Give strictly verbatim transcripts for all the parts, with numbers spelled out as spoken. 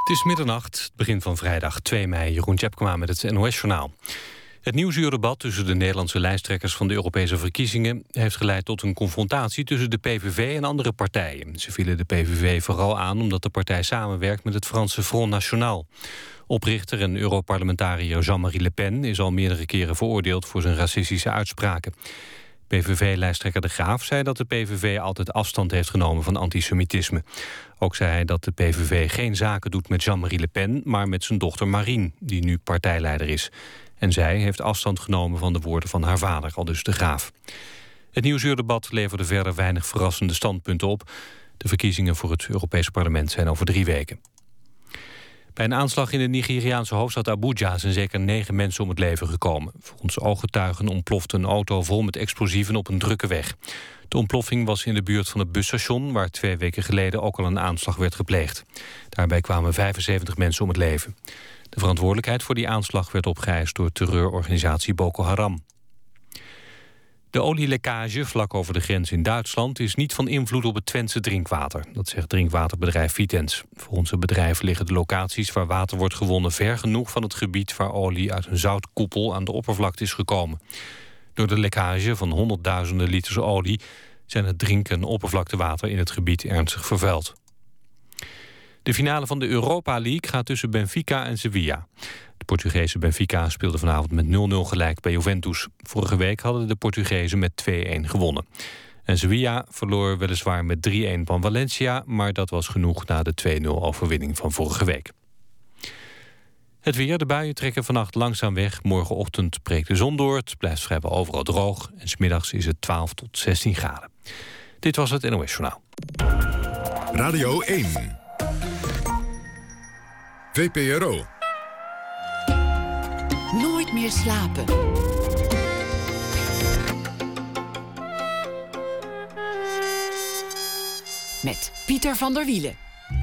Het is middernacht, het begin van vrijdag twee mei. Jeroen Tjepkema met het N O S-journaal. Het nieuwsuurdebat tussen de Nederlandse lijsttrekkers van de Europese verkiezingen heeft geleid tot een confrontatie tussen de P V V en andere partijen. Ze vielen de P V V vooral aan omdat de partij samenwerkt met het Franse Front National. Oprichter en Europarlementariër Jean-Marie Le Pen is al meerdere keren veroordeeld voor zijn racistische uitspraken. P V V-lijsttrekker De Graaf zei dat de P V V altijd afstand heeft genomen van antisemitisme. Ook zei hij dat de P V V geen zaken doet met Jean-Marie Le Pen, maar met zijn dochter Marine, die nu partijleider is. En zij heeft afstand genomen van de woorden van haar vader, aldus De Graaf. Het nieuwsuurdebat leverde verder weinig verrassende standpunten op. De verkiezingen voor het Europese parlement zijn over drie weken. Bij een aanslag in de Nigeriaanse hoofdstad Abuja zijn zeker negen mensen om het leven gekomen. Volgens ooggetuigen ontplofte een auto vol met explosieven op een drukke weg. De ontploffing was in de buurt van het busstation, waar twee weken geleden ook al een aanslag werd gepleegd. Daarbij kwamen vijfenzeventig mensen om het leven. De verantwoordelijkheid voor die aanslag werd opgeëist door terreurorganisatie Boko Haram. De olielekkage vlak over de grens in Duitsland is niet van invloed op het Twentse drinkwater. Dat zegt drinkwaterbedrijf Vitens. Volgens het bedrijf liggen de locaties waar water wordt gewonnen ver genoeg van het gebied waar olie uit een zoutkoepel aan de oppervlakte is gekomen. Door de lekkage van honderdduizenden liters olie zijn het drinken- en oppervlaktewater in het gebied ernstig vervuild. De finale van de Europa League gaat tussen Benfica en Sevilla. De Portugese Benfica speelde vanavond met nul nul gelijk bij Juventus. Vorige week hadden de Portugezen met twee-een gewonnen. En Sevilla verloor weliswaar met drie-een van Valencia, maar dat was genoeg na de twee nul overwinning van vorige week. Het weer, de buien trekken vannacht langzaam weg. Morgenochtend breekt de zon door, het blijft vrijwel overal droog. En 's middags is het twaalf tot zestien graden. Dit was het N O S-journaal. Radio één. V P R O. Nooit meer slapen. Met Pieter van der Wielen.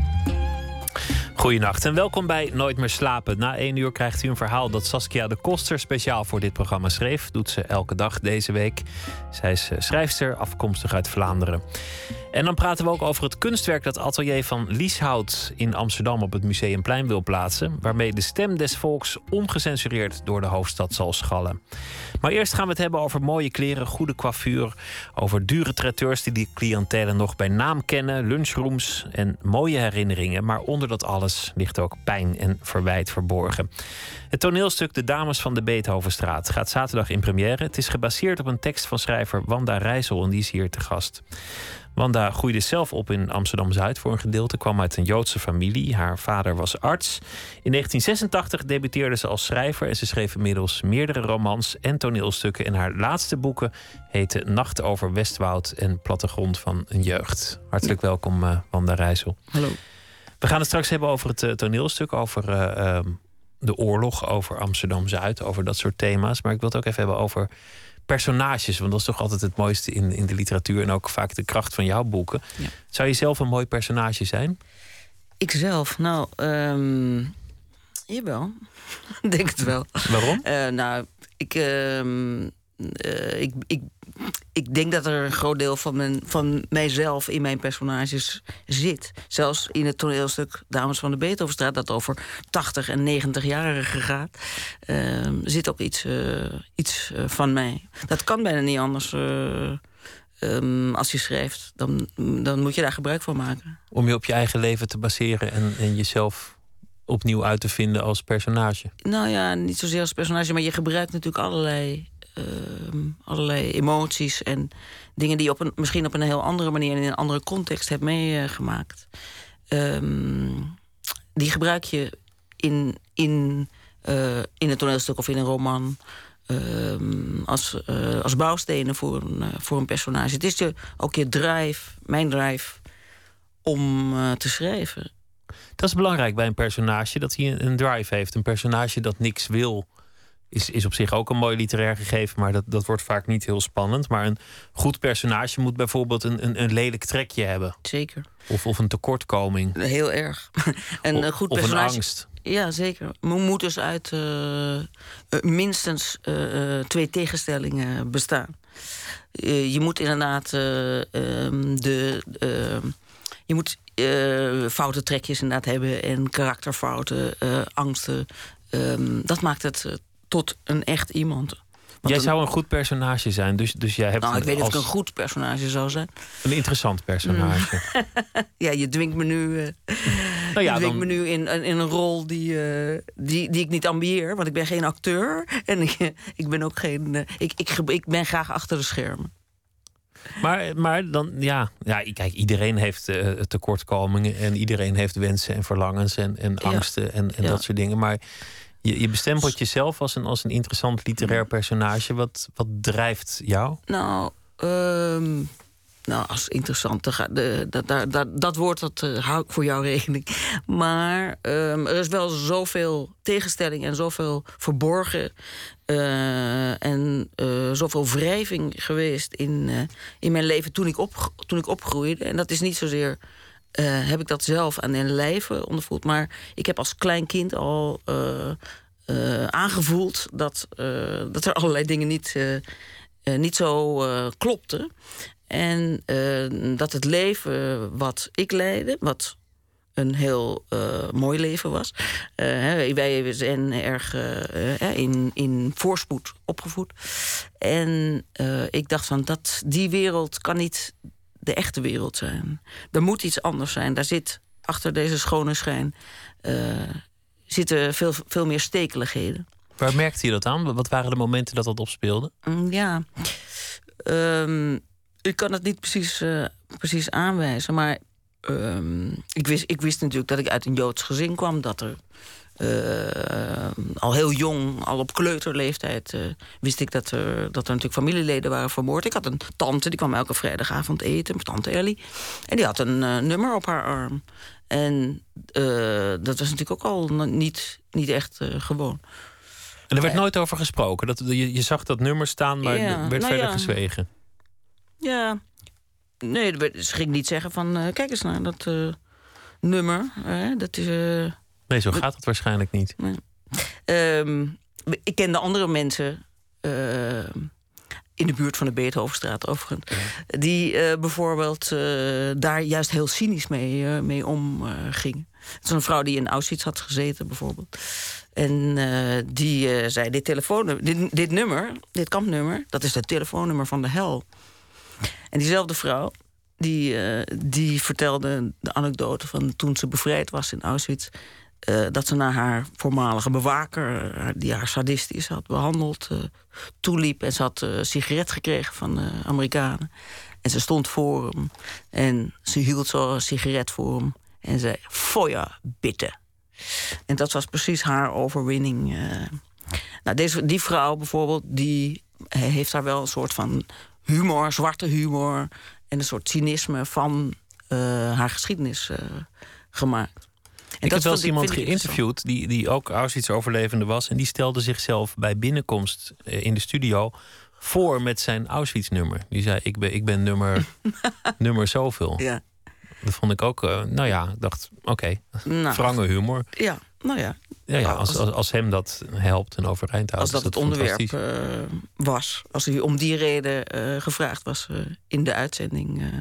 Goedenacht en welkom bij Nooit meer slapen. Na één uur krijgt u een verhaal dat Saskia de Koster speciaal voor dit programma schreef. Doet ze elke dag deze week. Zij is schrijfster, afkomstig uit Vlaanderen. En dan praten we ook over het kunstwerk dat Atelier van Lieshout in Amsterdam op het Museumplein wil plaatsen, waarmee de stem des volks ongecensureerd door de hoofdstad zal schallen. Maar eerst gaan we het hebben over mooie kleren, goede coiffure, over dure traiteurs die die cliëntelen nog bij naam kennen, lunchrooms en mooie herinneringen. Maar onder dat alles ligt ook pijn en verwijt verborgen. Het toneelstuk De Dames van de Beethovenstraat gaat zaterdag in première. Het is gebaseerd op een tekst van schrijver Wanda Rijssel en die is hier te gast. Wanda groeide zelf op in Amsterdam-Zuid voor een gedeelte, kwam uit een Joodse familie. Haar vader was arts. In negentien zesentachtig debuteerde ze als schrijver en ze schreef inmiddels meerdere romans en toneelstukken. En haar laatste boeken heten Nacht over Westwoud en Plattegrond van een jeugd. Hartelijk welkom, uh, Wanda Rijssel. Hallo. We gaan het straks hebben over het uh, toneelstuk, over uh, uh, de oorlog, over Amsterdam-Zuid, over dat soort thema's. Maar ik wil het ook even hebben over personages, want dat is toch altijd het mooiste in, in de literatuur en ook vaak de kracht van jouw boeken. Ja. Zou je zelf een mooi personage zijn? Ikzelf? Nou, um, jawel. Ik denk het wel. Waarom? Uh, nou, ik, um, uh, ik, ik, ik denk dat er een groot deel van, mijn, van mijzelf in mijn personages zit. Zelfs in het toneelstuk Dames van de Beethovenstraat, dat over tachtig en negentig-jarigen gaat, uh, zit ook iets, uh, iets uh, van mij. Dat kan bijna niet anders. Uh, um, als je schrijft, dan, dan moet je daar gebruik van maken. Om je op je eigen leven te baseren en, en jezelf opnieuw uit te vinden als personage? Nou ja, niet zozeer als personage, maar je gebruikt natuurlijk allerlei Uh, allerlei emoties en dingen die je op een, misschien op een heel andere manier en in een andere context hebt meegemaakt. Um, die gebruik je in, in, uh, in een toneelstuk of in een roman um, als, uh, als bouwstenen voor een, uh, voor een personage. Het is je, ook je drive, mijn drive, om uh, te schrijven. Dat is belangrijk bij een personage, dat hij een, een drive heeft. Een personage dat niks wil, Is, is op zich ook een mooi literair gegeven, maar dat, dat wordt vaak niet heel spannend. Maar een goed personage moet bijvoorbeeld een, een, een lelijk trekje hebben. Zeker. Of, of een tekortkoming. Heel erg. En een goed of personage, een angst. Ja, zeker. Men moet dus uit uh, uh, minstens uh, twee tegenstellingen bestaan. Uh, je moet inderdaad uh, um, de... Uh, je moet uh, foute trekjes inderdaad hebben en karakterfouten, uh, angsten. Um, dat maakt het uh, tot een echt iemand. Want jij een, zou een goed personage zijn, dus, dus jij hebt... Nou, ik weet niet als... of ik een goed personage zou zijn. Een interessant personage. Mm. ja, je dwingt me nu, uh, nou ja, je dwingt dan... me nu in, in een rol die, uh, die, die ik niet ambieer. Want ik ben geen acteur en ik, ik ben ook geen... Uh, ik, ik, ik ben graag achter de schermen. Maar, maar dan, ja, ja, kijk, iedereen heeft uh, tekortkomingen en iedereen heeft wensen en verlangens en, en angsten ja. en, en ja. dat soort dingen. Maar je, je bestempelt jezelf als een, als een interessant literair personage. Wat, wat drijft jou? Nou, um, nou als interessant, dat, dat, dat, dat woord dat uh, hou ik voor jouw rekening. Maar um, er is wel zoveel tegenstelling en zoveel verborgen Uh, en uh, zoveel wrijving geweest in, uh, in mijn leven toen ik, op, toen ik opgroeide. En dat is niet zozeer, uh, heb ik dat zelf aan den lijve ondervoeld, maar ik heb als klein kind al uh, uh, aangevoeld dat, uh, dat er allerlei dingen niet, uh, uh, niet zo uh, klopten. En uh, dat het leven wat ik leidde, wat een heel uh, mooi leven was. Uh, wij zijn erg uh, in, in voorspoed opgevoed. En uh, ik dacht van, dat, die wereld kan niet de echte wereld zijn. Er moet iets anders zijn. Daar zit achter deze schone schijn uh, zitten veel, veel meer stekeligheden. Waar merkte je dat aan? Wat waren de momenten dat dat opspeelde? Mm, ja, um, ik kan het niet precies, uh, precies aanwijzen, maar Um, ik, wist, ik wist natuurlijk dat ik uit een Joods gezin kwam. Dat er uh, al heel jong, al op kleuterleeftijd, uh, wist ik dat er, dat er natuurlijk familieleden waren vermoord. Ik had een tante, die kwam elke vrijdagavond eten, tante Ellie. En die had een uh, nummer op haar arm. En uh, dat was natuurlijk ook al niet, niet echt uh, gewoon. En er werd uh, nooit over gesproken? Dat, je, je zag dat nummer staan, maar ja, er werd nou verder ja. gezwegen? Ja. Nee, ze ging niet zeggen van, uh, kijk eens naar dat uh, nummer. Uh, dat is, uh, nee, zo gaat het waarschijnlijk niet. Nee. Um, ik kende andere mensen uh, in de buurt van de Beethovenstraat overigens, die uh, bijvoorbeeld uh, daar juist heel cynisch mee, uh, mee omgingen. Uh, Het is een vrouw die in Auschwitz had gezeten bijvoorbeeld. En uh, die uh, zei, dit telefoonnummer, dit, dit nummer, dit kampnummer, dat is het telefoonnummer van de hel. En diezelfde vrouw, die, uh, die vertelde de anekdote van toen ze bevrijd was in Auschwitz, Uh, dat ze naar haar voormalige bewaker, uh, die haar sadistisch had behandeld, uh, toeliep. En ze had een uh, sigaret gekregen van de uh, Amerikanen. En ze stond voor hem. En ze hield zo een sigaret voor hem. En zei, Feuer, bitte. En dat was precies haar overwinning. Uh. Nou, deze, die vrouw bijvoorbeeld, die heeft daar wel een soort van humor, zwarte humor en een soort cynisme van uh, haar geschiedenis uh, gemaakt. En ik dat heb wel eens ik, iemand geïnterviewd die, die ook Auschwitz-overlevende was. En die stelde zichzelf bij binnenkomst in de studio voor met zijn Auschwitz-nummer. Die zei, ik ben, ik ben nummer, nummer zoveel. Ja. Dat vond ik ook, uh, nou ja, ik dacht, oké, okay, nou, wrange humor. Ja, nou ja. Ja, ja als, als, als hem dat helpt en overeind houdt. Als dat, dat het onderwerp uh, was. Als hij om die reden uh, gevraagd was uh, in de uitzending. Uh.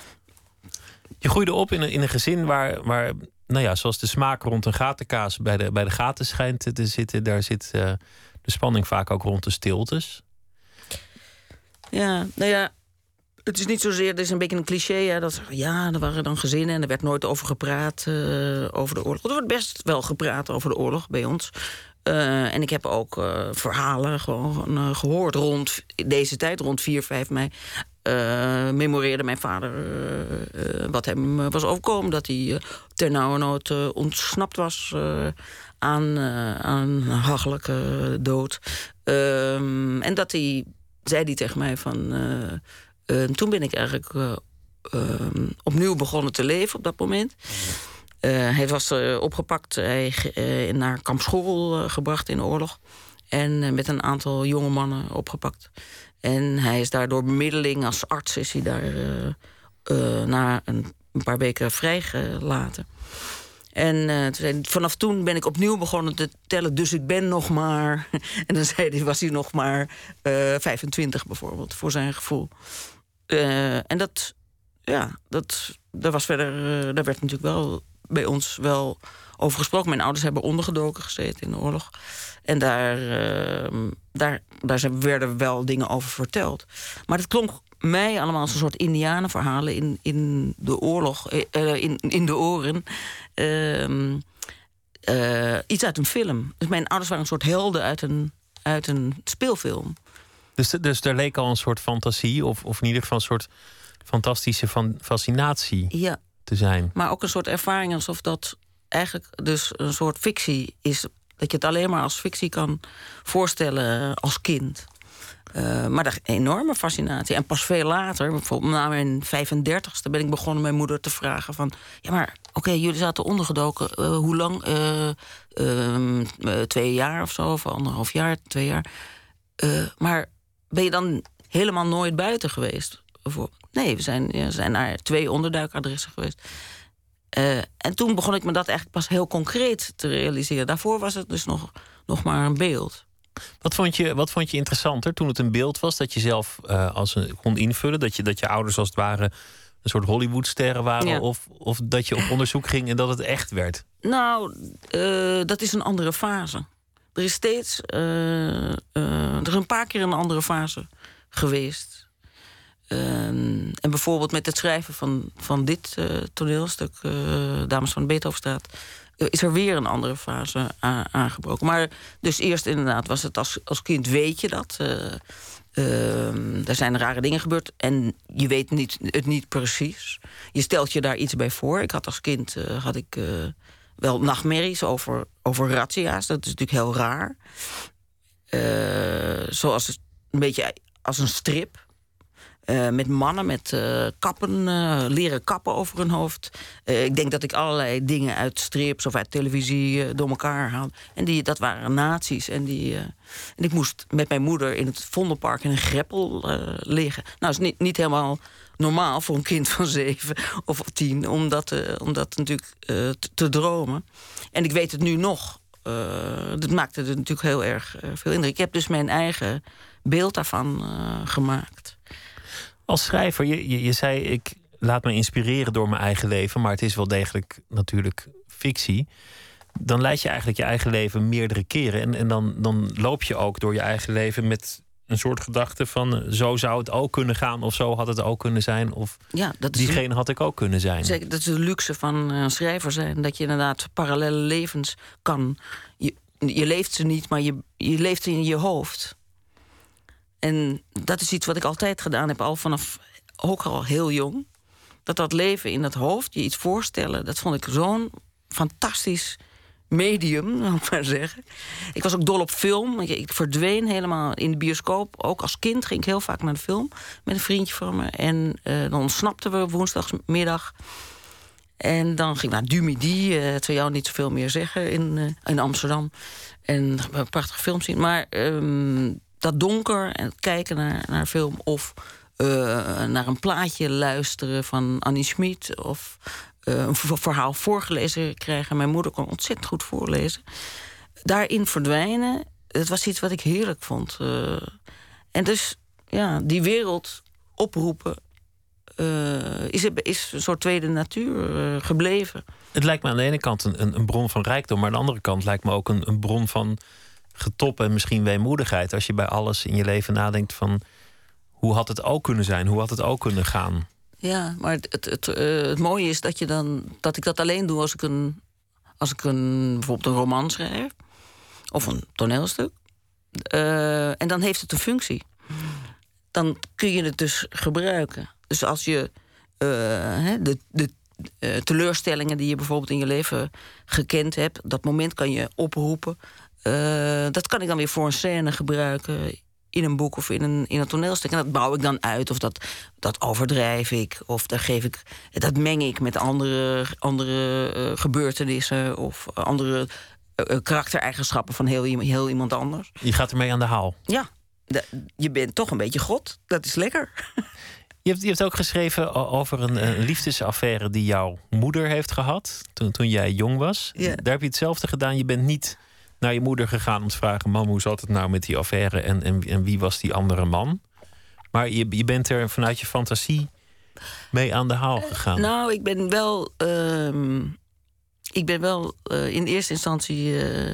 Je groeide op in een, in een gezin waar... waar nou ja, zoals de smaak rond een gatenkaas bij de, bij de gaten schijnt te zitten, daar zit uh, de spanning vaak ook rond de stiltes. Ja, nou ja, het is niet zozeer, het is een beetje een cliché, hè, dat ja, er waren dan gezinnen en er werd nooit over gepraat uh, over de oorlog. Er wordt best wel gepraat over de oorlog bij ons. Uh, en ik heb ook uh, verhalen gewoon uh, gehoord rond deze tijd, rond vier, vijf mei. Uh, memoreerde mijn vader uh, uh, wat hem was overkomen. Dat hij uh, ternauwernood uh, ontsnapt was uh, aan, uh, aan een hachelijke dood. Uh, en dat hij, zei hij tegen mij van... Uh, uh, toen ben ik eigenlijk uh, uh, opnieuw begonnen te leven op dat moment. Uh, hij was uh, opgepakt, hij uh, naar kamp Schorrel uh, gebracht in de oorlog. En uh, met een aantal jonge mannen opgepakt. En hij is daar door bemiddeling als arts is hij daar uh, uh, na een, een paar weken vrijgelaten. En uh, toen zei hij, vanaf toen ben ik opnieuw begonnen te tellen, dus ik ben nog maar... En dan zei hij, was hij nog maar uh, vijfentwintig bijvoorbeeld, voor zijn gevoel. Uh, en dat ja, dat, daar was verder, uh, daar werd natuurlijk wel bij ons wel over gesproken. Mijn ouders hebben ondergedoken gezeten in de oorlog. En daar, uh, daar, daar zijn, werden wel dingen over verteld. Maar het klonk mij allemaal als een soort indianenverhalen in, in de oorlog, uh, in, in de oren. Uh, uh, iets uit een film. Dus mijn ouders waren een soort helden uit een, uit een speelfilm. Dus, dus er leek al een soort fantasie, of, of in ieder geval een soort fantastische van, fascinatie ja, te zijn. Maar ook een soort ervaring alsof dat eigenlijk dus een soort fictie is. Dat je het alleen maar als fictie kan voorstellen als kind. Uh, maar dat enorme fascinatie. En pas veel later, bijvoorbeeld na mijn vijfendertigste... ben ik begonnen mijn moeder te vragen van... ja, maar oké, okay, jullie zaten ondergedoken. Uh, hoe lang? Uh, uh, uh, twee jaar of zo, of anderhalf jaar, twee jaar. Uh, maar ben je dan helemaal nooit buiten geweest? Nee, we zijn, ja, we zijn naar twee onderduikadressen geweest. Uh, en toen begon ik me dat eigenlijk pas heel concreet te realiseren. Daarvoor was het dus nog, nog maar een beeld. Wat vond je, wat vond je interessanter toen het een beeld was... dat je zelf uh, als een, kon invullen? Dat je, dat je ouders als het ware een soort Hollywoodsterren waren? Ja. Of, of dat je op onderzoek ging en dat het echt werd? Nou, uh, dat is een andere fase. Er is steeds... Uh, uh, er is een paar keer een andere fase geweest... Um, en bijvoorbeeld met het schrijven van, van dit uh, toneelstuk... Uh, Dames van de Beethovenstraat... Uh, is er weer een andere fase a- aangebroken. Maar dus eerst inderdaad was het als, als kind weet je dat. Uh, uh, er zijn rare dingen gebeurd en je weet niet, het niet precies. Je stelt je daar iets bij voor. Ik had als kind uh, had ik, uh, wel nachtmerries over, over razzia's. Dat is natuurlijk heel raar. Uh, zoals een beetje als een strip... Uh, met mannen met uh, kappen, uh, leren kappen over hun hoofd. Uh, ik denk dat ik allerlei dingen uit strips of uit televisie uh, door elkaar haal. En die, dat waren nazi's. En, die, uh, en ik moest met mijn moeder in het Vondelpark in een greppel uh, liggen. Nou, dat is niet, niet helemaal normaal voor een kind van zeven of tien... om dat, uh, om dat natuurlijk uh, te, te dromen. En ik weet het nu nog. Uh, dat maakte er natuurlijk heel erg uh, veel indruk. Ik heb dus mijn eigen beeld daarvan uh, gemaakt. Als schrijver, je, je, je zei, ik laat me inspireren door mijn eigen leven... maar het is wel degelijk natuurlijk fictie. Dan leid je eigenlijk je eigen leven meerdere keren. En, en dan, dan loop je ook door je eigen leven met een soort gedachte van... zo zou het ook kunnen gaan, of zo had het ook kunnen zijn... of ja, dat is diegene had ik ook kunnen zijn. Zeker, dat is de luxe van een schrijver zijn. Dat je inderdaad parallele levens kan. Je, je leeft ze niet, maar je, je leeft ze in je hoofd... En dat is iets wat ik altijd gedaan heb, al vanaf ook al heel jong. Dat dat leven in het hoofd, je iets voorstellen... dat vond ik zo'n fantastisch medium, zal ik maar zeggen. Ik was ook dol op film. Ik, ik verdween helemaal in de bioscoop. Ook als kind ging ik heel vaak naar de film met een vriendje van me. En uh, dan ontsnapten we woensdagmiddag. En dan ging ik naar Dumidi, uh, het zou jou niet zoveel meer zeggen, in, uh, in Amsterdam. En een prachtige film zien. Maar... Um, dat donker en kijken naar, naar een film... of uh, naar een plaatje luisteren van Annie Schmid... of uh, een verhaal voorgelezen krijgen. Mijn moeder kon ontzettend goed voorlezen. Daarin verdwijnen, dat was iets wat ik heerlijk vond. Uh, en dus, ja, die wereld oproepen... Uh, is, is een soort tweede natuur uh, gebleven. Het lijkt me aan de ene kant een, een bron van rijkdom... maar aan de andere kant lijkt me ook een, een bron van... getop en misschien weemoedigheid... als je bij alles in je leven nadenkt van... hoe had het ook kunnen zijn? Hoe had het ook kunnen gaan? Ja, maar het, het, het, uh, het mooie is dat, je dan, dat ik dat alleen doe... als ik, een, als ik een, bijvoorbeeld een roman schrijf. Of een toneelstuk. Uh, en dan heeft het een functie. Dan kun je het dus gebruiken. Dus als je uh, de, de uh, teleurstellingen... die je bijvoorbeeld in je leven gekend hebt... dat moment kan je oproepen... Uh, dat kan ik dan weer voor een scène gebruiken in een boek of in een, in een toneelstuk. En dat bouw ik dan uit, of dat, dat overdrijf ik, of daar geef ik, dat meng ik met andere, andere uh, gebeurtenissen of andere uh, karaktereigenschappen van heel, heel iemand anders. Je gaat ermee aan de haal. Ja, de, je bent toch een beetje God. Dat is lekker. Je hebt, je hebt ook geschreven over een, een liefdesaffaire die jouw moeder heeft gehad toen, toen jij jong was. Ja. Daar heb je hetzelfde gedaan. Je bent niet naar je moeder gegaan om te vragen... mam, hoe zat het nou met die affaire en, en, en wie was die andere man? Maar je, je bent er vanuit je fantasie mee aan de haal gegaan? Nou, ik ben wel... Uh, ik ben wel uh, in eerste instantie... Uh,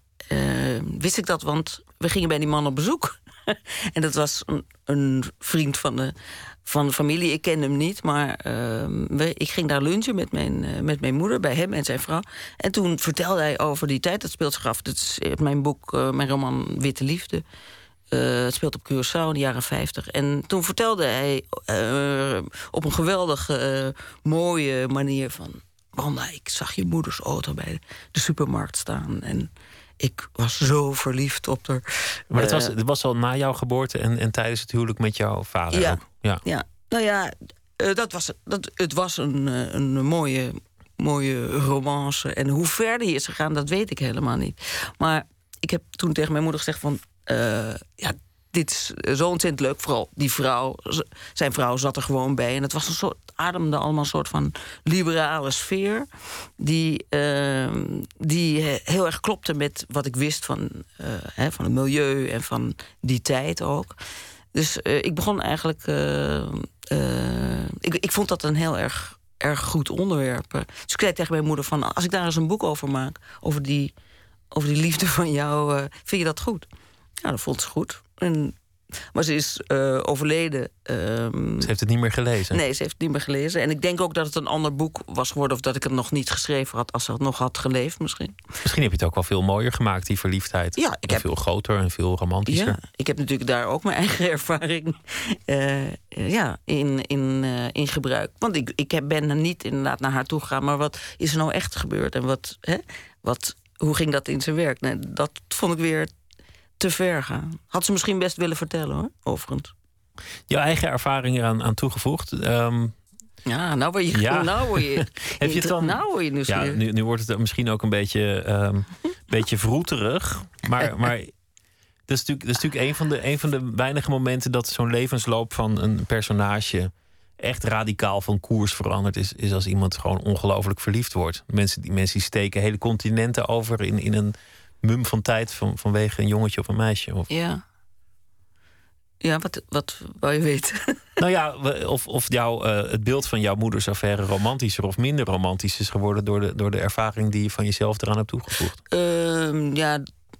uh, wist ik dat, want we gingen bij die man op bezoek. En dat was een, een vriend van de, van de familie. Ik kende hem niet, maar uh, we, ik ging daar lunchen met mijn, uh, met mijn moeder... bij hem en zijn vrouw. En toen vertelde hij over die tijd. Dat speelt zich af. Dat is mijn boek, uh, mijn roman Witte Liefde... Uh, het speelt op Curaçao in de jaren vijftig. En toen vertelde hij uh, op een geweldige, uh, mooie manier van... Wanda, ik zag je moeders auto bij de, de supermarkt staan. En ik was zo verliefd op haar. Maar het was, het was al na jouw geboorte en, en tijdens het huwelijk met jouw vader ja, ook? Ja, ja. Nou ja, uh, dat was, dat, het was een, uh, een mooie, mooie romance. En hoe ver die is gegaan, dat weet ik helemaal niet. Maar ik heb toen tegen mijn moeder gezegd van... Uh, ja, dit is zo ontzettend leuk. Vooral die vrouw, zijn vrouw zat er gewoon bij. En het was een soort, ademde allemaal een soort van liberale sfeer... die, uh, die heel erg klopte met wat ik wist van, uh, hè, van het milieu... en van die tijd ook. Dus uh, ik begon eigenlijk... Uh, uh, ik, ik vond dat een heel erg, erg goed onderwerp. Dus ik zei tegen mijn moeder van... als ik daar eens een boek over maak, over die, over die liefde van jou... Uh, vind je dat goed? Ja, dat vond ze goed. En, maar ze is uh, overleden. Um, ze heeft het niet meer gelezen? Nee, ze heeft het niet meer gelezen. En ik denk ook dat het een ander boek was geworden... of dat ik het nog niet geschreven had als ze het nog had geleefd misschien. Misschien heb je het ook wel veel mooier gemaakt, die verliefdheid. Ja, ik heb... Veel groter en veel romantischer. Ja, ik heb natuurlijk daar ook mijn eigen ervaring uh, ja, in, in, uh, in gebruik. Want ik, ik heb, ben er niet inderdaad naar haar toe gegaan... maar wat is er nou echt gebeurd? En wat, hè, wat, hoe ging dat in zijn werk? Nee, dat vond ik weer... te ver gaan. Had ze misschien best willen vertellen, hoor, overigens. Jouw eigen ervaring eraan aan toegevoegd. Um, ja, nou word je... Ja. Nou word je, Heb je het dan, nou word je nieuwsgierig. Ja, nu, nu wordt het misschien ook een beetje, um, beetje vroeterig. Maar, maar dat, is natuurlijk, dat is natuurlijk een van de, een van de weinige momenten... dat zo'n levensloop van een personage... echt radicaal van koers veranderd is... is als iemand gewoon ongelooflijk verliefd wordt. Mensen die, mensen die steken hele continenten over in, in een... mum van tijd van, vanwege een jongetje of een meisje. Of... Ja. Ja, wat, wat wou je weten? Nou ja, of, of jou, uh, het beeld van jouw moeders affaire romantischer of minder romantisch is geworden... door de, door de ervaring die je van jezelf eraan hebt toegevoegd. Uh, ja,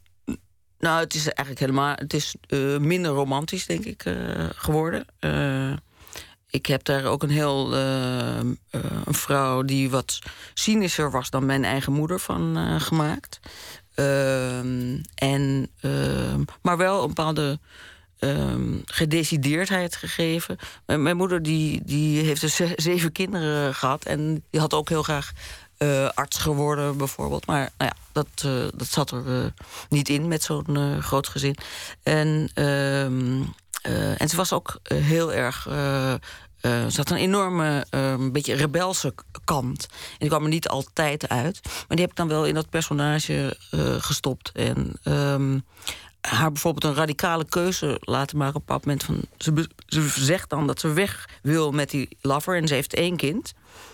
nou, het is eigenlijk helemaal... Het is uh, minder romantisch, denk ik, uh, geworden. Uh, ik heb daar ook een heel... Uh, uh, een vrouw die wat cynischer was dan mijn eigen moeder van uh, gemaakt... Uh, en, uh, maar wel een bepaalde uh, gedecideerdheid gegeven. Mijn, mijn moeder die, die heeft dus zeven kinderen gehad... en die had ook heel graag uh, arts geworden, bijvoorbeeld. Maar nou ja, dat, uh, dat zat er uh, niet in met zo'n uh, groot gezin. En, uh, uh, en ze was ook uh, heel erg... Uh, Uh, ze had een enorme, uh, een beetje rebelse kant. En die kwam er niet altijd uit. Maar die heb ik dan wel in dat personage uh, gestopt. En um, haar bijvoorbeeld een radicale keuze laten maken op een bepaald moment. Van, ze, be- ze zegt dan dat ze weg wil met die lover. En ze heeft één kind.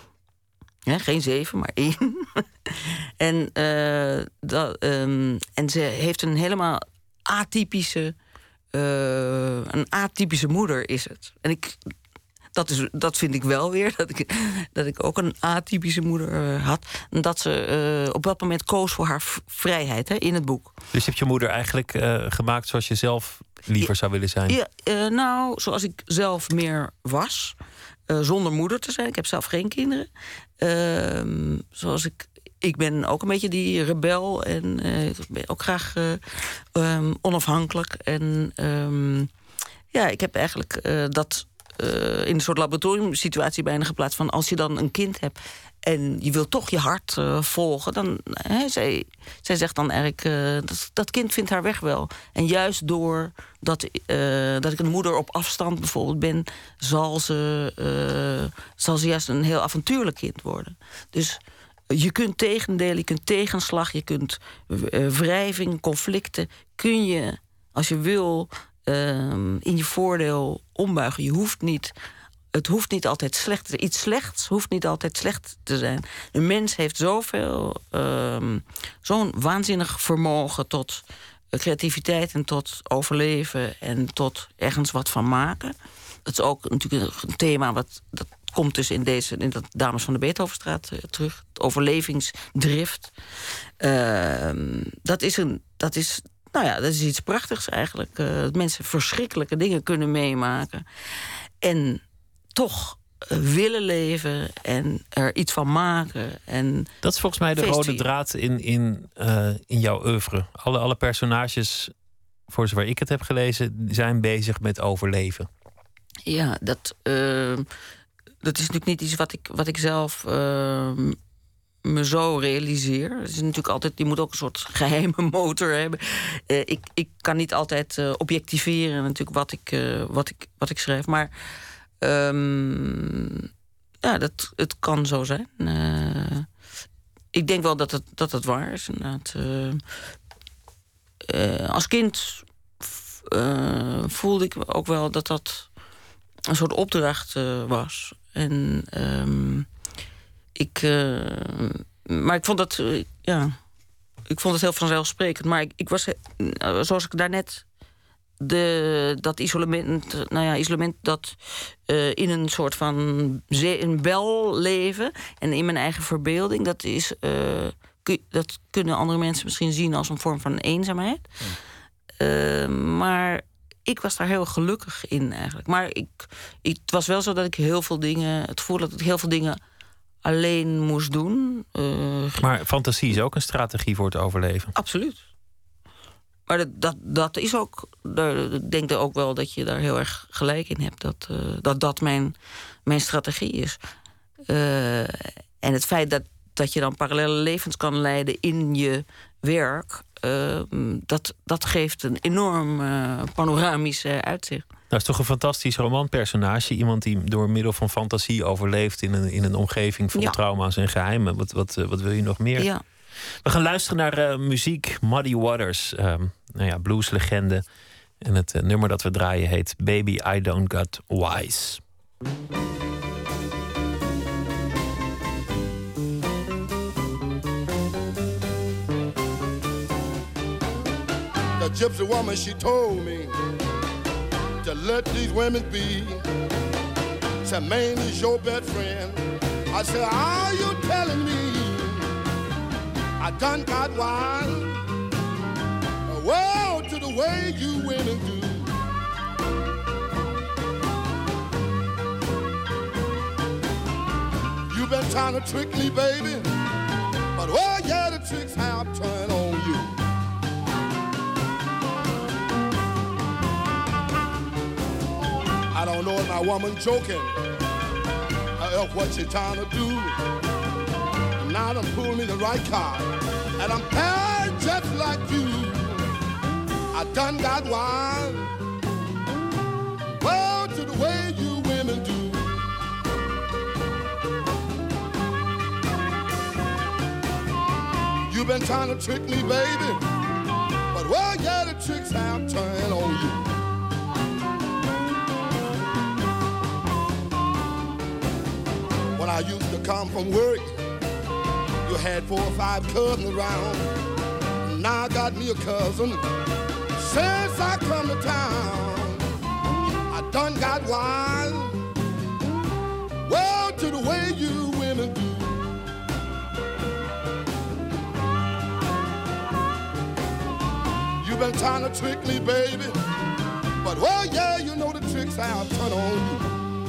Ja, geen zeven, maar één. en, uh, dat, um, en ze heeft een helemaal atypische... Uh, een atypische moeder is het. En ik... Dat, is, dat vind ik wel weer, dat ik, dat ik ook een atypische moeder uh, had. En dat ze uh, op dat moment koos voor haar v- vrijheid hè, in het boek. Dus je hebt je moeder eigenlijk uh, gemaakt zoals je zelf liever ja, zou willen zijn? Ja, uh, nou, zoals ik zelf meer was. Uh, zonder moeder te zijn. Ik heb zelf geen kinderen. Uh, zoals ik... Ik ben ook een beetje die rebel. En uh, ik ben ook graag uh, um, onafhankelijk. En um, ja, ik heb eigenlijk uh, dat... Uh, in een soort laboratoriumsituatie bijna geplaatst van... als je dan een kind hebt en je wilt toch je hart uh, volgen... dan, hè, zij, zij zegt dan eigenlijk, uh, dat, dat kind vindt haar weg wel. En juist door dat, uh, dat ik een moeder op afstand bijvoorbeeld ben... zal ze, uh, zal ze juist een heel avontuurlijk kind worden. Dus je kunt tegendelen, je kunt tegenslag... je kunt uh, wrijving, conflicten... kun je, als je wil... Um, in je voordeel ombuigen. Je hoeft niet, het hoeft niet altijd slecht te zijn. Iets slechts hoeft niet altijd slecht te zijn. Een mens heeft zoveel, um, zo'n waanzinnig vermogen tot creativiteit en tot overleven en tot ergens wat van maken. Dat is ook natuurlijk een thema wat dat komt dus in, deze, in dat Dames van de Beethovenstraat uh, terug. Het overlevingsdrift. Uh, dat is een... Dat is, nou ja, dat is iets prachtigs eigenlijk. Uh, dat mensen verschrikkelijke dingen kunnen meemaken. En toch uh, willen leven en er iets van maken. En dat is volgens mij de feestvieren. rode draad in, in, uh, in jouw oeuvre. Alle, alle personages, voor zover ik het heb gelezen, zijn bezig met overleven. Ja, dat, uh, dat is natuurlijk niet iets wat ik, wat ik zelf uh, me zo realiseer. Het is natuurlijk altijd, je moet ook een soort geheime motor hebben. Uh, ik, ik kan niet altijd uh, objectiveren natuurlijk wat ik, uh, wat ik, wat ik schrijf. Maar um, ja, dat, het kan zo zijn. Uh, ik denk wel dat het, dat het waar is, inderdaad. Uh, uh, als kind uh, voelde ik ook wel dat dat een soort opdracht uh, was. En um, ik... Uh, maar ik vond dat... Uh, ja, ik vond het heel vanzelfsprekend. Maar ik, ik was... Uh, zoals ik daarnet... De, dat isolement... Nou ja, isolement dat uh, in een soort van... Zee, een bel leven. En in mijn eigen verbeelding. Dat is... Uh, kun, dat kunnen andere mensen misschien zien als een vorm van eenzaamheid. Ja. Uh, maar... Ik was daar heel gelukkig in eigenlijk. Maar ik, ik, het was wel zo dat ik heel veel dingen... het gevoel dat ik heel veel dingen alleen moest doen. Uh, maar fantasie is ook een strategie voor het overleven. Absoluut. Maar dat, dat, dat is ook... Ik denk ook wel dat je daar heel erg gelijk in hebt. Dat uh, dat, dat mijn, mijn strategie is. Uh, en het feit dat, dat je dan parallele levens kan leiden in je werk... Uh, dat, dat geeft een enorm uh, panoramisch uh, uitzicht. Dat is toch een fantastisch romanpersonage. Iemand die door middel van fantasie overleeft... in een, in een omgeving vol ja. trauma's en geheimen. Wat, wat, wat wil je nog meer? Ja. We gaan luisteren naar uh, muziek. Muddy Waters, uh, nou ja, blueslegende. En het uh, nummer dat we draaien heet... Baby, I Don't Got Wise. The gypsy woman, she told me to let these women be. Said, man is your best friend. I said, are you telling me I done got wise? Well, to the way you women do. You've been trying to trick me, baby, but well, yeah, the tricks have turned on you. I don't know if my woman joking or what she trying to do. Now done pulled me the right card, and I'm paired just like you. I done got wise, well, to the way you women do. You've been trying to trick me, baby, but well, yeah, the tricks have turned on you. When I used to come from work, you had four or five cousins around. Now I got me a cousin. Since I come to town, I done got wise, well, to the way you women do. You've been trying to trick me, baby, but well, yeah, you know the tricks have turned on you.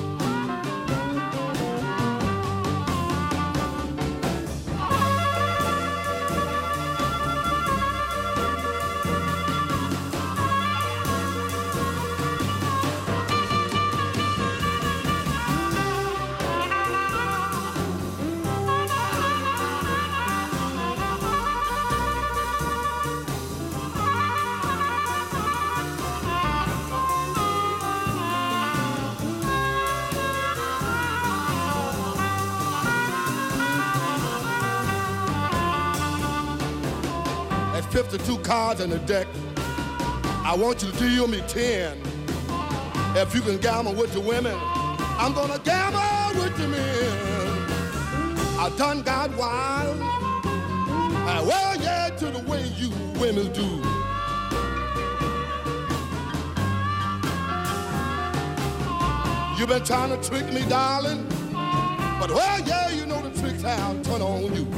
fifty-two cards in the deck. I want you to deal me ten. If you can gamble with the women, I'm gonna gamble with the men. I done got wild. Uh, well, yeah, to the way you women do. You've been trying to trick me, darling, But well, yeah, you know the tricks how turn on you.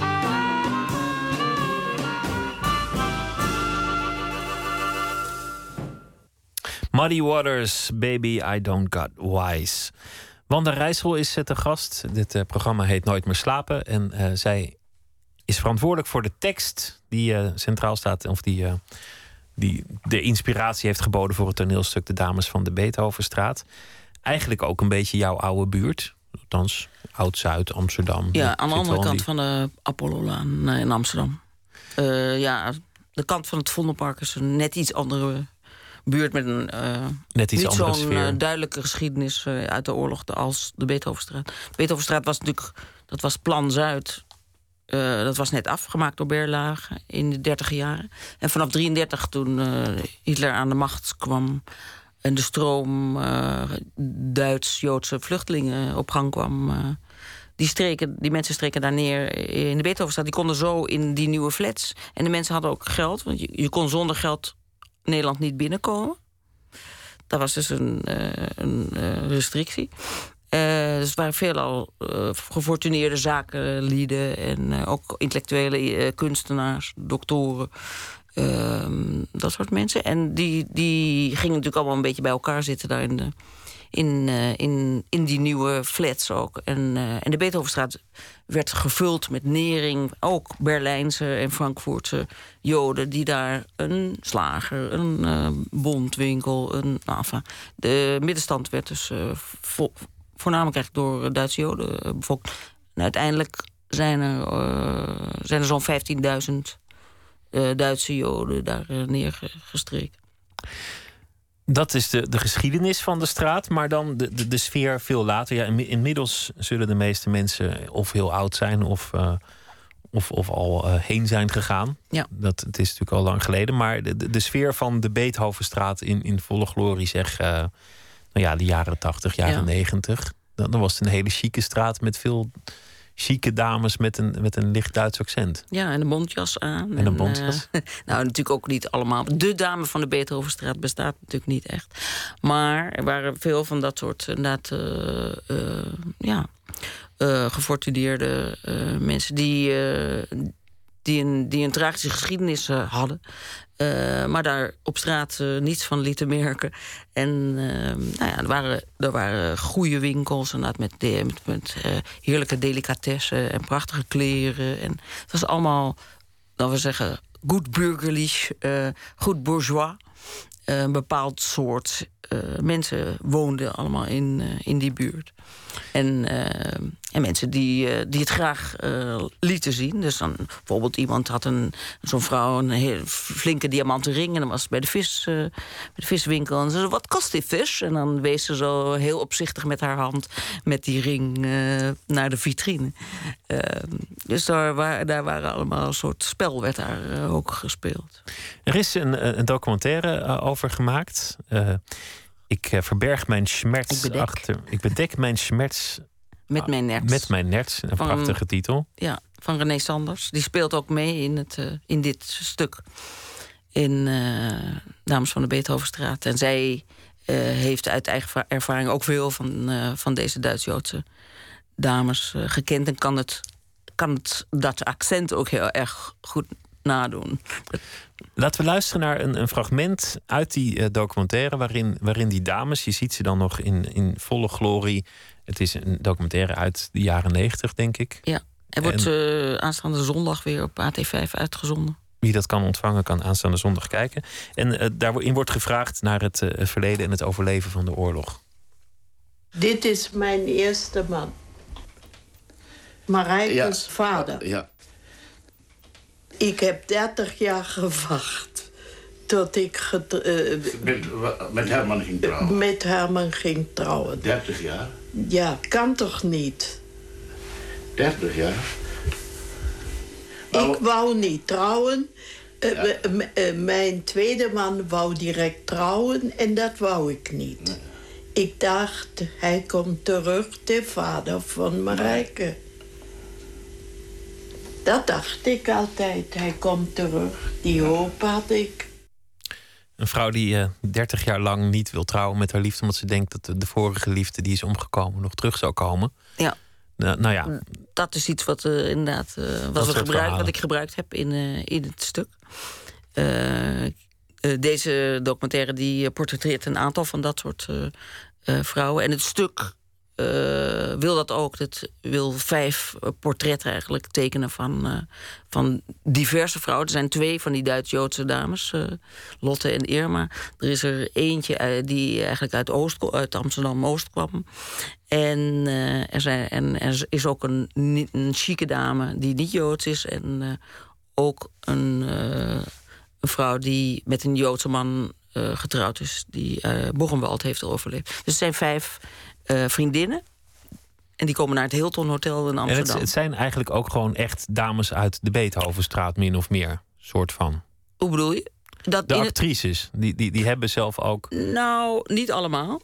Muddy Waters, Baby, I Don't Got Wise. Wanda Rijssel is te gast. Dit uh, programma heet Nooit meer slapen. En uh, zij is verantwoordelijk voor de tekst die uh, centraal staat. Of die, uh, die de inspiratie heeft geboden voor het toneelstuk De Dames van de Beethovenstraat. Eigenlijk ook een beetje jouw oude buurt. Althans, Oud-Zuid, Amsterdam. Ja, aan de andere kant die... van de Apollolaan in Amsterdam. Uh, ja, de kant van het Vondelpark is een net iets andere buurt met een uh, net iets niet zo'n uh, duidelijke geschiedenis uh, uit de oorlog als de Beethovenstraat. De Beethovenstraat was natuurlijk, dat was Plan Zuid. Uh, dat was net afgemaakt door Berlage in de dertig jaren. En vanaf drieëndertig, toen uh, Hitler aan de macht kwam en de stroom uh, Duits-Joodse vluchtelingen op gang kwam, Uh, Die, streken, die mensen streken daar neer in de Beethovenstraat. Die konden zo in die nieuwe flats. En de mensen hadden ook geld, want je, je kon zonder geld Nederland niet binnenkomen. Dat was dus een, uh, een uh, restrictie. Uh, dus er waren veelal uh, gefortuneerde zakenlieden en uh, ook intellectuele uh, kunstenaars, doktoren, uh, dat soort mensen. En die, die gingen natuurlijk allemaal een beetje bij elkaar zitten daar in de In, uh, in, in die nieuwe flats ook. En, uh, en de Beethovenstraat werd gevuld met nering. Ook Berlijnse en Frankfurtse Joden die daar een slager, een uh, bondwinkel, een, nou, enfin, de middenstand werd dus uh, vo, voornamelijk eigenlijk door Duitse Joden uh, bevolkt. En uiteindelijk zijn er, uh, zijn er zo'n vijftienduizend uh, Duitse Joden daar uh, neergestreken. Dat is de, de geschiedenis van de straat, maar dan de, de, de sfeer veel later. Ja, inmiddels zullen de meeste mensen of heel oud zijn of, uh, of, of al uh, heen zijn gegaan. Ja. Dat, het is natuurlijk al lang geleden. Maar de, de, de sfeer van de Beethovenstraat in, in volle glorie, zeg, uh, nou ja, de jaren tachtig, jaren negentig. Dan, dan was het een hele chique straat met veel chique dames met een, met een licht Duits accent. Ja, en een bontjas aan. En een bontjas. Uh, nou, natuurlijk ook niet allemaal. De dame van de Beethovenstraat bestaat natuurlijk niet echt. Maar er waren veel van dat soort inderdaad, uh, uh, ja, uh, gefortuneerde uh, mensen die, uh, die, een, die een tragische geschiedenis uh, hadden. Uh, maar daar op straat uh, niets van lieten merken. En uh, nou ja, er waren, er waren goede winkels inderdaad, met, de, met, met uh, heerlijke delicatessen en prachtige kleren. En het was allemaal, laten we zeggen, goed burgerlich, uh, goed bourgeois. Uh, een bepaald soort uh, mensen woonden allemaal in, uh, in die buurt. En, uh, en mensen die, uh, die het graag uh, lieten zien. Dus dan bijvoorbeeld iemand had een, zo'n vrouw een heel flinke diamanten ring. En dan was ze bij de, vis, uh, bij de viswinkel. En ze zei, wat kost die vis? En dan wees ze zo heel opzichtig met haar hand met die ring uh, naar de vitrine. Uh, dus daar, waar, daar waren allemaal een soort spel werd daar uh, ook gespeeld. Er is een, een documentaire uh, over gemaakt. Uh, ik uh, verberg mijn schmerz ik bedek. achter. Ik bedek mijn schmerz met mijn nerts. Met mijn nerts, een van, prachtige titel. Ja, van René Sanders. Die speelt ook mee in, het, uh, in dit stuk. In uh, Dames van de Beethovenstraat. En zij uh, heeft uit eigen ervaring ook veel van, uh, van deze Duits-Joodse dames uh, gekend. En kan het, kan het Duitse accent ook heel erg goed nadoen. Laten we luisteren naar een, een fragment uit die uh, documentaire... Waarin, waarin die dames, je ziet ze dan nog in, in volle glorie. Het is een documentaire uit de jaren negentig, denk ik. Ja, hij wordt uh, aanstaande zondag weer op A T vijf uitgezonden. Wie dat kan ontvangen, kan aanstaande zondag kijken. En uh, daarin wordt gevraagd naar het uh, verleden en het overleven van de oorlog. Dit is mijn eerste man. Marijke's ja. vader. Ja. Ik heb dertig jaar gewacht tot ik get, uh, met, met Herman ging trouwen? Met Herman ging trouwen. dertig jaar? Ja, kan toch niet? dertig jaar? Ik wou niet trouwen. Uh, ja. m- uh, mijn tweede man wou direct trouwen en dat wou ik niet. Nee. Ik dacht, hij komt terug, de vader van Marijke. Dat dacht ik altijd. Hij komt terug. Die hoop had ik. Een vrouw die uh, dertig jaar lang niet wil trouwen met haar liefde... omdat ze denkt dat de, de vorige liefde die is omgekomen nog terug zou komen. Ja. Nou, nou ja. Dat is iets wat uh, inderdaad uh, wat, we gebruik, wat ik gebruikt heb in, uh, in het stuk. Uh, uh, deze documentaire die portretteert een aantal van dat soort uh, uh, vrouwen. En het stuk uh, wil dat ook. Het wil vijf uh, portretten eigenlijk tekenen van, uh, van diverse vrouwen. Er zijn twee van die Duits-Joodse dames, uh, Lotte en Irma. Er is er eentje uh, die eigenlijk uit, Oost, uit Amsterdam-Oost kwam. En, uh, er zijn, en er is ook een, een chique dame die niet Joods is. En uh, ook een, uh, een vrouw die met een Joodse man uh, getrouwd is. Die uh, Bogenwald heeft overleefd. Dus het zijn vijf uh, vriendinnen. En die komen naar het Hilton Hotel in Amsterdam. En het, het zijn eigenlijk ook gewoon echt dames uit de Beethovenstraat, min of meer. Soort van. Hoe bedoel je? Dat de actrices, het... die, die, die hebben zelf ook... Nou, niet allemaal.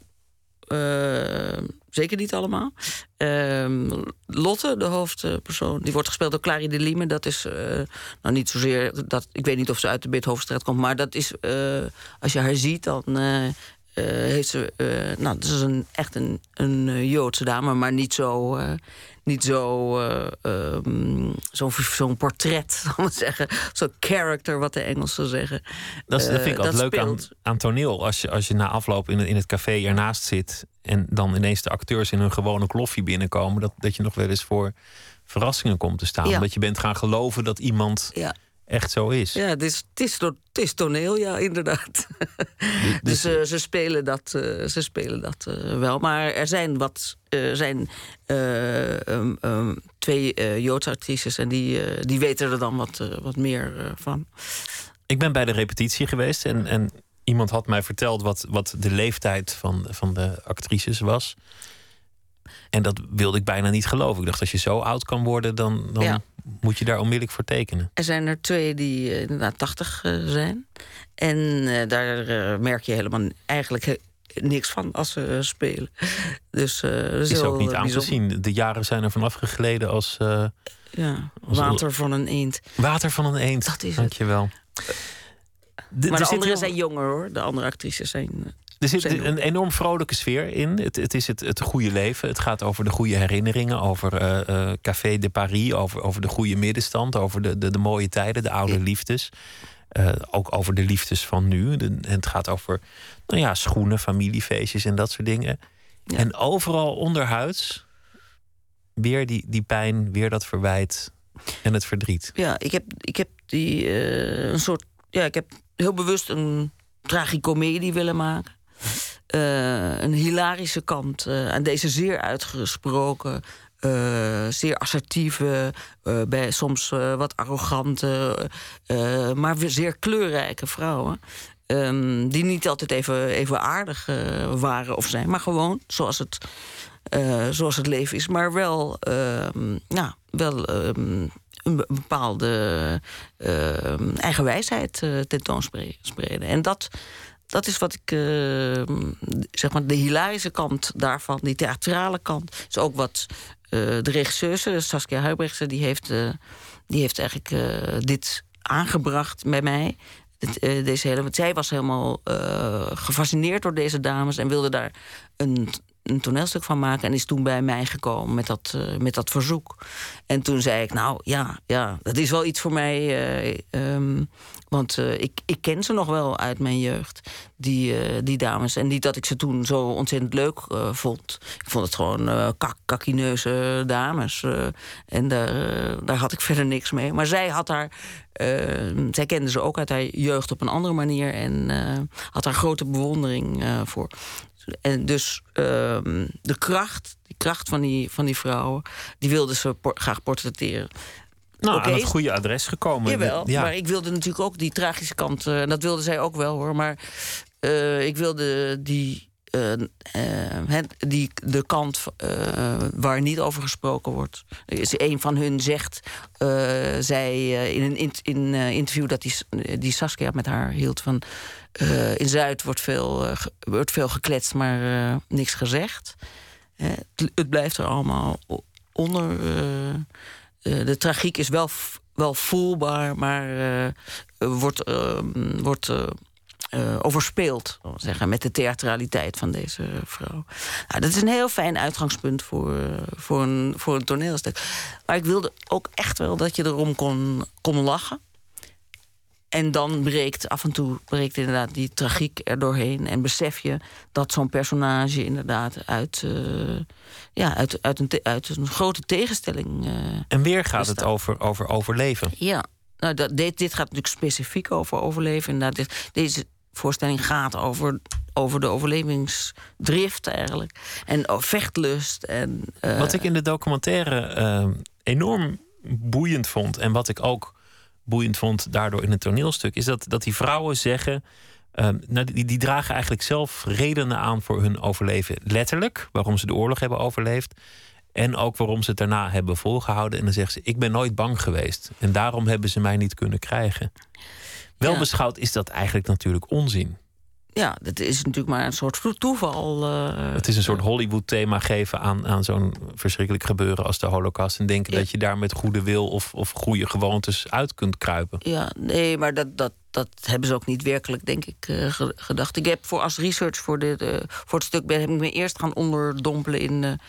Uh, zeker niet allemaal. Uh, Lotte, de hoofdpersoon, die wordt gespeeld door Clary de Lieme. Dat is uh, nou niet zozeer... Dat, ik weet niet of ze uit de Beethovenstraat komt, maar dat is... Uh, als je haar ziet, dan... Uh, Uh, heeft ze, uh, nou, dat is een, echt een, een uh, Joodse dame, maar niet zo, uh, niet zo, uh, um, zo'n zo'n portret, zal ik zeggen, zo'n character, wat de Engelsen zeggen. Dat, is, dat vind ik uh, altijd leuk aan, aan toneel, als je, als je na afloop in, in het café ernaast zit en dan ineens de acteurs in hun gewone kloffie binnenkomen, dat, dat je nog wel eens voor verrassingen komt te staan, ja. dat je bent gaan geloven dat iemand... Ja. Echt zo is. Ja, het is, het is, het is toneel, ja, inderdaad. Dus, dus uh, ze spelen dat, uh, ze spelen dat uh, wel. Maar er zijn, wat, uh, zijn uh, um, um, twee uh, Joodse actrices... en die, uh, die weten er dan wat, uh, wat meer uh, van. Ik ben bij de repetitie geweest en, en iemand had mij verteld... wat, wat de leeftijd van, van de actrices was. En dat wilde ik bijna niet geloven. Ik dacht, als je zo oud kan worden, dan... dan ja. moet je daar onmiddellijk voor tekenen. Er zijn er twee die uh, inderdaad tachtig uh, zijn. En uh, daar uh, merk je helemaal eigenlijk he- niks van als ze uh, spelen. Dus uh, dat is, is heel, ook niet uh, aan te zien. De jaren zijn er vanaf gegleden als... Uh, ja, als water als, van een eend. Water van een eend, dat is dankjewel. De, maar de anderen heel... zijn jonger, hoor. De andere actrices zijn... Uh, Er zit een enorm vrolijke sfeer in. Het, het is het, het goede leven. Het gaat over de goede herinneringen. Over uh, uh, Café de Paris. Over, over de goede middenstand. Over de, de, de mooie tijden. De oude liefdes. Uh, ook over de liefdes van nu. De, en het gaat over nou ja, schoenen, familiefeestjes en dat soort dingen. Ja. En overal onderhuids weer die, die pijn, weer dat verwijt en het verdriet. Ja, ik heb, ik heb die uh, een soort... Ja, ik heb heel bewust een tragicomedie willen maken. Uh, een hilarische kant uh, aan deze zeer uitgesproken, uh, zeer assertieve, uh, bij soms uh, wat arrogante, uh, maar zeer kleurrijke vrouwen. Um, die niet altijd even, even aardig uh, waren of zijn, maar gewoon zoals het, uh, zoals het leven is. Maar wel, uh, nou, wel um, een bepaalde uh, eigen wijsheid uh, tentoonspreden. En dat... Dat is wat ik, uh, zeg maar, de hilarische kant daarvan, die theatrale kant, is ook wat uh, de regisseuse, Saskia Huibrechtse, die heeft, uh, die heeft eigenlijk uh, dit aangebracht bij mij. Dit, uh, deze hele, want zij was helemaal uh, gefascineerd door deze dames en wilde daar een, een toneelstuk van maken. En is toen bij mij gekomen met dat, uh, met dat verzoek. En toen zei ik, nou ja, ja dat is wel iets voor mij. Uh, um, want uh, ik, ik ken ze nog wel uit mijn jeugd, die, uh, die dames. En niet dat ik ze toen zo ontzettend leuk uh, vond. Ik vond het gewoon uh, kak, kakkineuze dames. Uh, en daar, uh, daar had ik verder niks mee. Maar zij had haar... Uh, zij kende ze ook uit haar jeugd op een andere manier. En uh, had daar grote bewondering uh, voor. En dus uh, de kracht, die kracht van die, van die vrouwen, die wilde ze por- graag portretteren. Nou, okay, aan het goede adres gekomen. Jawel, ja. Maar ik wilde natuurlijk ook die tragische kant. En uh, dat wilde zij ook wel, hoor. Maar uh, ik wilde die, uh, uh, die de kant uh, waar niet over gesproken wordt. Is een van hun zegt, uh, zij uh, in een in, in, uh, interview dat die, die Saskia met haar hield van... Uh, in Zuid wordt veel, uh, ge, wordt veel gekletst, maar uh, niks gezegd. Uh, het, het blijft er allemaal onder... Uh, Uh, de tragiek is wel, f- wel voelbaar, maar uh, wordt, uh, wordt uh, uh, overspeeld, zeggen, met de theatraliteit van deze vrouw. Nou, dat is een heel fijn uitgangspunt voor, uh, voor, een, voor een toneelstuk. Maar ik wilde ook echt wel dat je erom kon, kon lachen. En dan breekt af en toe breekt inderdaad die tragiek er doorheen. En besef je dat zo'n personage inderdaad uit, uh, ja, uit, uit, een, te, uit een grote tegenstelling. Uh, en weer gaat het over, over overleven. Ja, nou, dat, dit, dit gaat natuurlijk specifiek over overleven. Inderdaad, dit, deze voorstelling gaat over, over de overlevingsdrift eigenlijk. En oh, vechtlust. En, uh, wat ik in de documentaire uh, enorm boeiend vond. En wat ik ook boeiend vond daardoor in het toneelstuk, is dat, dat die vrouwen zeggen, uh, nou, die, die dragen eigenlijk zelf redenen aan voor hun overleven. Letterlijk, waarom ze de oorlog hebben overleefd. En ook waarom ze het daarna hebben volgehouden. En dan zeggen ze, ik ben nooit bang geweest. En daarom hebben ze mij niet kunnen krijgen. Wel ja. beschouwd is dat eigenlijk natuurlijk onzin. Ja, dat is natuurlijk maar een soort toeval. Uh, het is een soort Hollywood-thema geven aan, aan zo'n verschrikkelijk gebeuren als de Holocaust. En denken ja. dat je daar met goede wil of, of goede gewoontes uit kunt kruipen. Ja, nee, maar dat, dat, dat hebben ze ook niet werkelijk, denk ik, uh, gedacht. Ik heb voor als research voor, dit, uh, voor het stuk ben, heb ik me eerst gaan onderdompelen in uh,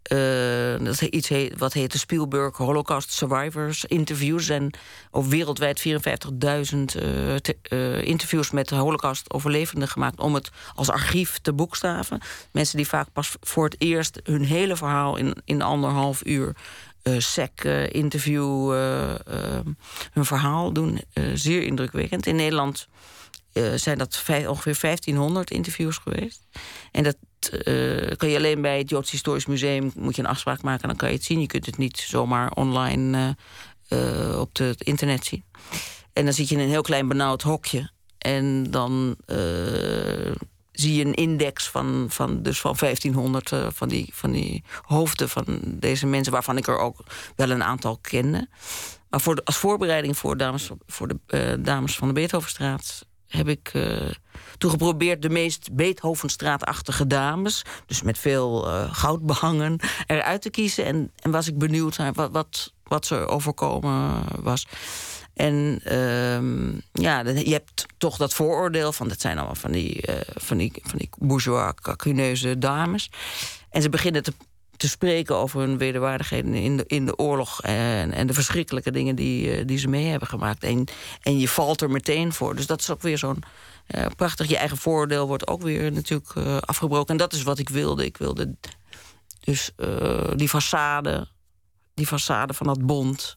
uh, dat iets heet, wat heet de Spielberg Holocaust Survivors interviews. En op wereldwijd vierenvijftigduizend uh, uh, interviews met de Holocaust-overlevenden gemaakt om het als archief te boekstaven. Mensen die vaak pas voor het eerst hun hele verhaal in, in anderhalf uur Uh, sec uh, interview uh, uh, hun verhaal doen. Uh, zeer indrukwekkend. In Nederland uh, zijn dat vijf, ongeveer vijftienhonderd interviews geweest. En dat uh, kan je alleen bij het Joods Historisch Museum, moet je een afspraak maken en dan kan je het zien. Je kunt het niet zomaar online uh, uh, op de, het internet zien. En dan zit je in een heel klein benauwd hokje. En dan Uh, zie je een index van, van, dus van vijftienhonderd uh, van, die, van die hoofden van deze mensen, waarvan ik er ook wel een aantal kende. Maar voor de, als voorbereiding voor dames, voor de uh, dames van de Beethovenstraat heb ik uh, toen geprobeerd de meest Beethovenstraatachtige dames, dus met veel uh, goudbehangen, eruit te kiezen. En, en was ik benieuwd naar wat, wat, wat ze overkomen was. En uh, ja, je hebt toch dat vooroordeel van, dat zijn allemaal van die, uh, van die, van die bourgeois, cacuneuze dames. En ze beginnen te, te spreken over hun wederwaardigheden in de, in de oorlog en, en de verschrikkelijke dingen die, uh, die ze mee hebben gemaakt. En, en je valt er meteen voor. Dus dat is ook weer zo'n uh, prachtig. Je eigen vooroordeel wordt ook weer natuurlijk uh, afgebroken. En dat is wat ik wilde. Ik wilde dus uh, die façade, die façade van dat bond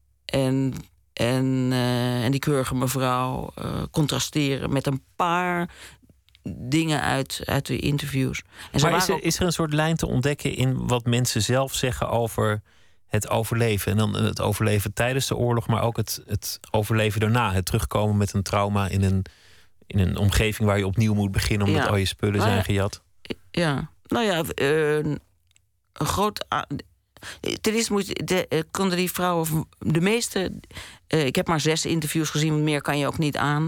en En, uh, en die keurige mevrouw uh, contrasteren met een paar dingen uit, uit de interviews. En maar is er, ook... is er een soort lijn te ontdekken in wat mensen zelf zeggen over het overleven? En dan het overleven tijdens de oorlog, maar ook het, het overleven daarna. Het terugkomen met een trauma in een, in een omgeving waar je opnieuw moet beginnen omdat ja. al je spullen zijn gejat. Ja, nou ja, uh, een groot... Uh, Ten eerste moet, de, uh, konden die vrouwen, de meeste, uh, ik heb maar zes interviews gezien, meer kan je ook niet aan,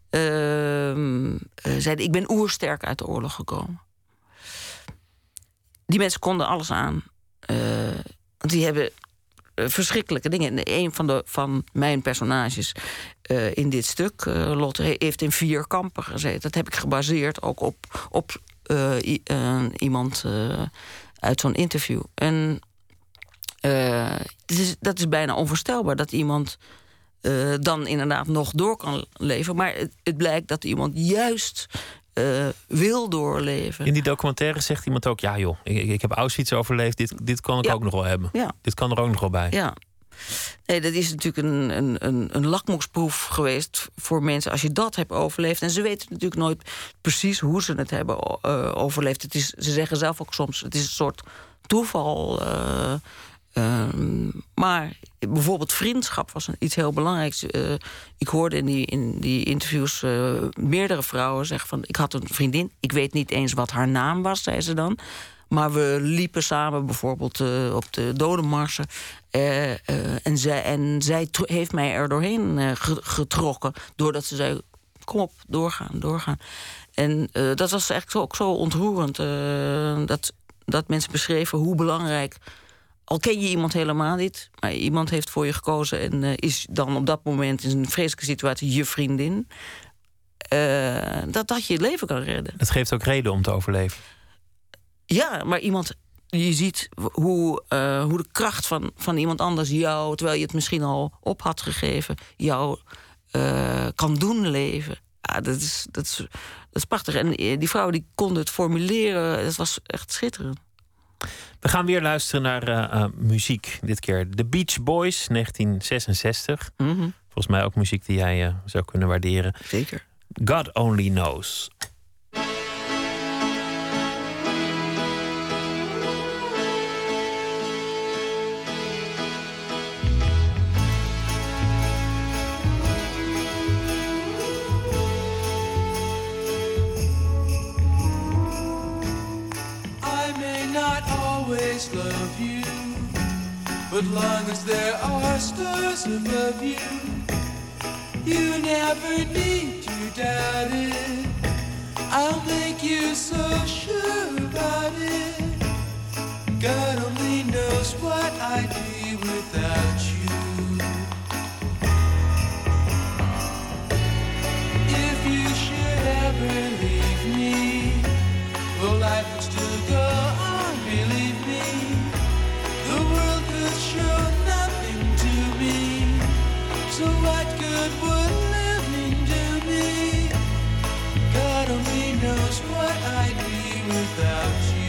uh, uh, zeiden: ik ben oersterk uit de oorlog gekomen. Die mensen konden alles aan. Uh, want die hebben uh, verschrikkelijke dingen. Een van, de, van mijn personages uh, in dit stuk, uh, Lotte, heeft in vier kampen gezeten. Dat heb ik gebaseerd ook op, op uh, i, uh, iemand uh, uit zo'n interview. En Uh, het is, dat is bijna onvoorstelbaar dat iemand uh, dan inderdaad nog door kan leven. Maar het, het blijkt dat iemand juist uh, wil doorleven. In die documentaire zegt iemand ook: ja joh, ik, ik heb Auschwitz overleefd, dit, dit kan ik ja. ook nog wel hebben. Ja. Dit kan er ook nog wel bij. Ja. Nee, dat is natuurlijk een, een, een, een lakmoesproef geweest voor mensen als je dat hebt overleefd. En ze weten natuurlijk nooit precies hoe ze het hebben uh, overleefd. Het is, ze zeggen zelf ook soms, het is een soort toeval. Uh, Uh, maar bijvoorbeeld vriendschap was een, iets heel belangrijks. Uh, ik hoorde in die, in die interviews uh, meerdere vrouwen zeggen van: ik had een vriendin, ik weet niet eens wat haar naam was, zei ze dan. Maar we liepen samen bijvoorbeeld uh, op de dodenmarsen. Uh, uh, en zij, en zij tro- heeft mij er doorheen uh, getrokken. Doordat ze zei: kom op, doorgaan, doorgaan. En uh, dat was echt ook zo ontroerend. Uh, dat, dat mensen beschreven hoe belangrijk. Al ken je iemand helemaal niet, maar iemand heeft voor je gekozen en uh, is dan op dat moment in een vreselijke situatie je vriendin. uh, dat dat je het leven kan redden. Het geeft ook reden om te overleven. Ja, maar iemand... Je ziet hoe, uh, hoe de kracht van, van iemand anders jou, terwijl je het misschien al op had gegeven, jou uh, kan doen leven. Ja, dat is, dat is, dat is prachtig. En die vrouw die kon het formuleren. Dat was echt schitterend. We gaan weer luisteren naar uh, uh, muziek. Dit keer The Beach Boys, negentien zesenzestig. Mm-hmm. Volgens mij ook muziek die jij uh, zou kunnen waarderen. Zeker. God Only Knows. Love you, but long as there are stars above you, you never need to doubt it. I'll make you so sure about it. God only knows what I'd be without you. If you should ever leave me, well, life would still go on, believe me. The world could show nothing to me, so what good would living do me? God only knows what I'd be without you.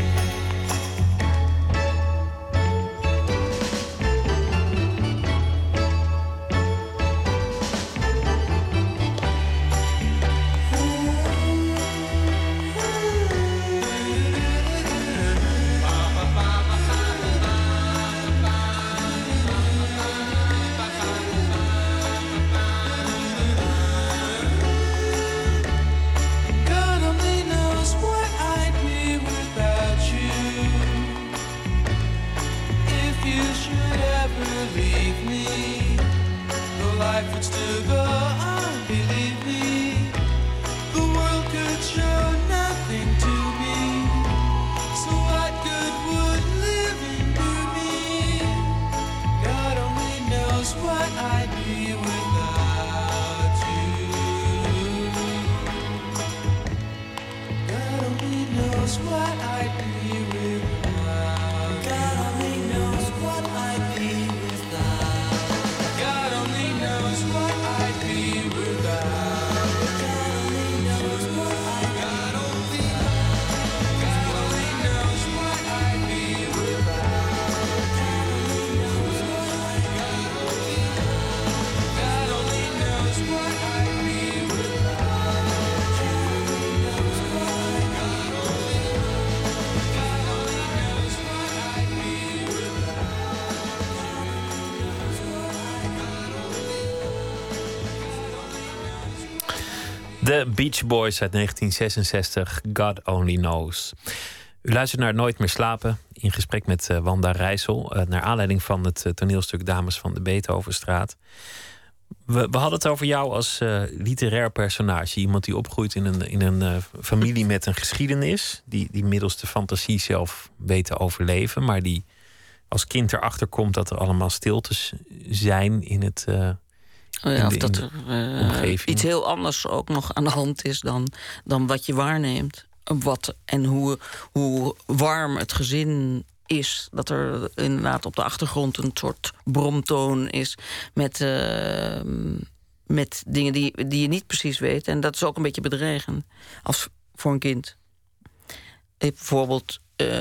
Life would still go on, believe me. The world could show nothing to me, so what good would living do me? God only knows what I'd be without you. God only knows what I'd be without. God only knows what I'd be without. The Beach Boys uit negentien zesenzestig, God Only Knows. U luistert naar Nooit meer slapen, in gesprek met uh, Wanda Rijssel, uh, naar aanleiding van het uh, toneelstuk Dames van de Beethovenstraat. We, we hadden het over jou als uh, literair personage. Iemand die opgroeit in een, in een uh, familie met een geschiedenis, die, die middels de fantasie zelf weet te overleven, maar die als kind erachter komt dat er allemaal stiltes zijn in het... Uh, Oh ja, of dat er uh, iets heel anders ook nog aan de hand is dan, dan wat je waarneemt. Wat, en hoe, hoe warm het gezin is. Dat er inderdaad op de achtergrond een soort bromtoon is met, uh, met dingen die, die je niet precies weet. En dat is ook een beetje bedreigend als voor een kind. Ik bijvoorbeeld...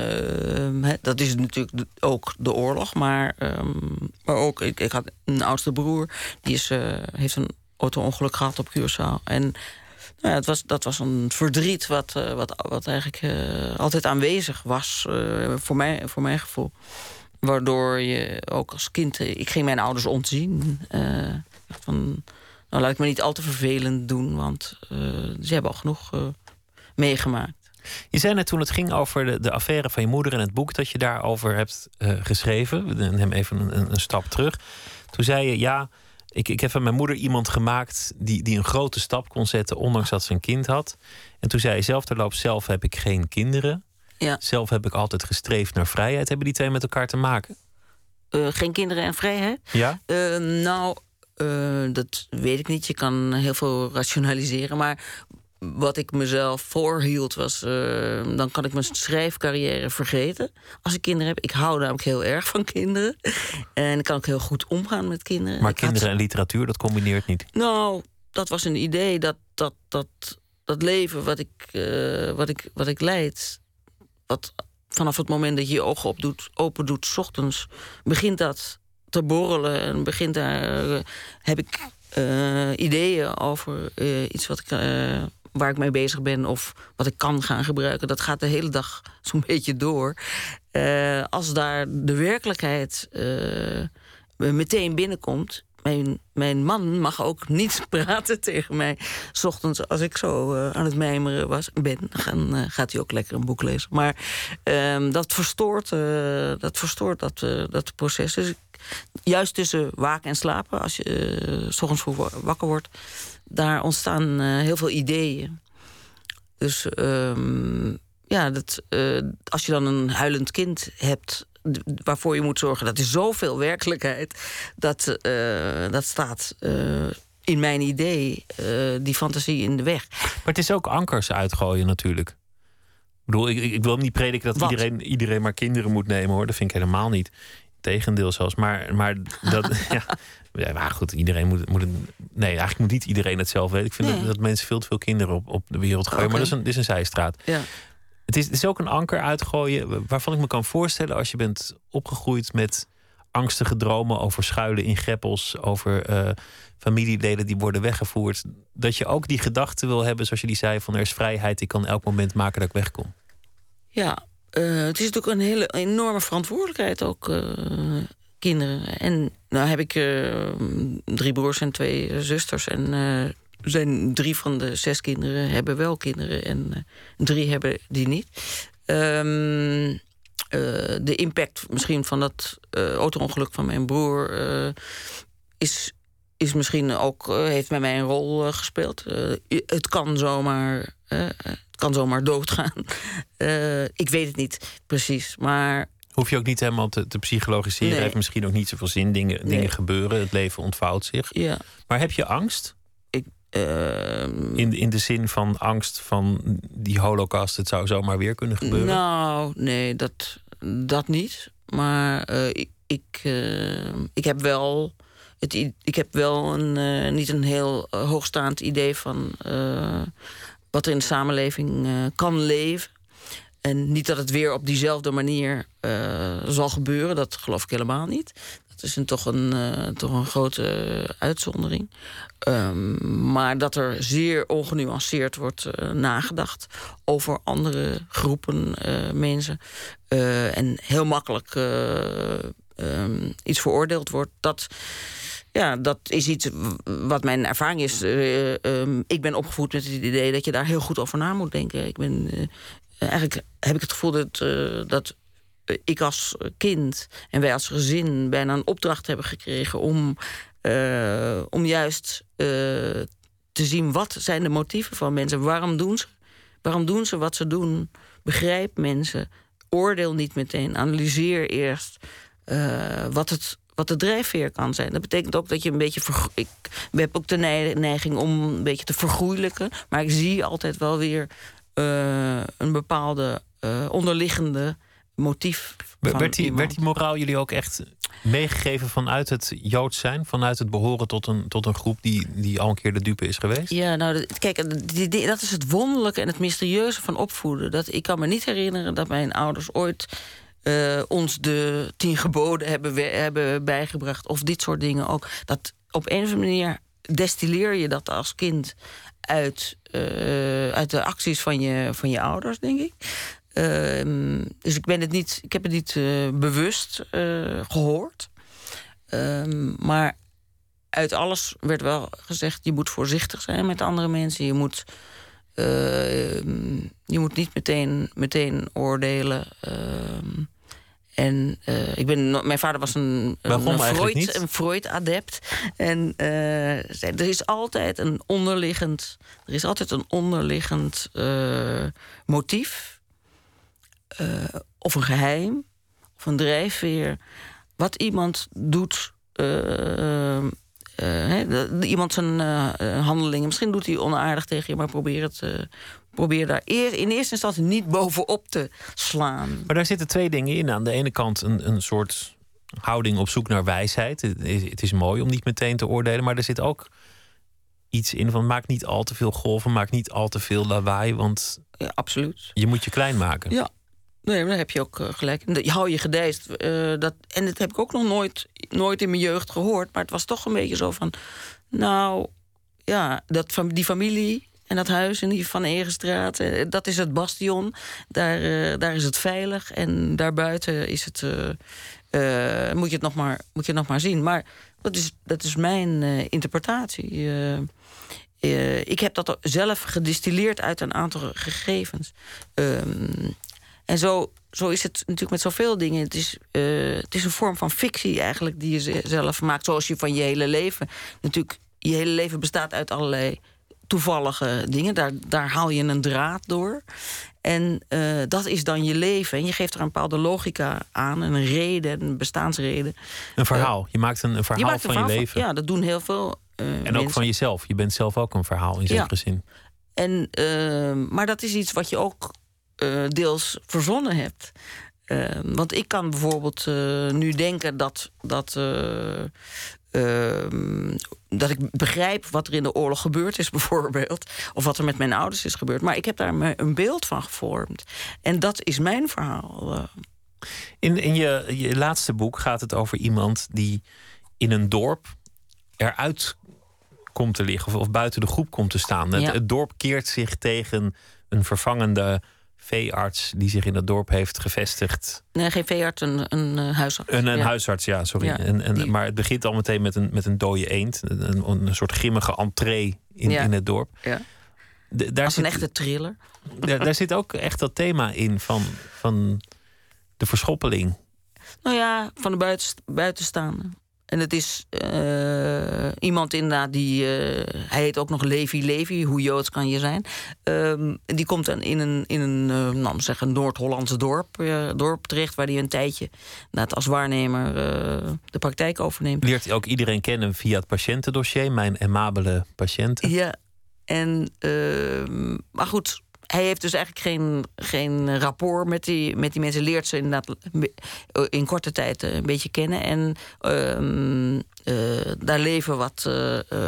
Uh, dat is natuurlijk ook de oorlog, maar, um, maar ook, ik, ik had een oudste broer, die is, uh, heeft een auto-ongeluk gehad op Curaçao. En nou ja, het was, dat was een verdriet wat, uh, wat, wat eigenlijk uh, altijd aanwezig was, uh, voor, mij, voor mijn gevoel. Waardoor je ook als kind, uh, ik ging mijn ouders ontzien. Uh, van, nou, laat ik me niet al te vervelend doen, want uh, ze hebben al genoeg uh, meegemaakt. Je zei net toen het ging over de, de affaire van je moeder en het boek dat je daarover hebt uh, geschreven. We nemen even een, een stap terug. Toen zei je, ja, ik, ik heb van mijn moeder iemand gemaakt die, die een grote stap kon zetten, ondanks dat ze een kind had. En toen zei je zelf terloops, zelf heb ik geen kinderen. Ja. Zelf heb ik altijd gestreefd naar vrijheid. Hebben die twee met elkaar te maken? Uh, geen kinderen en vrijheid? Ja. Uh, nou, uh, dat weet ik niet. Je kan heel veel rationaliseren. Maar wat ik mezelf voorhield was... Uh, dan kan ik mijn schrijfcarrière vergeten als ik kinderen heb. Ik hou namelijk heel erg van kinderen. En ik kan ook heel goed omgaan met kinderen. Maar ik kinderen had... en literatuur, dat combineert niet? Nou, dat was een idee dat dat, dat, dat leven wat ik, uh, wat, ik, wat ik leid... wat vanaf het moment dat je je ogen op doet, open doet... 's ochtends, begint dat te borrelen. En begint daar... Uh, heb ik uh, ideeën over uh, iets wat ik... Uh, waar ik mee bezig ben of wat ik kan gaan gebruiken. Dat gaat de hele dag zo'n beetje door. Uh, als daar de werkelijkheid uh, meteen binnenkomt... Mijn, mijn man mag ook niet praten tegen mij... 's ochtends als ik zo uh, aan het mijmeren was, ben... dan uh, gaat hij ook lekker een boek lezen. Maar uh, dat verstoort, uh, dat, verstoort dat, uh, dat proces. Dus ik, juist tussen waken en slapen... als je uh, 's ochtends vroeg wakker wordt... daar ontstaan uh, heel veel ideeën. Dus um, ja, dat, uh, als je dan een huilend kind hebt... waarvoor je moet zorgen, dat is zoveel werkelijkheid... dat, uh, dat staat uh, in mijn idee, uh, die fantasie in de weg. Maar het is ook ankers uitgooien natuurlijk. Ik bedoel, ik, ik wil niet prediken dat iedereen, iedereen maar kinderen moet nemen, hoor. Dat vind ik helemaal niet. Tegendeel zelfs. Maar, maar dat... ja. Ja, maar goed, iedereen moet, moet een, nee, eigenlijk moet niet iedereen het zelf weten. Ik vind nee. dat, dat mensen veel te veel kinderen op, op de wereld gooien. Okay. Maar dat is een, dat is een zijstraat. Ja. Het, is, het is ook een anker uitgooien waarvan ik me kan voorstellen... als je bent opgegroeid met angstige dromen over schuilen in greppels... over uh, familieleden die worden weggevoerd... dat je ook die gedachte wil hebben, zoals je die zei... van er is vrijheid, ik kan elk moment maken dat ik wegkom. Ja, uh, het is natuurlijk een hele enorme verantwoordelijkheid ook... Uh... kinderen. En nou heb ik uh, drie broers en twee uh, zusters. En uh, zijn drie van de zes kinderen hebben wel kinderen. En uh, drie hebben die niet. Um, uh, de impact misschien van dat uh, auto-ongeluk van mijn broer... Uh, is, is misschien ook, uh, heeft bij mij een rol uh, gespeeld. Uh, het kan zomaar... Uh, het kan zomaar doodgaan. Uh, ik weet het niet precies, maar... Hoef je ook niet helemaal te, te psychologiseren. Nee. Heeft misschien ook niet zoveel zin. Dingen, nee. dingen gebeuren. Het leven ontvouwt zich. Ja. Maar heb je angst? Ik, uh, in, in de zin van angst van die holocaust. Het zou zomaar weer kunnen gebeuren? Nou, nee, dat, dat niet. Maar uh, ik, ik, uh, ik heb wel... Het, ik heb wel een, uh, niet een heel uh, hoogstaand idee van... Uh, wat er in de samenleving uh, kan leven. En niet dat het weer op diezelfde manier uh, zal gebeuren. Dat geloof ik helemaal niet. Dat is een, toch, een, uh, toch een grote uitzondering. Um, maar dat er zeer ongenuanceerd wordt uh, nagedacht... over andere groepen uh, mensen. Uh, en heel makkelijk uh, um, iets veroordeeld wordt. Dat... Ja, dat is iets wat mijn ervaring is. Uh, um, ik ben opgevoed met het idee dat je daar heel goed over na moet denken. Ik ben... Uh, Eigenlijk heb ik het gevoel dat, uh, dat ik als kind en wij als gezin bijna een opdracht hebben gekregen om, uh, om juist uh, te zien wat zijn de motieven van mensen. Waarom doen ze? Waarom doen ze wat ze doen? Begrijp mensen. Oordeel niet meteen. Analyseer eerst uh, wat het. Wat de drijfveer kan zijn. Dat betekent ook dat je een beetje... Vergro- ik heb ook de neiging om een beetje te vergoeilijken. Maar ik zie altijd wel weer uh, een bepaalde uh, onderliggende motief. Van werd, die, werd die moraal jullie ook echt meegegeven vanuit het Joods zijn? Vanuit het behoren tot een, tot een groep die, die al een keer de dupe is geweest? Ja, nou, kijk, die, die, dat is het wonderlijke en het mysterieuze van opvoeden. Dat, ik kan me niet herinneren dat mijn ouders ooit... Uh, ons de tien geboden hebben, we, hebben bijgebracht. Of dit soort dingen ook. Dat op een of andere manier destilleer je dat als kind uit, uh, uit de acties van je, van je ouders, denk ik. Uh, dus ik, ben het niet, ik heb het niet uh, bewust uh, gehoord. Uh, maar uit alles werd wel gezegd... je moet voorzichtig zijn met andere mensen. Je moet... Uh, je moet niet meteen, meteen oordelen. Uh, en uh, ik ben, mijn vader was een, Waarom een, Freud, niet? een Freud-adept. En uh, er is altijd een onderliggend, er is altijd een onderliggend uh, motief. Uh, of een geheim. Of een drijfveer. Wat iemand doet... Uh, hè, de, de, iemand zijn uh, handelingen... misschien doet hij onaardig tegen je, maar probeer, het, uh, probeer daar eer, in eerste instantie niet bovenop te slaan. Maar daar zitten twee dingen in. Aan de ene kant een, een soort houding op zoek naar wijsheid. Het is, het is mooi om niet meteen te oordelen, maar er zit ook iets in van maak niet al te veel golven, maak niet al te veel lawaai, want ja, absoluut. Je moet je klein maken. Ja. Nee, maar daar heb je ook uh, gelijk. Je hou je gedijst. Uh, dat, en dat heb ik ook nog nooit, nooit in mijn jeugd gehoord. Maar het was toch een beetje zo van... Nou, ja, dat, die familie en dat huis in die Van Egenstraat... Uh, dat is het bastion. Daar, uh, daar is het veilig. En daarbuiten is het... Uh, uh, moet, je het nog maar, moet je het nog maar zien. Maar dat is, dat is mijn uh, interpretatie. Uh, uh, ik heb dat zelf gedistilleerd uit een aantal gegevens... Um, En zo, zo is het natuurlijk met zoveel dingen. Het is, uh, het is een vorm van fictie eigenlijk die je zelf maakt. Zoals je van je hele leven... Natuurlijk, je hele leven bestaat uit allerlei toevallige dingen. Daar, daar haal je een draad door. En uh, dat is dan je leven. En je geeft er een bepaalde logica aan. Een reden, een bestaansreden. Een verhaal. Je maakt een, een verhaal je maakt een van verhaal je leven. Van, ja, dat doen heel veel uh, En mensen. ook van jezelf. Je bent zelf ook een verhaal in zekere ja. zin. En, uh, maar dat is iets wat je ook... Uh, deels verzonnen hebt. Uh, want ik kan bijvoorbeeld uh, nu denken dat, dat, uh, uh, dat ik begrijp wat er in de oorlog gebeurd is, bijvoorbeeld. Of wat er met mijn ouders is gebeurd. Maar ik heb daar me een beeld van gevormd. En dat is mijn verhaal. Uh. In, in je, je laatste boek gaat het over iemand die in een dorp eruit komt te liggen. Of, of buiten de groep komt te staan. Het, ja. het dorp keert zich tegen een vervangende veearts die zich in het dorp heeft gevestigd. Nee, geen veearts, een, een uh, huisarts. Een, een ja. huisarts, ja, sorry. Ja, en, en, die... Maar het begint al meteen met een, met een dode eend. Een, een soort grimmige entree in, ja. in het dorp. Ja. De, daar Als een zit, echte thriller. Daar, daar zit ook echt dat thema in van, van de verschoppeling. Nou ja, van de buiten, buitenstaande. En het is uh, iemand inderdaad die... Uh, hij heet ook nog Levi Levi, hoe Joods kan je zijn. Um, die komt dan in een, in een uh, nou, zeg een Noord-Hollandse dorp, uh, dorp terecht... waar hij een tijdje als waarnemer uh, de praktijk overneemt. Leert ook iedereen kennen via het patiëntendossier. Mijn aimabele patiënten. Ja, en, uh, maar goed... Hij heeft dus eigenlijk geen, geen rapport met die, met die mensen. Leert ze inderdaad in korte tijd een beetje kennen. En uh, uh, daar leven wat... Uh, uh,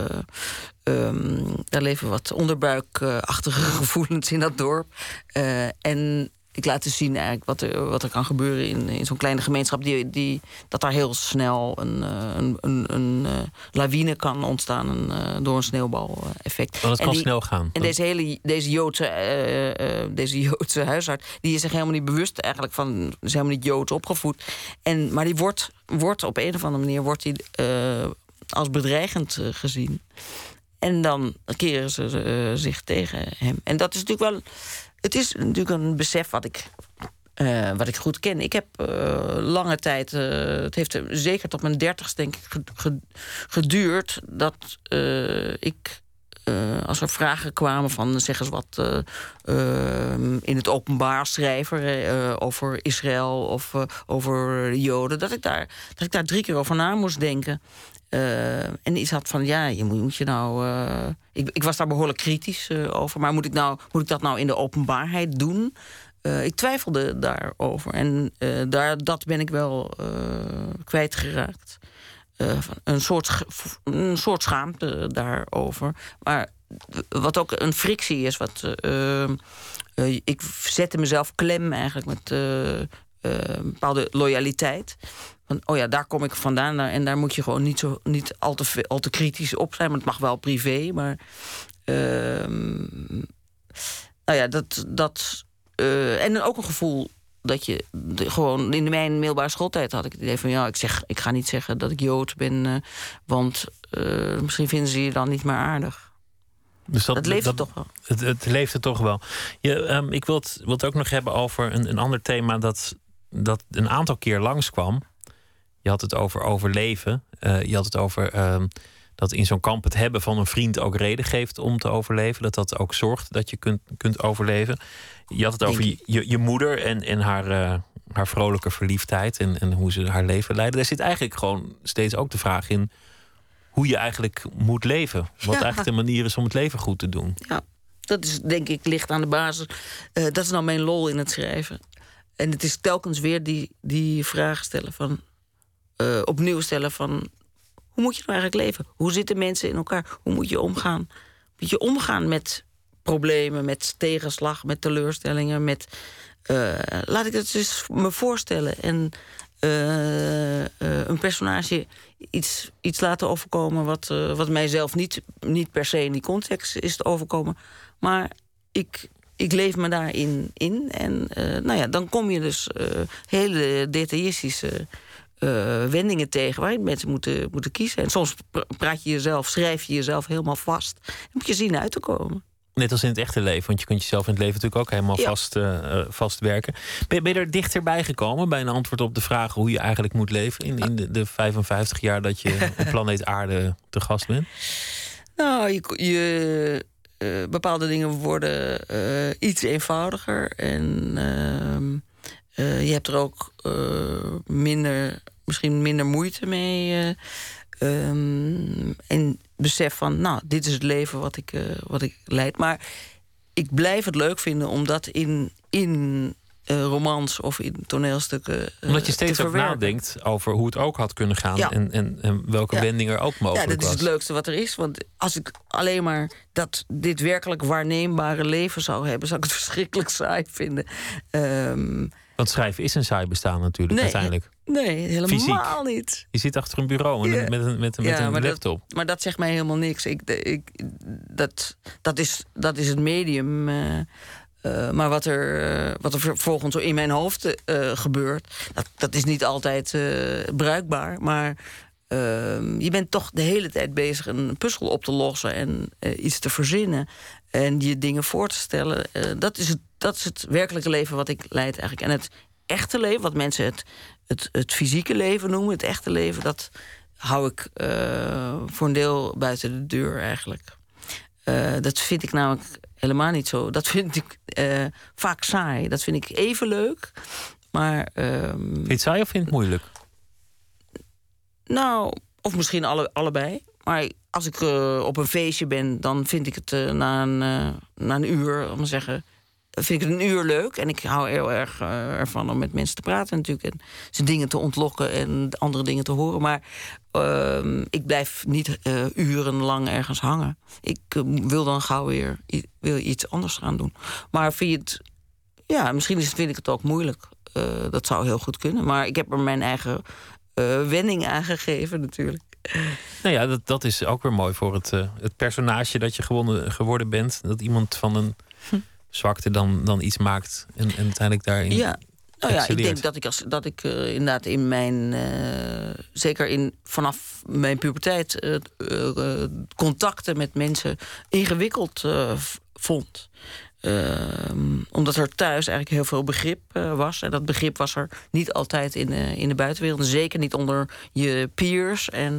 um, daar leven wat onderbuikachtige gevoelens in dat dorp. Uh, en ik laat dus zien eigenlijk wat er, wat er kan gebeuren in, in zo'n kleine gemeenschap. Die, die, dat daar heel snel een, een, een, een uh, lawine kan ontstaan een, uh, door een sneeuwbaleffect. Want het kan die, snel gaan. En deze hele deze Joodse, uh, uh, deze Joodse huisarts, die is zich helemaal niet bewust eigenlijk van, is helemaal niet Joods opgevoed. En, maar die wordt, wordt op een of andere manier wordt die, uh, als bedreigend uh, gezien. En dan keren ze uh, zich tegen hem. En dat is natuurlijk wel... Het is natuurlijk een besef wat ik, uh, wat ik goed ken. Ik heb uh, lange tijd... Uh, het heeft zeker tot mijn dertigste, denk ik, geduurd... dat uh, ik... Uh, als er vragen kwamen van, zeg eens wat... Uh, uh, in het openbaar schrijver uh, over Israël of uh, over Joden... Dat ik, daar, dat ik daar drie keer over na moest denken... Uh, en iets had van, ja, je moet, moet je nou... Uh, ik, ik was daar behoorlijk kritisch uh, over. Maar moet ik, nou, moet ik dat nou in de openbaarheid doen? Uh, ik twijfelde daarover. En uh, daar, dat ben ik wel uh, kwijtgeraakt. Uh, een, soort, een soort schaamte daarover. Maar wat ook een frictie is. Wat, uh, uh, ik zette mezelf klem eigenlijk met uh, uh, een bepaalde loyaliteit... Van, oh ja, daar kom ik vandaan. En daar moet je gewoon niet, zo, niet al, te, al te kritisch op zijn. Maar het mag wel privé. Maar uh, nou ja, dat... dat uh, en ook een gevoel dat je... De, gewoon in mijn middelbare schooltijd had ik het idee van... ja, ik, zeg, ik ga niet zeggen dat ik Jood ben... Uh, want uh, misschien vinden ze je dan niet meer aardig. Dus dat, dat leeft dat, het toch wel. Het, het leeft het toch wel. Je, um, ik wil het, wil het ook nog hebben over een, een ander thema... dat, dat een aantal keer langskwam... Je had het over overleven. Uh, je had het over uh, dat in zo'n kamp het hebben van een vriend ook reden geeft om te overleven. Dat dat ook zorgt dat je kunt, kunt overleven. Je had het over je, je, je moeder en, en haar, uh, haar vrolijke verliefdheid en, en hoe ze haar leven leidde. Daar zit eigenlijk gewoon steeds ook de vraag in... hoe je eigenlijk moet leven. Wat Ja. eigenlijk de manier is om het leven goed te doen. Ja, dat is denk ik ligt aan de basis. Uh, dat is nou mijn lol in het schrijven. En het is telkens weer die, die vraag stellen van... Uh, opnieuw stellen van... hoe moet je nou eigenlijk leven? Hoe zitten mensen in elkaar? Hoe moet je omgaan? Moet je omgaan met problemen, met tegenslag, met teleurstellingen, met... Uh, laat ik het dus me voorstellen. En uh, uh, een personage iets, iets laten overkomen... wat, uh, wat mijzelf niet, niet per se in die context is te overkomen. Maar ik, ik leef me daarin in. En uh, nou ja, dan kom je dus uh, hele detailistische... Uh, wendingen tegen waar mensen moeten, moeten kiezen. En soms praat je jezelf, schrijf je jezelf helemaal vast. Dan moet je zien uit te komen. Net als in het echte leven, want je kunt jezelf in het leven natuurlijk ook helemaal Ja. vast, uh, vastwerken. Ben, ben je er dichterbij gekomen bij een antwoord op de vraag hoe je eigenlijk moet leven in, in de, de vijfenvijftig jaar dat je op planeet Aarde te gast bent? Nou, je, je uh, bepaalde dingen worden uh, iets eenvoudiger. En uh, uh, je hebt er ook uh, minder, misschien minder moeite mee. Uh, um, en besef van, nou, dit is het leven wat ik, uh, wat ik leid. Maar ik blijf het leuk vinden om dat in, in uh, romans of in toneelstukken uh, Omdat je steeds te ook verwerken. nadenkt over hoe het ook had kunnen gaan. Ja. En, en, en welke Ja. wending er ook mogelijk Ja, dat is was. het leukste wat er is. Want als ik alleen maar dat dit werkelijk waarneembare leven zou hebben... zou ik het verschrikkelijk saai vinden. Um, Want schrijven is een saai bestaan natuurlijk Nee. uiteindelijk. nee, helemaal Fysiek. niet. Je zit achter een bureau en Ja. een- met een, met een, met Ja, een maar laptop. Dat, maar dat zegt mij helemaal niks. Ik, de- ik, dat, dat, is, dat is het medium. uh, uh, maar wat er, uh, wat er vervolgens zo in mijn hoofd uh, gebeurt... Dat, dat is niet altijd uh, bruikbaar. Maar uh, je bent toch de hele tijd bezig een puzzel op te lossen... en uh, iets te verzinnen en je dingen voor te stellen. Uh, dat, is het, dat is het werkelijke leven wat ik leid eigenlijk. En het echte leven, wat mensen het, het, het fysieke leven noemen... het echte leven, dat hou ik uh, voor een deel buiten de deur eigenlijk. Uh, dat vind ik namelijk helemaal niet zo. Dat vind ik uh, vaak saai. Dat vind ik even leuk. Maar... Um, Vind je het saai of vind je het moeilijk? Nou, of misschien alle, allebei. Maar als ik uh, op een feestje ben, dan vind ik het uh, na, een, uh, na een uur, om te zeggen... vind ik het een uur leuk. En ik hou heel erg uh, ervan om met mensen te praten natuurlijk. En ze dingen te ontlokken en andere dingen te horen. Maar uh, ik blijf niet uh, urenlang ergens hangen. Ik uh, wil dan gauw weer i- wil iets anders gaan doen. Maar vind je het... Ja, misschien is, vind ik het ook moeilijk. Uh, dat zou heel goed kunnen. Maar ik heb er mijn eigen uh, wending aan gegeven natuurlijk. Nou ja, dat, dat is ook weer mooi voor het, uh, het personage dat je gewonnen, geworden bent. Dat iemand van een hm. zwakte dan, dan iets maakt en, en uiteindelijk daarin Ja, nou ja, ik excelleert. denk dat ik, als, dat ik uh, inderdaad in mijn... Uh, zeker in, vanaf mijn puberteit... Uh, uh, contacten met mensen ingewikkeld uh, vond. Uh, omdat er thuis eigenlijk heel veel begrip uh, was. En dat begrip was er niet altijd in de, in de buitenwereld. Zeker niet onder je peers. En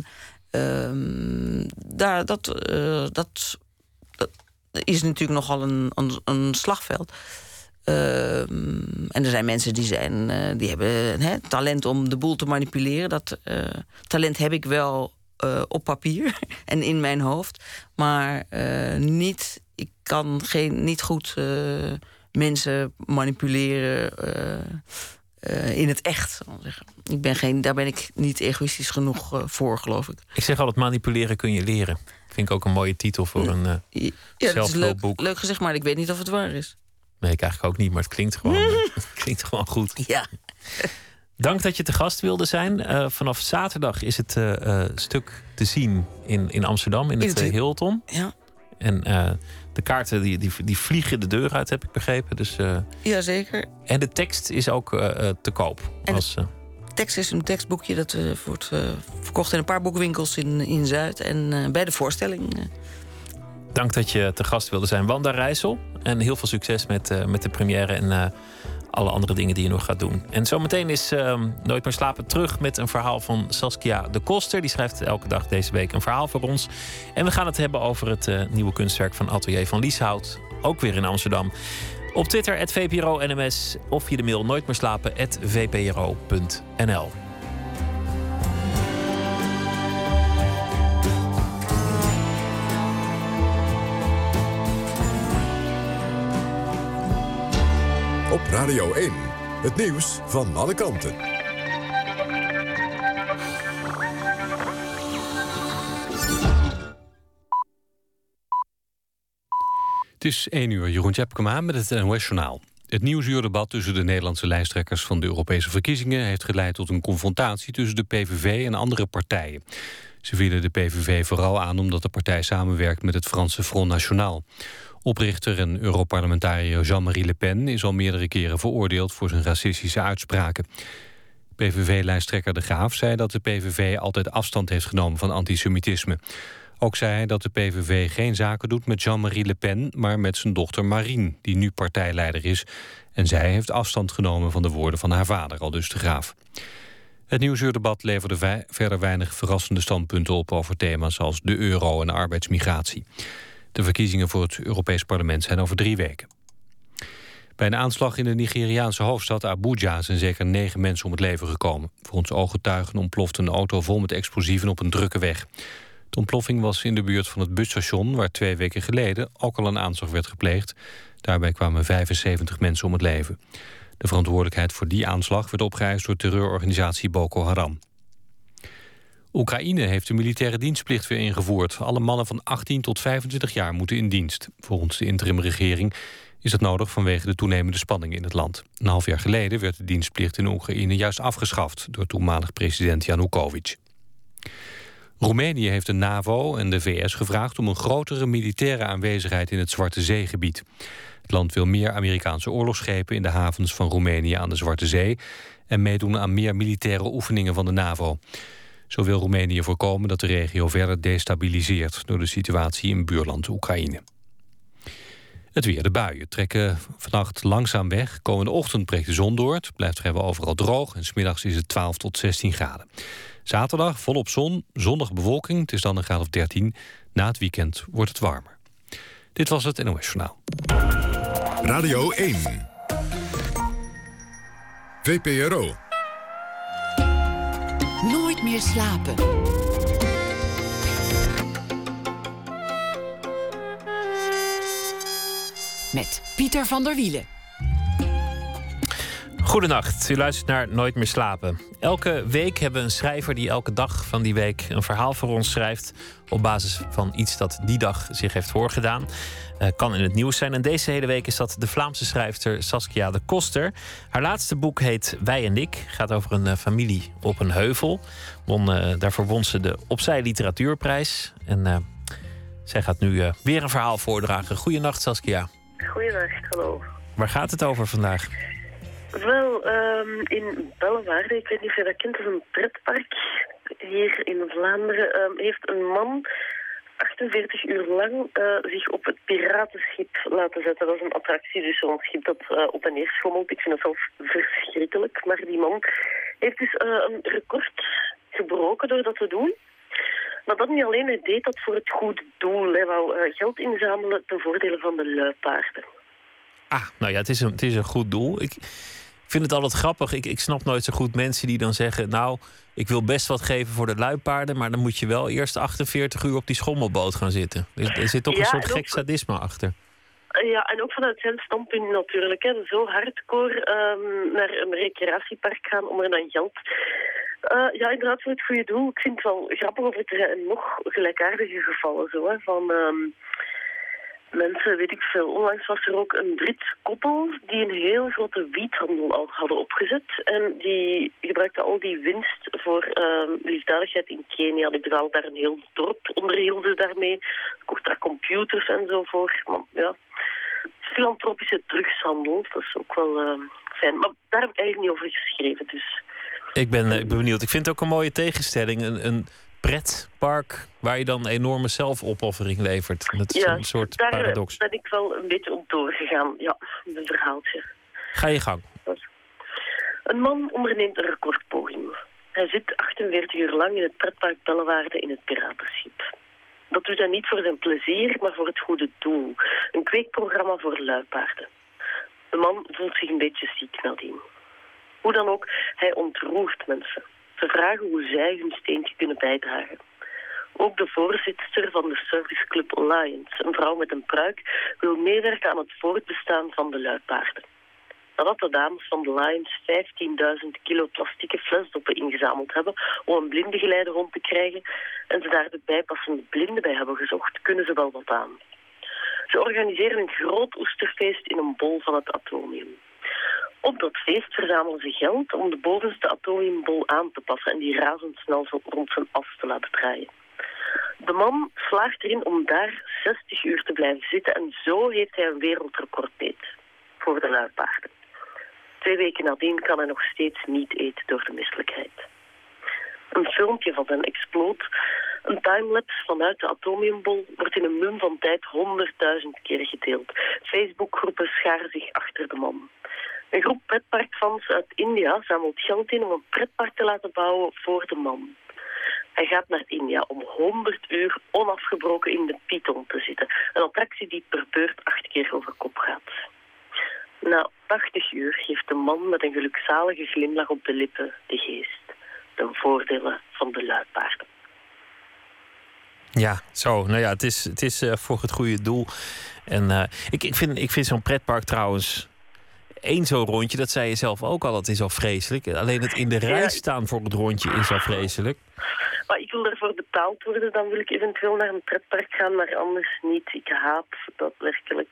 uh, daar, dat, uh, dat, dat is natuurlijk nogal een, een, een slagveld. Uh, en er zijn mensen die, zijn, uh, die hebben hè, talent om de boel te manipuleren. Dat uh, talent heb ik wel uh, op papier en in mijn hoofd. Maar uh, niet... Ik kan geen, niet goed uh, mensen manipuleren uh, uh, in het echt. Zal ik zeggen. Ik ben geen, daar ben ik niet egoïstisch genoeg uh, voor, geloof ik. Ik zeg altijd, manipuleren kun je leren. Vind ik ook een mooie titel voor een uh, ja, dat is leuk, zelfhulpboek. leuk gezegd, maar ik weet niet of het waar is. Nee, ik eigenlijk ook niet, maar het klinkt gewoon, uh, het klinkt gewoon goed. Ja. Dank dat je te gast wilde zijn. Uh, vanaf zaterdag is het uh, uh, stuk te zien in, in Amsterdam, in, in het uh, Hilton. Ja. En uh, de kaarten die, die, die vliegen de deur uit, heb ik begrepen. Dus, uh, Jazeker. En de tekst is ook uh, te koop. En als, uh, de tekst is een tekstboekje dat uh, wordt uh, verkocht in een paar boekwinkels in, in Zuid. En uh, bij de voorstelling. Uh. Dank dat je te gast wilde zijn, Wanda Rijssel. En heel veel succes met, uh, met de première en uh, alle andere dingen die je nog gaat doen. En zometeen is uh, Nooit meer slapen terug met een verhaal van Saskia de Koster. Die schrijft elke dag deze week een verhaal voor ons. En we gaan het hebben over het uh, nieuwe kunstwerk van Atelier van Lieshout. Ook weer in Amsterdam. Op Twitter, at V P R O N M S. Of via de mail nooitmeerslapen, at v p r o punt n l. Op Radio één, het nieuws van alle kanten. Het is één uur, Jeroen Tjepkema met het N O S-journaal. Het nieuwsuurdebat tussen de Nederlandse lijsttrekkers van de Europese verkiezingen heeft geleid tot een confrontatie tussen de P V V en andere partijen. Ze vielen de P V V vooral aan omdat de partij samenwerkt met het Franse Front National. Oprichter en Europarlementariër Jean-Marie Le Pen is al meerdere keren veroordeeld voor zijn racistische uitspraken. P V V-lijsttrekker De Graaf zei dat de P V V altijd afstand heeft genomen van antisemitisme. Ook zei hij dat de P V V geen zaken doet met Jean-Marie Le Pen, maar met zijn dochter Marine, die nu partijleider is. En zij heeft afstand genomen van de woorden van haar vader, aldus De Graaf. Het nieuwsuurdebat leverde wij- verder weinig verrassende standpunten op over thema's als de euro en arbeidsmigratie. De verkiezingen voor het Europees Parlement zijn over drie weken. Bij een aanslag in de Nigeriaanse hoofdstad Abuja zijn zeker negen mensen om het leven gekomen. Volgens ooggetuigen ontplofte een auto vol met explosieven op een drukke weg. De ontploffing was in de buurt van het busstation waar twee weken geleden ook al een aanslag werd gepleegd. Daarbij kwamen vijfenzeventig mensen om het leven. De verantwoordelijkheid voor die aanslag werd opgeëist door terreurorganisatie Boko Haram. Oekraïne heeft de militaire dienstplicht weer ingevoerd. Alle mannen van achttien tot vijfentwintig jaar moeten in dienst. Volgens de interimregering is dat nodig vanwege de toenemende spanning in het land. Een half jaar geleden werd de dienstplicht in Oekraïne juist afgeschaft door toenmalig president Janukovic. Roemenië heeft de NAVO en de V S gevraagd om een grotere militaire aanwezigheid in het Zwarte Zeegebied. Het land wil meer Amerikaanse oorlogsschepen in de havens van Roemenië aan de Zwarte Zee en meedoen aan meer militaire oefeningen van de NAVO. Zo wil Roemenië voorkomen dat de regio verder destabiliseert door de situatie in buurland Oekraïne. Het weer, de buien trekken vannacht langzaam weg. Komende ochtend breekt de zon door. Het blijft vrijwel overal droog en 's middags is het twaalf tot zestien graden. Zaterdag volop zon, zonnig bewolking. Het is dan een graad of dertien. Na het weekend wordt het warmer. Dit was het N O S-journaal. Radio één. V P R O. Nooit meer slapen. Met Pieter van der Wielen. Goedenacht, u luistert naar Nooit meer slapen. Elke week hebben we een schrijver die elke dag van die week een verhaal voor ons schrijft op basis van iets dat die dag zich heeft voorgedaan. Uh, kan in het nieuws zijn. En deze hele week is dat de Vlaamse schrijfster Saskia de Koster. Haar laatste boek heet Wij en ik. Gaat over een uh, familie op een heuvel. Won, uh, daarvoor won ze de Opzij Literatuurprijs. En uh, zij gaat nu uh, weer een verhaal voordragen. Goedenacht, Saskia. Goedenacht, hallo. Waar gaat het over vandaag? Wel, um, in Bellewaarde, ik weet niet of je dat kent, dat is een pretpark hier in Vlaanderen, um, heeft een man achtenveertig uur lang uh, zich op het piratenschip laten zetten. Dat is een attractie, dus zo'n schip dat uh, op en neer schommelt. Ik vind dat zelf verschrikkelijk, maar die man heeft dus uh, een record gebroken door dat te doen. Maar dat niet alleen, hij deed dat voor het goede doel. Hij wou uh, geld inzamelen ten voordele van de luipaarden. Ah, nou ja, het is een, het is een goed doel. Ik vind het altijd grappig. Ik, ik snap nooit zo goed mensen die dan zeggen, nou, ik wil best wat geven voor de luipaarden, maar dan moet je wel eerst achtenveertig uur op die schommelboot gaan zitten. Er, er zit toch ja, een soort gek ook sadisme achter. Ja, en ook vanuit zijn standpunt natuurlijk. Hè. Zo hardcore um, naar een recreatiepark gaan om er dan geld... Uh, ja, inderdaad, voor het goede doel. Ik vind het wel grappig over het er nog gelijkaardige gevallen. Zo, hè, van um, mensen, weet ik veel. Onlangs was er ook een Brits koppel die een heel grote wiethandel al hadden opgezet. En die gebruikten al die winst voor um, liefdadigheid in Kenia. Die betaalden daar een heel dorp, onderhielden daarmee. Kocht daar computers en zo voor. Maar, ja, filantropische drugshandel, dat is ook wel uh, fijn. Maar daar heb ik eigenlijk niet over geschreven, dus... Ik ben, ik ben benieuwd. Ik vind het ook een mooie tegenstelling. Een, een pretpark waar je dan enorme zelfopoffering levert. Dat is ja, een soort daar paradox. Daar ben ik wel een beetje op doorgegaan. Ja, een verhaaltje. Ga je gang. Een man onderneemt een recordpoging. Hij zit achtenveertig uur lang in het pretpark Bellewaarde in het piratenschip. Dat doet hij niet voor zijn plezier, maar voor het goede doel. Een kweekprogramma voor luipaarden. De man voelt zich een beetje ziek nadien. Hoe dan ook, hij ontroert mensen. Ze vragen hoe zij hun steentje kunnen bijdragen. Ook de voorzitter van de Service Club Alliance, een vrouw met een pruik, wil meewerken aan het voortbestaan van de luipaarden. nadat de dames van de Lions vijftienduizend kilo plastieke flesdoppen ingezameld hebben om een blindengeleider rond te krijgen en ze daar de bijpassende blinden bij hebben gezocht, kunnen ze wel wat aan. Ze organiseren een groot oesterfeest in een bol van het atomium. Op dat feest verzamelen ze geld om de bovenste atomiumbol aan te passen en die razendsnel zo rond zijn as te laten draaien. De man slaagt erin om daar zestig uur te blijven zitten en zo heeft hij een wereldrecord beet voor de luipaarden. Twee weken nadien kan hij nog steeds niet eten door de misselijkheid. Een filmpje van zijn exploot, een timelapse vanuit de atomiumbol, wordt in een mum van tijd honderdduizend keer gedeeld. Facebookgroepen scharen zich achter de man. Een groep pretparkfans uit India zamelt geld in om een pretpark te laten bouwen voor de man. Hij gaat naar India om honderd uur onafgebroken in de Python te zitten. Een attractie die per beurt acht keer over kop gaat. Na tachtig uur geeft de man met een gelukzalige glimlach op de lippen de geest. De voordelen van de luipaarden. Ja, zo. Nou ja, het is, het is uh, voor het goede doel. En uh, ik, ik vind, ik vind zo'n pretpark trouwens... Eén zo'n rondje, dat zei je zelf ook al, dat is al vreselijk. Alleen het in de rij ja, staan voor het rondje is al vreselijk. Maar ik wil daarvoor betaald worden, dan wil ik eventueel naar een pretpark gaan, maar anders niet. Ik haat dat werkelijk.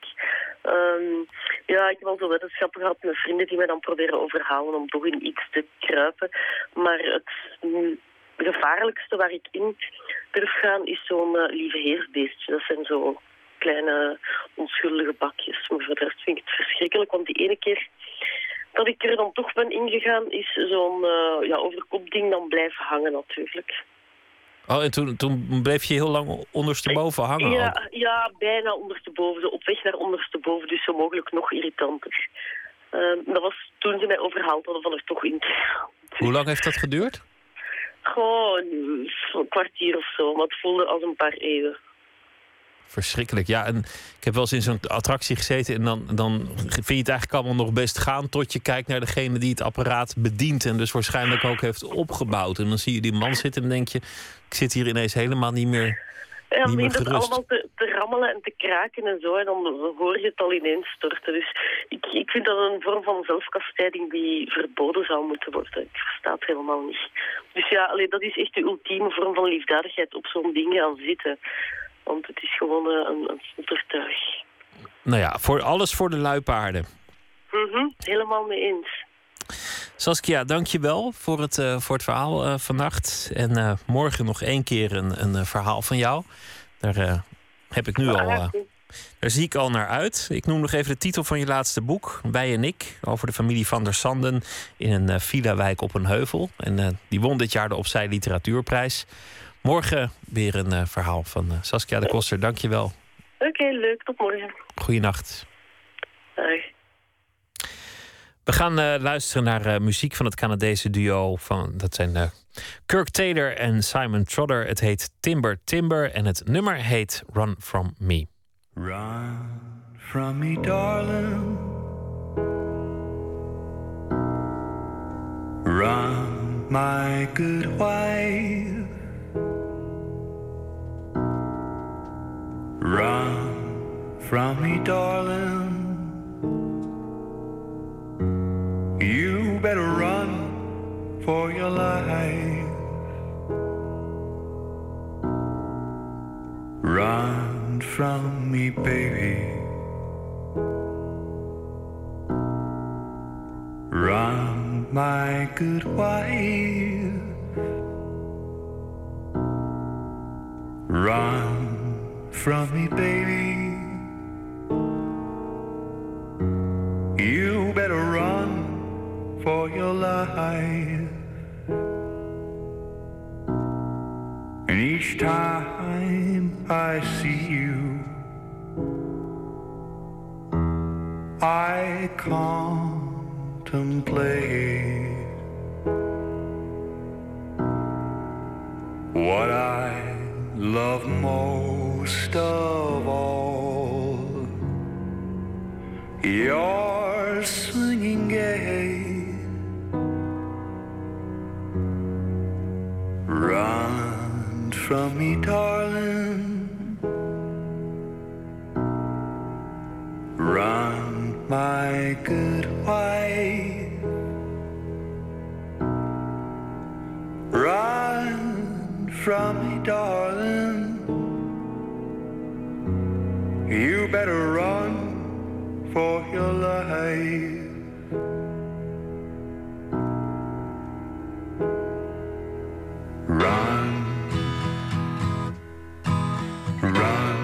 Um, ja, ik heb al zo weddenschappen gehad met vrienden die mij dan proberen overhalen om toch in iets te kruipen. Maar het mm, gevaarlijkste waar ik in durf gaan is zo'n uh, lieve heersbeestje. Dat zijn zo kleine onschuldige bakjes. Maar voor de rest vind ik het verschrikkelijk, want die ene keer dat ik er dan toch ben ingegaan is zo'n uh, ja, overkopding dan blijven hangen natuurlijk. Oh, en toen, toen bleef je heel lang ondersteboven hangen? Ja, ook. ja, bijna ondersteboven. Zo op weg naar ondersteboven, dus zo mogelijk nog irritanter. Uh, dat was toen ze mij overhaald hadden van er toch in te gaan. Hoe lang heeft dat geduurd? Gewoon een kwartier of zo, maar het voelde als een paar eeuwen. Verschrikkelijk, ja. En ik heb wel eens in zo'n attractie gezeten en dan, dan vind je het eigenlijk allemaal nog best gaan tot je kijkt naar degene die het apparaat bedient en dus waarschijnlijk ook heeft opgebouwd. En dan zie je die man zitten en denk je, ik zit hier ineens helemaal niet meer, ja, niet meer gerust. Het allemaal te, te rammelen en te kraken en zo en dan hoor je het al ineens storten. Dus ik, ik vind dat een vorm van zelfkastijding die verboden zou moeten worden. Ik versta het helemaal niet. Dus ja, allee, dat is echt de ultieme vorm van liefdadigheid, op zo'n ding gaan zitten. Want het is gewoon een, een voertuig. Nou ja, voor alles voor de luipaarden. Mm-hmm, helemaal mee eens. Saskia, dank je wel voor het, uh, voor het verhaal uh, vannacht. En uh, morgen nog één keer een, een uh, verhaal van jou. Daar uh, heb ik nu al... Uh, daar zie ik al naar uit. Ik noem nog even de titel van je laatste boek. Wij en ik, over de familie Van der Sanden in een uh, villa-wijk op een heuvel. En uh, die won dit jaar de Opzij Literatuurprijs. Morgen weer een uh, verhaal van uh, Saskia de Koster. Dank je wel. Oké, okay, leuk. Tot morgen. Goeienacht. Dag. We gaan uh, luisteren naar uh, muziek van het Canadese duo. Van, dat zijn uh, Kirk Taylor en Simon Trotter. Het heet Timber Timber en het nummer heet Run From Me. Run from me, darling. Run, my good wife. Run from me, darling. You better run for your life. Run from me, baby. Run, my good wife. Run from me, baby. You better run for your life. And each time I see you, I contemplate what I love most of all, your swinging gait. Run from me, darling. Run, my good wife. from me, darling. You better run for your life. Run, run,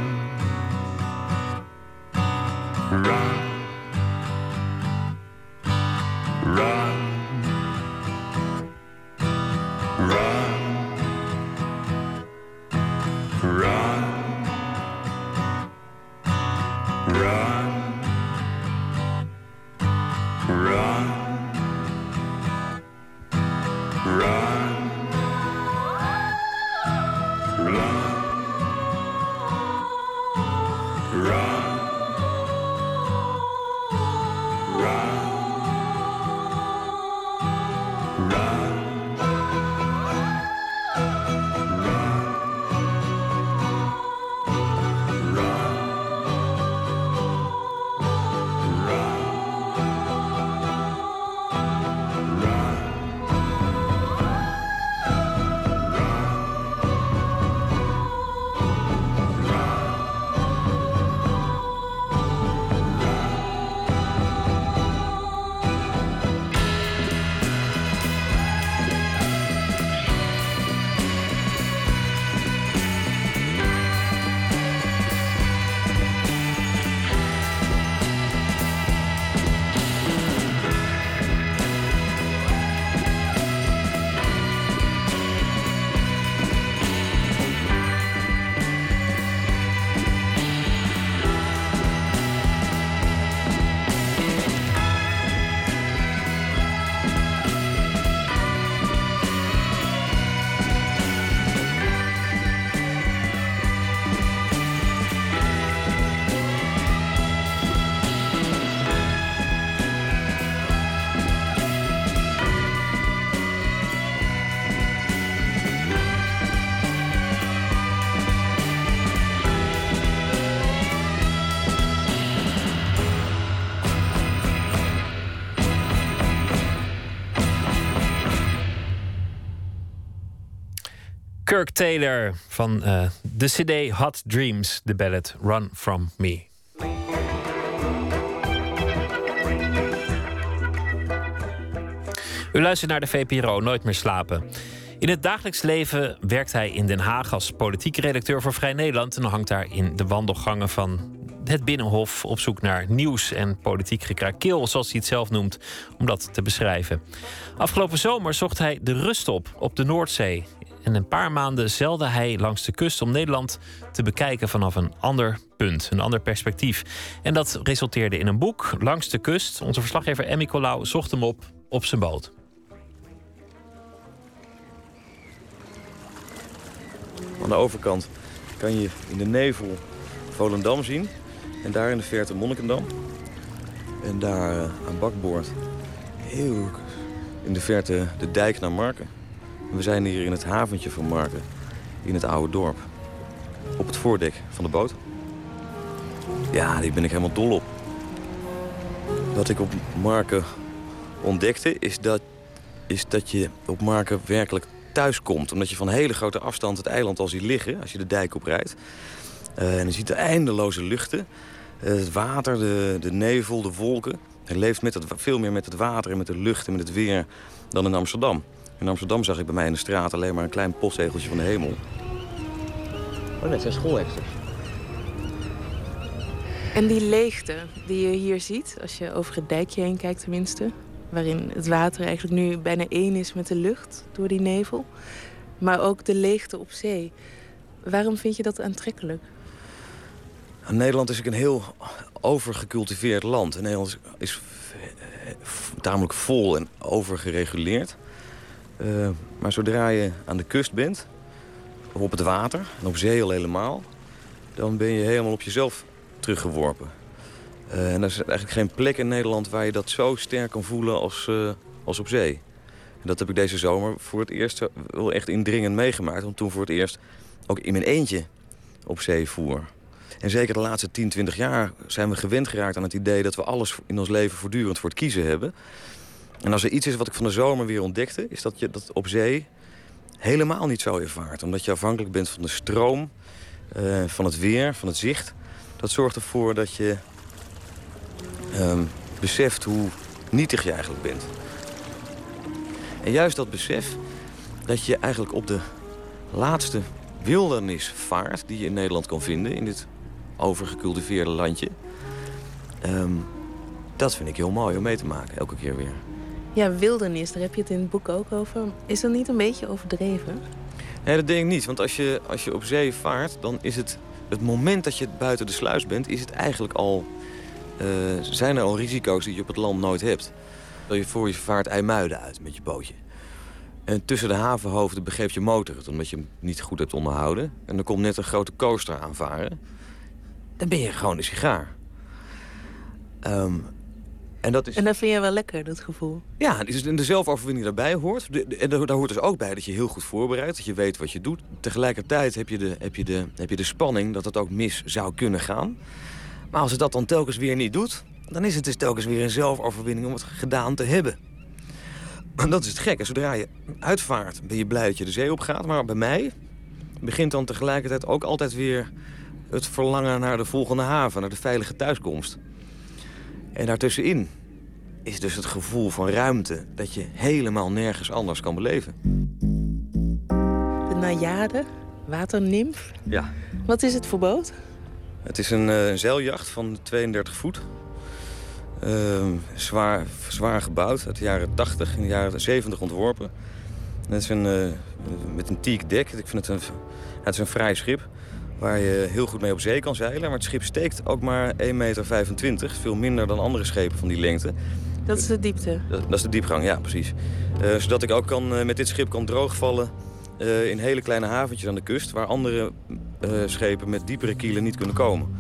run, run, run, run, run, run, run. Kirk Taylor van uh, de cd Hot Dreams, de ballad Run From Me. U luistert naar de V P R O, Nooit meer slapen. In het dagelijks leven werkt hij in Den Haag als politiek redacteur voor Vrij Nederland en hangt daar in de wandelgangen van het Binnenhof op zoek naar nieuws en politiek gekrakeel, zoals hij het zelf noemt, om dat te beschrijven. Afgelopen zomer zocht hij de rust op op de Noordzee. En een paar maanden zeilde hij langs de kust om Nederland te bekijken vanaf een ander punt, een ander perspectief. En dat resulteerde in een boek, Langs de Kust. Onze verslaggever Emmy Colau zocht hem op op zijn boot. Aan de overkant kan je in de nevel Volendam zien. En daar in de verte Monnikendam. En daar uh, aan bakboord heel in de verte de dijk naar Marken. En we zijn hier in het haventje van Marken, in het oude dorp. Op het voordek van de boot. Ja, die ben ik helemaal dol op. Wat ik op Marken ontdekte is dat, is dat je op Marken werkelijk thuis komt. Omdat je van hele grote afstand het eiland al ziet liggen als je de dijk oprijdt. Uh, en je ziet de eindeloze luchten. Uh, het water, de, de nevel, de wolken. Je leeft met het, veel meer met het water en met de lucht en met het weer dan in Amsterdam. In Amsterdam zag ik bij mij in de straat alleen maar een klein postzegeltje van de hemel. Oh, dat zijn schoolheksters. En die leegte die je hier ziet, als je over het dijkje heen kijkt tenminste, waarin het water eigenlijk nu bijna één is met de lucht door die nevel, maar ook de leegte op zee. Waarom vind je dat aantrekkelijk? Nederland is een heel overgecultiveerd land. En Nederland is tamelijk vol en overgereguleerd. Uh, maar zodra je aan de kust bent, of op het water, en op zee al helemaal, dan ben je helemaal op jezelf teruggeworpen. Uh, en er is eigenlijk geen plek in Nederland waar je dat zo sterk kan voelen als, uh, als op zee. En dat heb ik deze zomer voor het eerst wel echt indringend meegemaakt. Want toen voor het eerst ook in mijn eentje op zee voer. En zeker de laatste tien, twintig jaar zijn we gewend geraakt aan het idee dat we alles in ons leven voortdurend voor het kiezen hebben. En als er iets is wat ik van de zomer weer ontdekte, is dat je dat op zee helemaal niet zo ervaart. Omdat je afhankelijk bent van de stroom, uh, van het weer, van het zicht. Dat zorgt ervoor dat je um, beseft hoe nietig je eigenlijk bent. En juist dat besef dat je eigenlijk op de laatste wildernisvaart die je in Nederland kan vinden, in dit overgecultiveerde landje, um, dat vind ik heel mooi om mee te maken, elke keer weer. Ja, wildernis, daar heb je het in het boek ook over. Is dat niet een beetje overdreven? Nee, dat denk ik niet. Want als je, als je op zee vaart, dan is het... het moment dat je buiten de sluis bent, is het eigenlijk al... Uh, zijn er al risico's die je op het land nooit hebt. Dat je voor je vaart IJmuiden uit met je bootje. En tussen de havenhoofden begeeft je motor het, omdat je hem niet goed hebt onderhouden. En dan komt net een grote coaster aanvaren. Dan ben je gewoon een sigaar. Um, En dat, is... en dat vind jij wel lekker, dat gevoel? Ja, dus de zelfoverwinning daarbij hoort. En daar hoort dus ook bij dat je heel goed voorbereidt, dat je weet wat je doet. Tegelijkertijd heb je de, heb je de, heb je de spanning dat het ook mis zou kunnen gaan. Maar als het dat dan telkens weer niet doet, dan is het dus telkens weer een zelfoverwinning om het gedaan te hebben. En dat is het gekke. Zodra je uitvaart, ben je blij dat je de zee op gaat. Maar bij mij begint dan tegelijkertijd ook altijd weer het verlangen naar de volgende haven, naar de veilige thuiskomst. En daartussenin is dus het gevoel van ruimte dat je helemaal nergens anders kan beleven. De Najade, waternimf. Ja. Wat is het voor boot? Het is een, uh, een zeiljacht van tweeëndertig voet. Uh, zwaar, zwaar gebouwd, uit de jaren tachtig en de jaren zeventig ontworpen. Het is een, uh, met een teak dek. Ik vind het een, het is een fraai schip waar je heel goed mee op zee kan zeilen. Maar het schip steekt ook maar één komma vijfentwintig meter. Veel minder dan andere schepen van die lengte. Dat is de diepte? Dat, dat is de diepgang, ja, precies. Uh, zodat ik ook kan, uh, met dit schip kan droogvallen uh, in hele kleine haventjes aan de kust, waar andere uh, schepen met diepere kielen niet kunnen komen.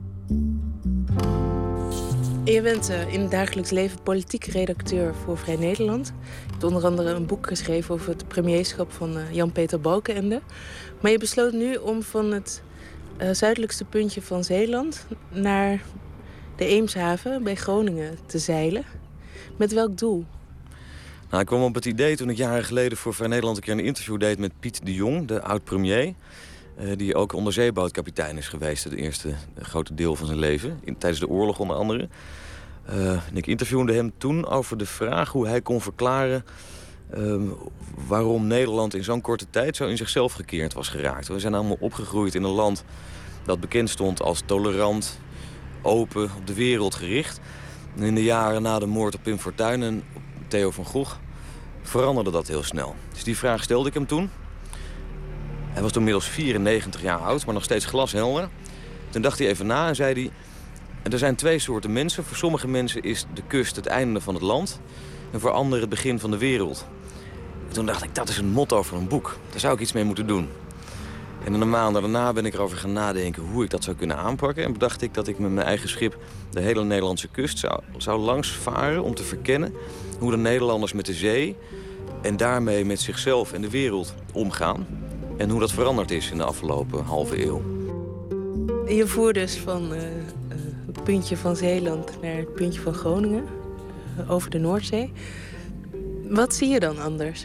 Je bent uh, in het dagelijks leven politiek redacteur voor Vrij Nederland. Je hebt onder andere een boek geschreven over het premierschap van uh, Jan-Peter Balkenende. Maar je besloot nu om van het uh, zuidelijkste puntje van Zeeland naar de Eemshaven bij Groningen te zeilen. Met welk doel? Nou, ik kwam op het idee toen ik jaren geleden voor Vrij Nederland een keer een interview deed met Piet de Jong, de oud-premier. Uh, die ook onderzeebootkapitein is geweest, het eerste grote deel van zijn leven. In, tijdens de oorlog onder andere. Uh, en ik interviewde hem toen over de vraag hoe hij kon verklaren Uh, waarom Nederland in zo'n korte tijd zo in zichzelf gekeerd was geraakt. We zijn allemaal opgegroeid in een land dat bekend stond als tolerant, open, op de wereld gericht. En in de jaren na de moord op Pim Fortuyn en op Theo van Gogh veranderde dat heel snel. Dus die vraag stelde ik hem toen. Hij was toen inmiddels vierennegentig jaar oud, maar nog steeds glashelder. Toen dacht hij even na en zei hij: er zijn twee soorten mensen. Voor sommige mensen is de kust het einde van het land en voor anderen het begin van de wereld. En toen dacht ik, dat is een motto voor een boek. Daar zou ik iets mee moeten doen. En in de maanden daarna ben ik erover gaan nadenken hoe ik dat zou kunnen aanpakken. En bedacht ik dat ik met mijn eigen schip de hele Nederlandse kust zou, zou langsvaren om te verkennen hoe de Nederlanders met de zee en daarmee met zichzelf en de wereld omgaan. En hoe dat veranderd is in de afgelopen halve eeuw. Je voer dus van uh, uh, het puntje van Zeeland naar het puntje van Groningen, uh, over de Noordzee. Wat zie je dan anders?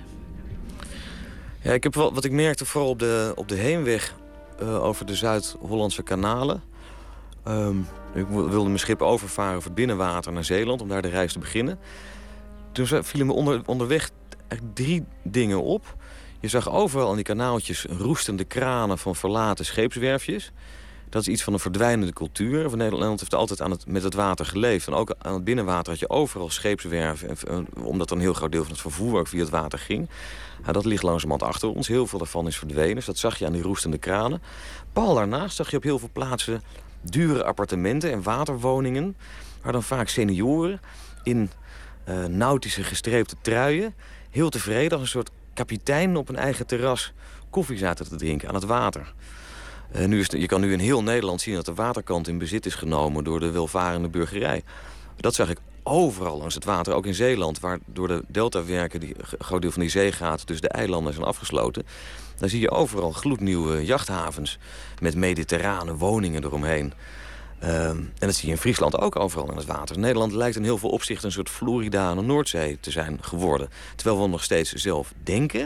Ja, ik heb wel, wat ik merkte vooral op de, op de heenweg uh, over de Zuid-Hollandse kanalen. Um, ik wilde mijn schip overvaren over het binnenwater naar Zeeland om daar de reis te beginnen. Toen vielen me onder, onderweg drie dingen op. Je zag overal aan die kanaaltjes roestende kranen van verlaten scheepswerfjes. Dat is iets van een verdwijnende cultuur. Nederland heeft altijd aan het, met het water geleefd. En ook aan het binnenwater had je overal scheepswerven. En, omdat een heel groot deel van het vervoer ook via het water ging. Nou, dat ligt langzamerhand achter ons. Heel veel daarvan is verdwenen. Dus dat zag je aan die roestende kranen. Pal daarnaast zag je op heel veel plaatsen dure appartementen en waterwoningen. Waar dan vaak senioren in uh, nautische gestreepte truien heel tevreden als een soort kapitein op een eigen terras koffie zaten te drinken aan het water. Uh, nu is de, je kan nu in heel Nederland zien dat de waterkant in bezit is genomen door de welvarende burgerij. Dat zag ik overal langs het water, ook in Zeeland, waar door de deltawerken die, een groot deel van die zeegaten dus de eilanden zijn afgesloten. Daar zie je overal gloednieuwe jachthavens met mediterrane woningen eromheen. Uh, en dat zie je in Friesland ook overal in het water. Nederland lijkt in heel veel opzichten een soort Florida aan de Noordzee te zijn geworden. Terwijl we nog steeds zelf denken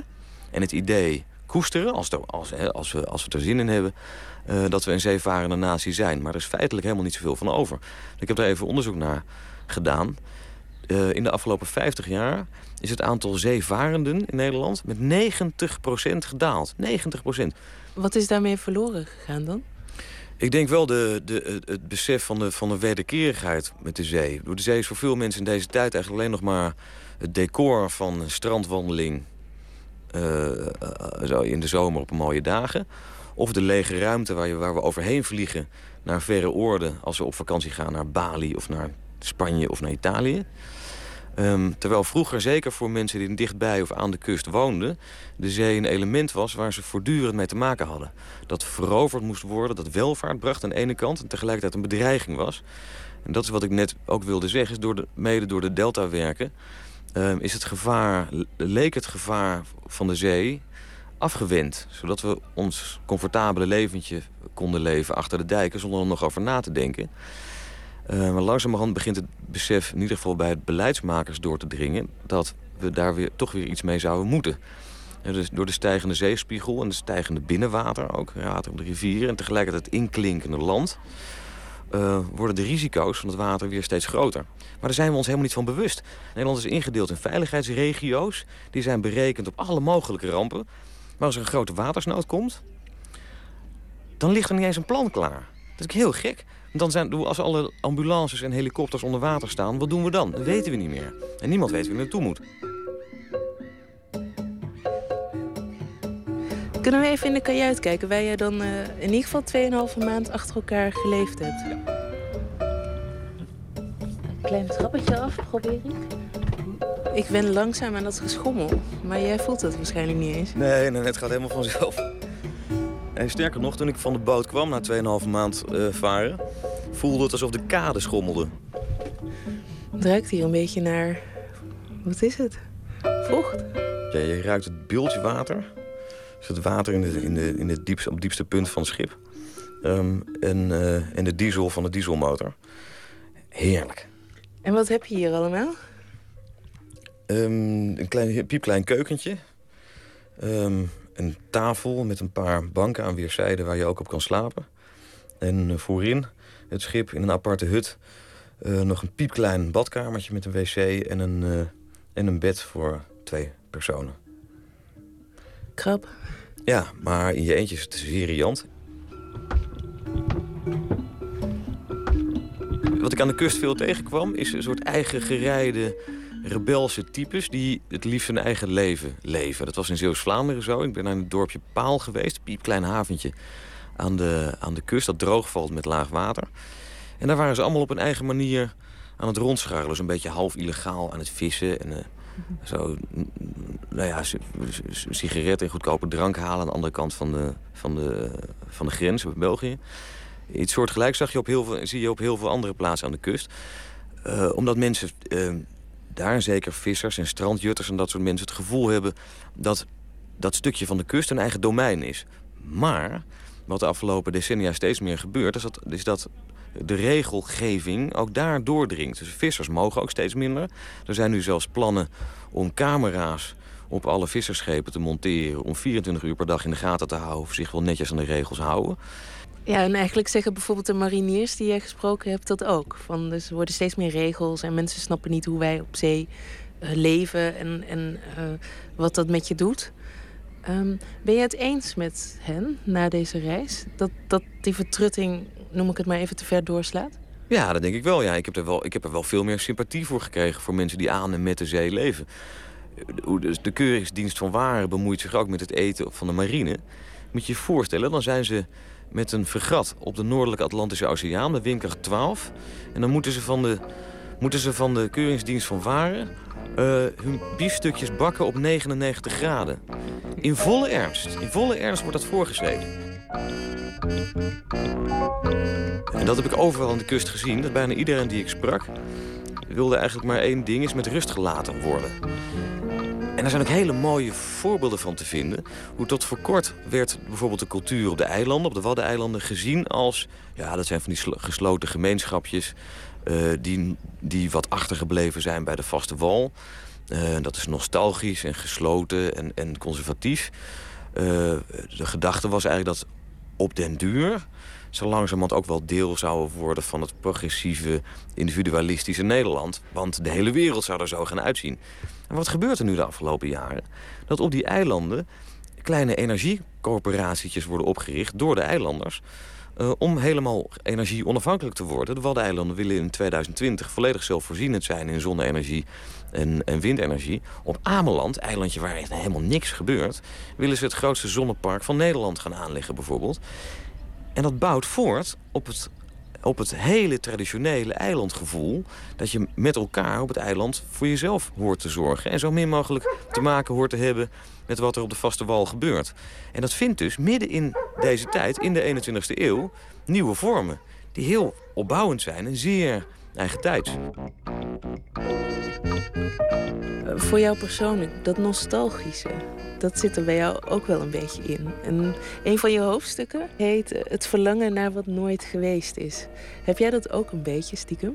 en het idee koesteren, als, er, als, als, we, als we er zin in hebben, uh, dat we een zeevarende natie zijn. Maar er is feitelijk helemaal niet zoveel van over. Ik heb daar even onderzoek naar gedaan. Uh, in de afgelopen vijftig jaar is het aantal zeevarenden in Nederland met negentig procent gedaald. negentig procent. Wat is daarmee verloren gegaan dan? Ik denk wel de, de, het besef van de, van de wederkerigheid met de zee. De zee is voor veel mensen in deze tijd eigenlijk alleen nog maar het decor van een strandwandeling. Uh, uh, zo in de zomer op mooie dagen. Of de lege ruimte waar, je, waar we overheen vliegen naar verre oorden als we op vakantie gaan naar Bali of naar Spanje of naar Italië. Um, terwijl vroeger, zeker voor mensen die dichtbij of aan de kust woonden, de zee een element was waar ze voortdurend mee te maken hadden. Dat veroverd moest worden, dat welvaart bracht aan de ene kant en tegelijkertijd een bedreiging was. En dat is wat ik net ook wilde zeggen, is door de, mede door de deltawerken um, is het gevaar, leek het gevaar van de zee afgewend. Zodat we ons comfortabele leventje konden leven achter de dijken zonder er nog over na te denken. Uh, maar langzamerhand begint het besef, in ieder geval bij het beleidsmakers, door te dringen dat we daar weer, toch weer iets mee zouden moeten. Uh, dus door de stijgende zeespiegel en de stijgende binnenwater, ook water op de rivieren, en tegelijkertijd inklinkende land, uh, worden de risico's van het water weer steeds groter. Maar daar zijn we ons helemaal niet van bewust. Nederland is ingedeeld in veiligheidsregio's. Die zijn berekend op alle mogelijke rampen. Maar als er een grote watersnood komt, dan ligt er niet eens een plan klaar. Dat is heel gek. Dan zijn, als alle ambulances en helikopters onder water staan, wat doen we dan? Dat weten we niet meer. En niemand weet wie er naartoe moet. Kunnen we even in de kajuit kijken, waar jij dan uh, in ieder geval tweeënhalve maand achter elkaar geleefd hebt? Ja. Een klein trappetje af, probeer ik. Ik wen langzaam aan dat geschommel, maar jij voelt het waarschijnlijk niet eens. Nee, nee, het gaat helemaal vanzelf. En sterker nog, toen ik van de boot kwam na tweeënhalve maand uh, varen, voelde het alsof de kade schommelde. Het ruikt hier een beetje naar... Wat is het? Vocht? Ja, je ruikt het bultje water. Dus het water in, de, in, de, in de diepste, op het diepste punt van het schip. Um, en, uh, en de diesel van de dieselmotor. Heerlijk. En wat heb je hier allemaal? Um, een klein, piepklein keukentje. Um, een tafel met een paar banken aan weerszijden waar je ook op kan slapen. En uh, voorin het schip in een aparte hut uh, nog een piepklein badkamertje met een wc en een, uh, en een bed voor twee personen. Krap. Ja, maar in je eentje is het zeer riant. Wat ik aan de kust veel tegenkwam is een soort eigen gerijde rebelse types die het liefst hun eigen leven leven. Dat was in Zeeuws-Vlaanderen zo. Ik ben naar het dorpje Paal geweest, een piepklein haventje aan de, aan de kust dat droog valt met laag water. En daar waren ze allemaal op een eigen manier aan het rondscharrelen. Dus een beetje half illegaal aan het vissen en uh, zo, nou ja, sigaretten en goedkope drank halen aan de andere kant van de, van de, van de grens in België. Iets soortgelijks zag je op heel veel, zie je op heel veel andere plaatsen aan de kust. Uh, omdat mensen, uh, daar zeker vissers en strandjutters en dat soort mensen, het gevoel hebben dat dat stukje van de kust een eigen domein is. Maar wat de afgelopen decennia steeds meer gebeurt, is dat, is dat de regelgeving ook daar doordringt. Dus vissers mogen ook steeds minder. Er zijn nu zelfs plannen om camera's op alle vissersschepen te monteren, om vierentwintig uur per dag in de gaten te houden of zich wel netjes aan de regels houden. Ja, en eigenlijk zeggen bijvoorbeeld de mariniers die jij gesproken hebt dat ook. Van, dus er worden steeds meer regels en mensen snappen niet hoe wij op zee uh, leven en, en uh, wat dat met je doet. Um, ben je het eens met hen na deze reis? Dat, dat die vertrutting, noem ik het maar even, te ver doorslaat? Ja, dat denk ik wel. Ja. Ik heb er wel, ik heb er wel veel meer sympathie voor gekregen voor mensen die aan en met de zee leven. De Keuringsdienst van Waren bemoeit zich ook met het eten van de marine. Moet je je voorstellen, dan zijn ze met een fregat op de Noordelijke Atlantische Oceaan, de windkracht twaalf. En dan moeten ze van de, moeten ze van de Keuringsdienst van Waren uh, hun biefstukjes bakken op negenennegentig graden. In volle ernst. In volle ernst wordt dat voorgeschreven. En dat heb ik overal aan de kust gezien. Dat bijna iedereen die ik sprak wilde eigenlijk maar één ding, is met rust gelaten worden. En er zijn ook hele mooie voorbeelden van te vinden. Hoe tot voor kort werd bijvoorbeeld de cultuur op de eilanden, op de Waddeneilanden, gezien als, ja, dat zijn van die gesloten gemeenschapjes uh, die, die wat achtergebleven zijn bij de vaste wal. Uh, dat is nostalgisch en gesloten en, en conservatief. Uh, de gedachte was eigenlijk dat op den duur zo langzamerhand ook wel deel zouden worden van het progressieve, individualistische Nederland. Want de hele wereld zou er zo gaan uitzien. En wat gebeurt er nu de afgelopen jaren? Dat op die eilanden kleine energiecorporatietjes worden opgericht door de eilanders, Uh, om helemaal energie onafhankelijk te worden. De Waddeneilanden willen in tweeduizend twintig volledig zelfvoorzienend zijn in zonne-energie en, en windenergie. Op Ameland, eilandje waar helemaal niks gebeurt, willen ze het grootste zonnepark van Nederland gaan aanleggen bijvoorbeeld. En dat bouwt voort op het, op het hele traditionele eilandgevoel, dat je met elkaar op het eiland voor jezelf hoort te zorgen en zo min mogelijk te maken hoort te hebben met wat er op de vaste wal gebeurt. En dat vindt dus midden in deze tijd, in de eenentwintigste eeuw, nieuwe vormen die heel opbouwend zijn en zeer eigentijds. Voor jou persoonlijk, dat nostalgische, dat zit er bij jou ook wel een beetje in. En een van je hoofdstukken heet Het verlangen naar wat nooit geweest is. Heb jij dat ook een beetje, stiekem?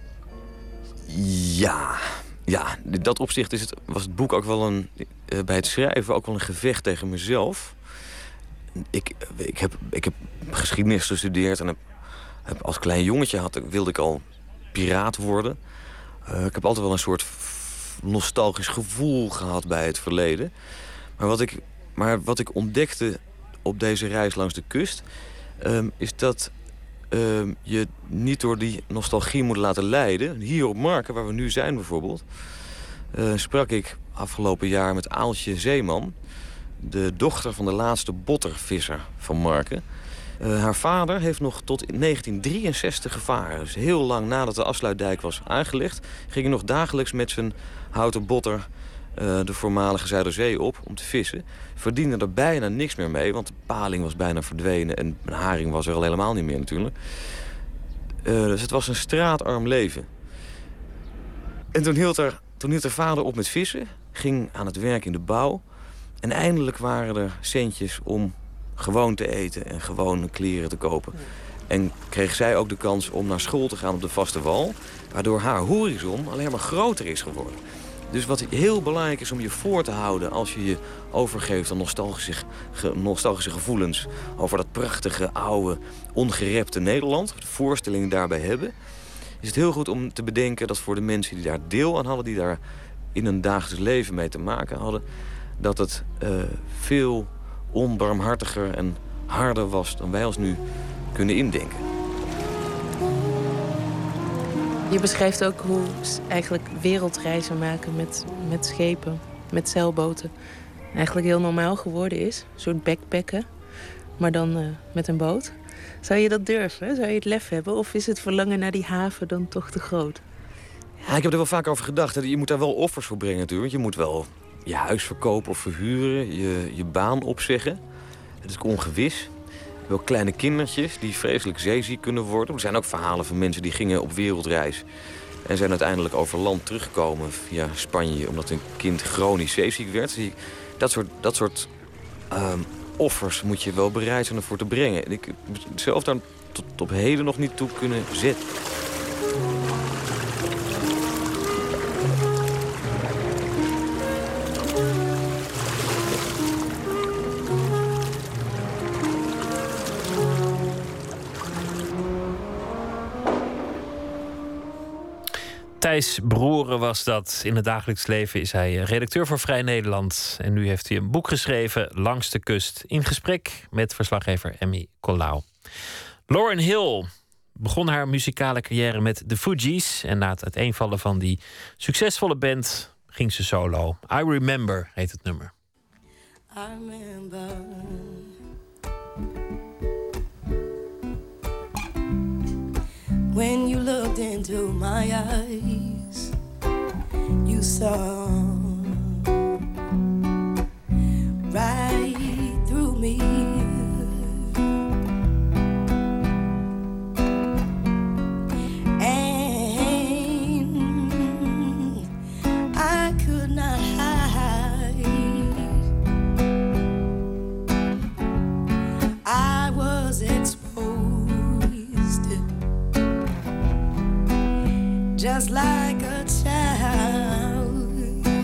Ja, ja, in dat opzicht is het, was het boek ook wel een, uh, bij het schrijven ook wel een gevecht tegen mezelf. Ik, ik, heb, ik heb geschiedenis gestudeerd en heb, heb als klein jongetje had, wilde ik al piraat worden. Uh, ik heb altijd wel een soort nostalgisch gevoel gehad bij het verleden. Maar wat ik, maar wat ik ontdekte op deze reis langs de kust, Um, is dat um, je niet door die nostalgie moet laten leiden. Hier op Marken, waar we nu zijn bijvoorbeeld, uh, sprak ik afgelopen jaar met Aaltje Zeeman, de dochter van de laatste bottervisser van Marken. Uh, haar vader heeft nog tot negentien drieënzestig gevaren. Dus heel lang nadat de afsluitdijk was aangelegd, ging hij nog dagelijks met zijn houten botter uh, de voormalige Zuiderzee op om te vissen. Verdiende er bijna niks meer mee, want de paling was bijna verdwenen en een haring was er al helemaal niet meer natuurlijk. Uh, dus het was een straatarm leven. En toen hield, er, toen hield haar vader op met vissen, ging aan het werk in de bouw. En eindelijk waren er centjes om gewoon te eten en gewoon kleren te kopen. En kreeg zij ook de kans om naar school te gaan op de vaste wal, waardoor haar horizon alleen maar groter is geworden. Dus wat heel belangrijk is om je voor te houden als je je overgeeft aan nostalgische, ge, nostalgische gevoelens over dat prachtige, oude, ongerepte Nederland, de voorstellingen daarbij hebben, is het heel goed om te bedenken dat voor de mensen die daar deel aan hadden, die daar in een dagelijks leven mee te maken hadden, dat het uh, veel onbarmhartiger en harder was dan wij ons nu kunnen indenken. Je beschrijft ook hoe eigenlijk wereldreizen maken met, met schepen, met zeilboten eigenlijk heel normaal geworden is. Een soort backpacken, maar dan uh, met een boot. Zou je dat durven? Zou je het lef hebben? Of is het verlangen naar die haven dan toch te groot? Ja, ik heb er wel vaak over gedacht. Je moet daar wel offers voor brengen natuurlijk. Je moet wel je huis verkopen of verhuren, je, je baan opzeggen. Het is ongewis. Wel kleine kindertjes die vreselijk zeeziek kunnen worden. Er zijn ook verhalen van mensen die gingen op wereldreis en zijn uiteindelijk over land teruggekomen via Spanje omdat hun kind chronisch zeeziek werd. Dat soort, dat soort um, offers moet je wel bereid zijn ervoor te brengen. En ik heb zelf daar tot op heden nog niet toe kunnen zetten. Thijs Broeren was dat. In het dagelijks leven is hij redacteur voor Vrij Nederland. En nu heeft hij een boek geschreven, Langs de Kust. In gesprek met verslaggever Emmy Colau. Lauryn Hill begon haar muzikale carrière met de Fugees. En na het uiteenvallen van die succesvolle band ging ze solo. I Remember heet het nummer. I remember when you looked into my eyes, you saw right through me. And I could not hide. I was exposed just like a child.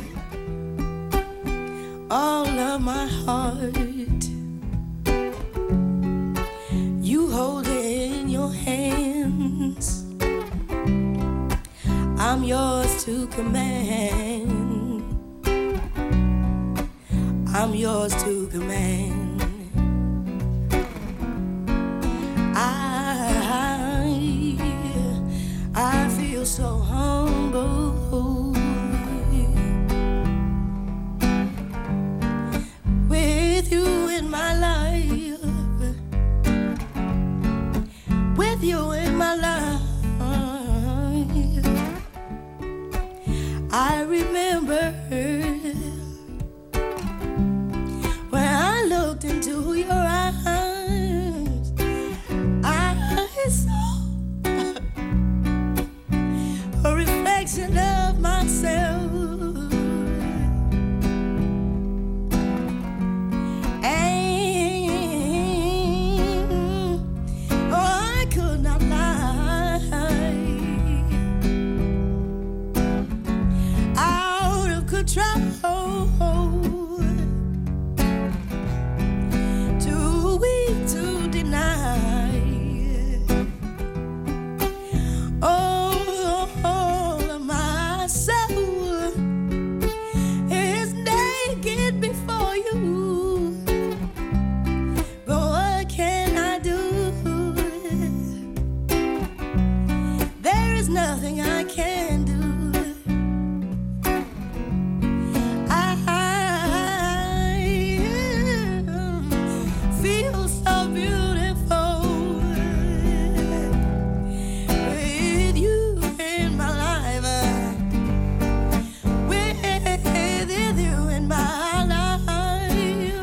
all of my heart. You hold it in your hands. I'm yours to command. I'm yours to command. I, I feel so humble. With you in my life. With you in my life. I remember when I looked into your eyes, I saw a reflection of myself. And oh, I could not lie. Out of control. Too weak to deny. Oh, all of my soul is naked before you. But what can I do? There is nothing I can do. I feel so beautiful with you in my life. With you in my life.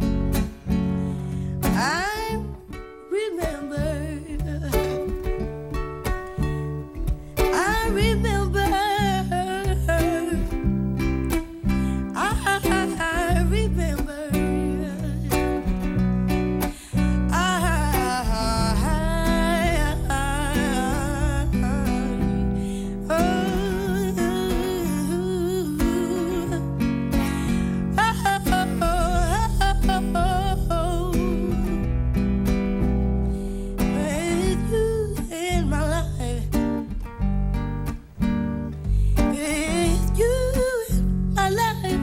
I remember. I remember. I remember. With you in my life. With you in my life.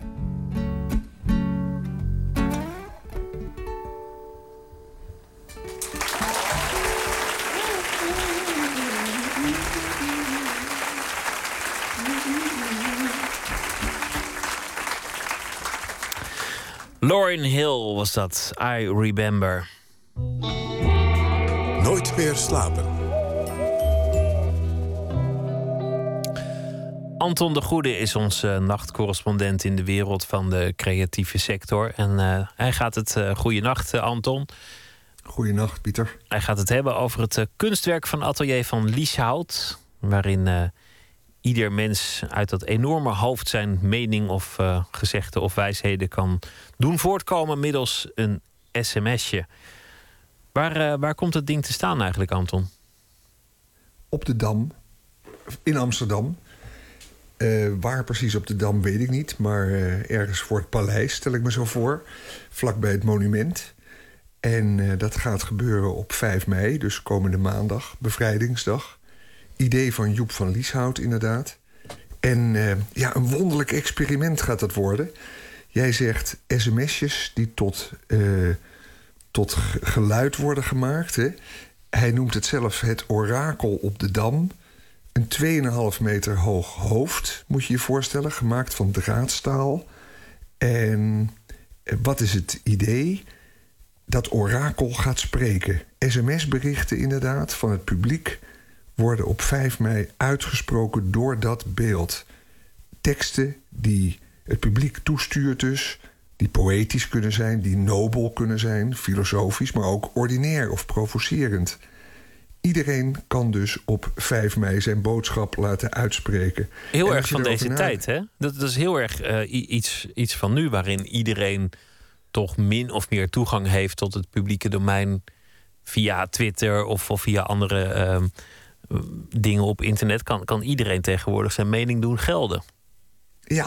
Lauryn Hill was dat. I Remember. Nooit meer slapen. Anton de Goede is onze nachtcorrespondent in de wereld van de creatieve sector. En uh, hij gaat het... Uh, goeienacht, uh, Anton. Goeienacht, Pieter. Hij gaat het hebben over het uh, kunstwerk van Atelier van Lieshout. Waarin uh, ieder mens uit dat enorme hoofd zijn mening of uh, gezegden of wijsheden kan doen voortkomen middels een sms'je. Waar, uh, waar komt het ding te staan eigenlijk, Anton? Op de Dam, in Amsterdam. Uh, waar precies op de Dam weet ik niet, maar uh, ergens voor het paleis, stel ik me zo voor. Vlakbij het monument. En uh, dat gaat gebeuren op vijf mei, dus komende maandag, bevrijdingsdag. Idee van Joep van Lieshout, inderdaad. En uh, ja, een wonderlijk experiment gaat dat worden. Jij zegt sms'jes die tot, uh, tot geluid worden gemaakt. Hè? Hij noemt het zelf het orakel op de Dam. Een twee komma vijf meter hoog hoofd, moet je je voorstellen. Gemaakt van draadstaal. En wat is het idee? Dat orakel gaat spreken. sms-berichten inderdaad van het publiek worden op vijf mei uitgesproken door dat beeld. Teksten die het publiek toestuurt dus, die poëtisch kunnen zijn, die nobel kunnen zijn, filosofisch, maar ook ordinair of provocerend. Iedereen kan dus op vijf mei zijn boodschap laten uitspreken. Heel erg van deze tijd, hè? Dat, dat is heel erg uh, iets, iets van nu, waarin iedereen toch min of meer toegang heeft tot het publieke domein via Twitter of, of via andere uh, dingen op internet. Kan, kan iedereen tegenwoordig zijn mening doen gelden. Ja,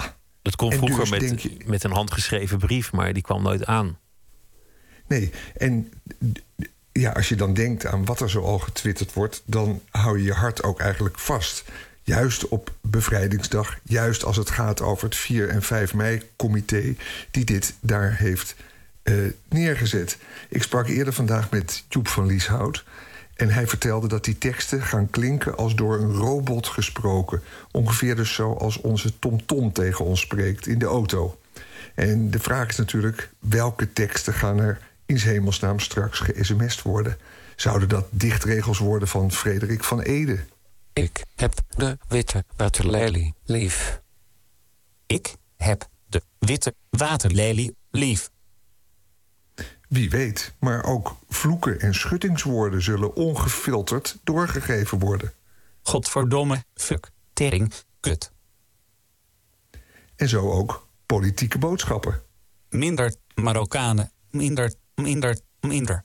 Dat kon En vroeger dus met, denk je- met een handgeschreven brief, maar die kwam nooit aan. Nee, en d- ja, als je dan denkt aan wat er zo al getwitterd wordt, dan hou je je hart ook eigenlijk vast. Juist op bevrijdingsdag, juist als het gaat over het vier en vijf mei-comité die dit daar heeft uh, neergezet. Ik sprak eerder vandaag met Joep van Lieshout en hij vertelde dat die teksten gaan klinken als door een robot gesproken. Ongeveer dus zoals onze TomTom tegen ons spreekt in de auto. En de vraag is natuurlijk, welke teksten gaan er in 's hemelsnaam straks ge-sms'd worden? Zouden dat dichtregels worden van Frederik van Eede? Ik heb de witte waterlelie lief. Ik heb de witte waterlelie lief. Wie weet, maar ook vloeken en schuttingswoorden zullen ongefilterd doorgegeven worden. Godverdomme, fuck, tering, kut. En zo ook politieke boodschappen. Minder Marokkanen, minder, minder, minder.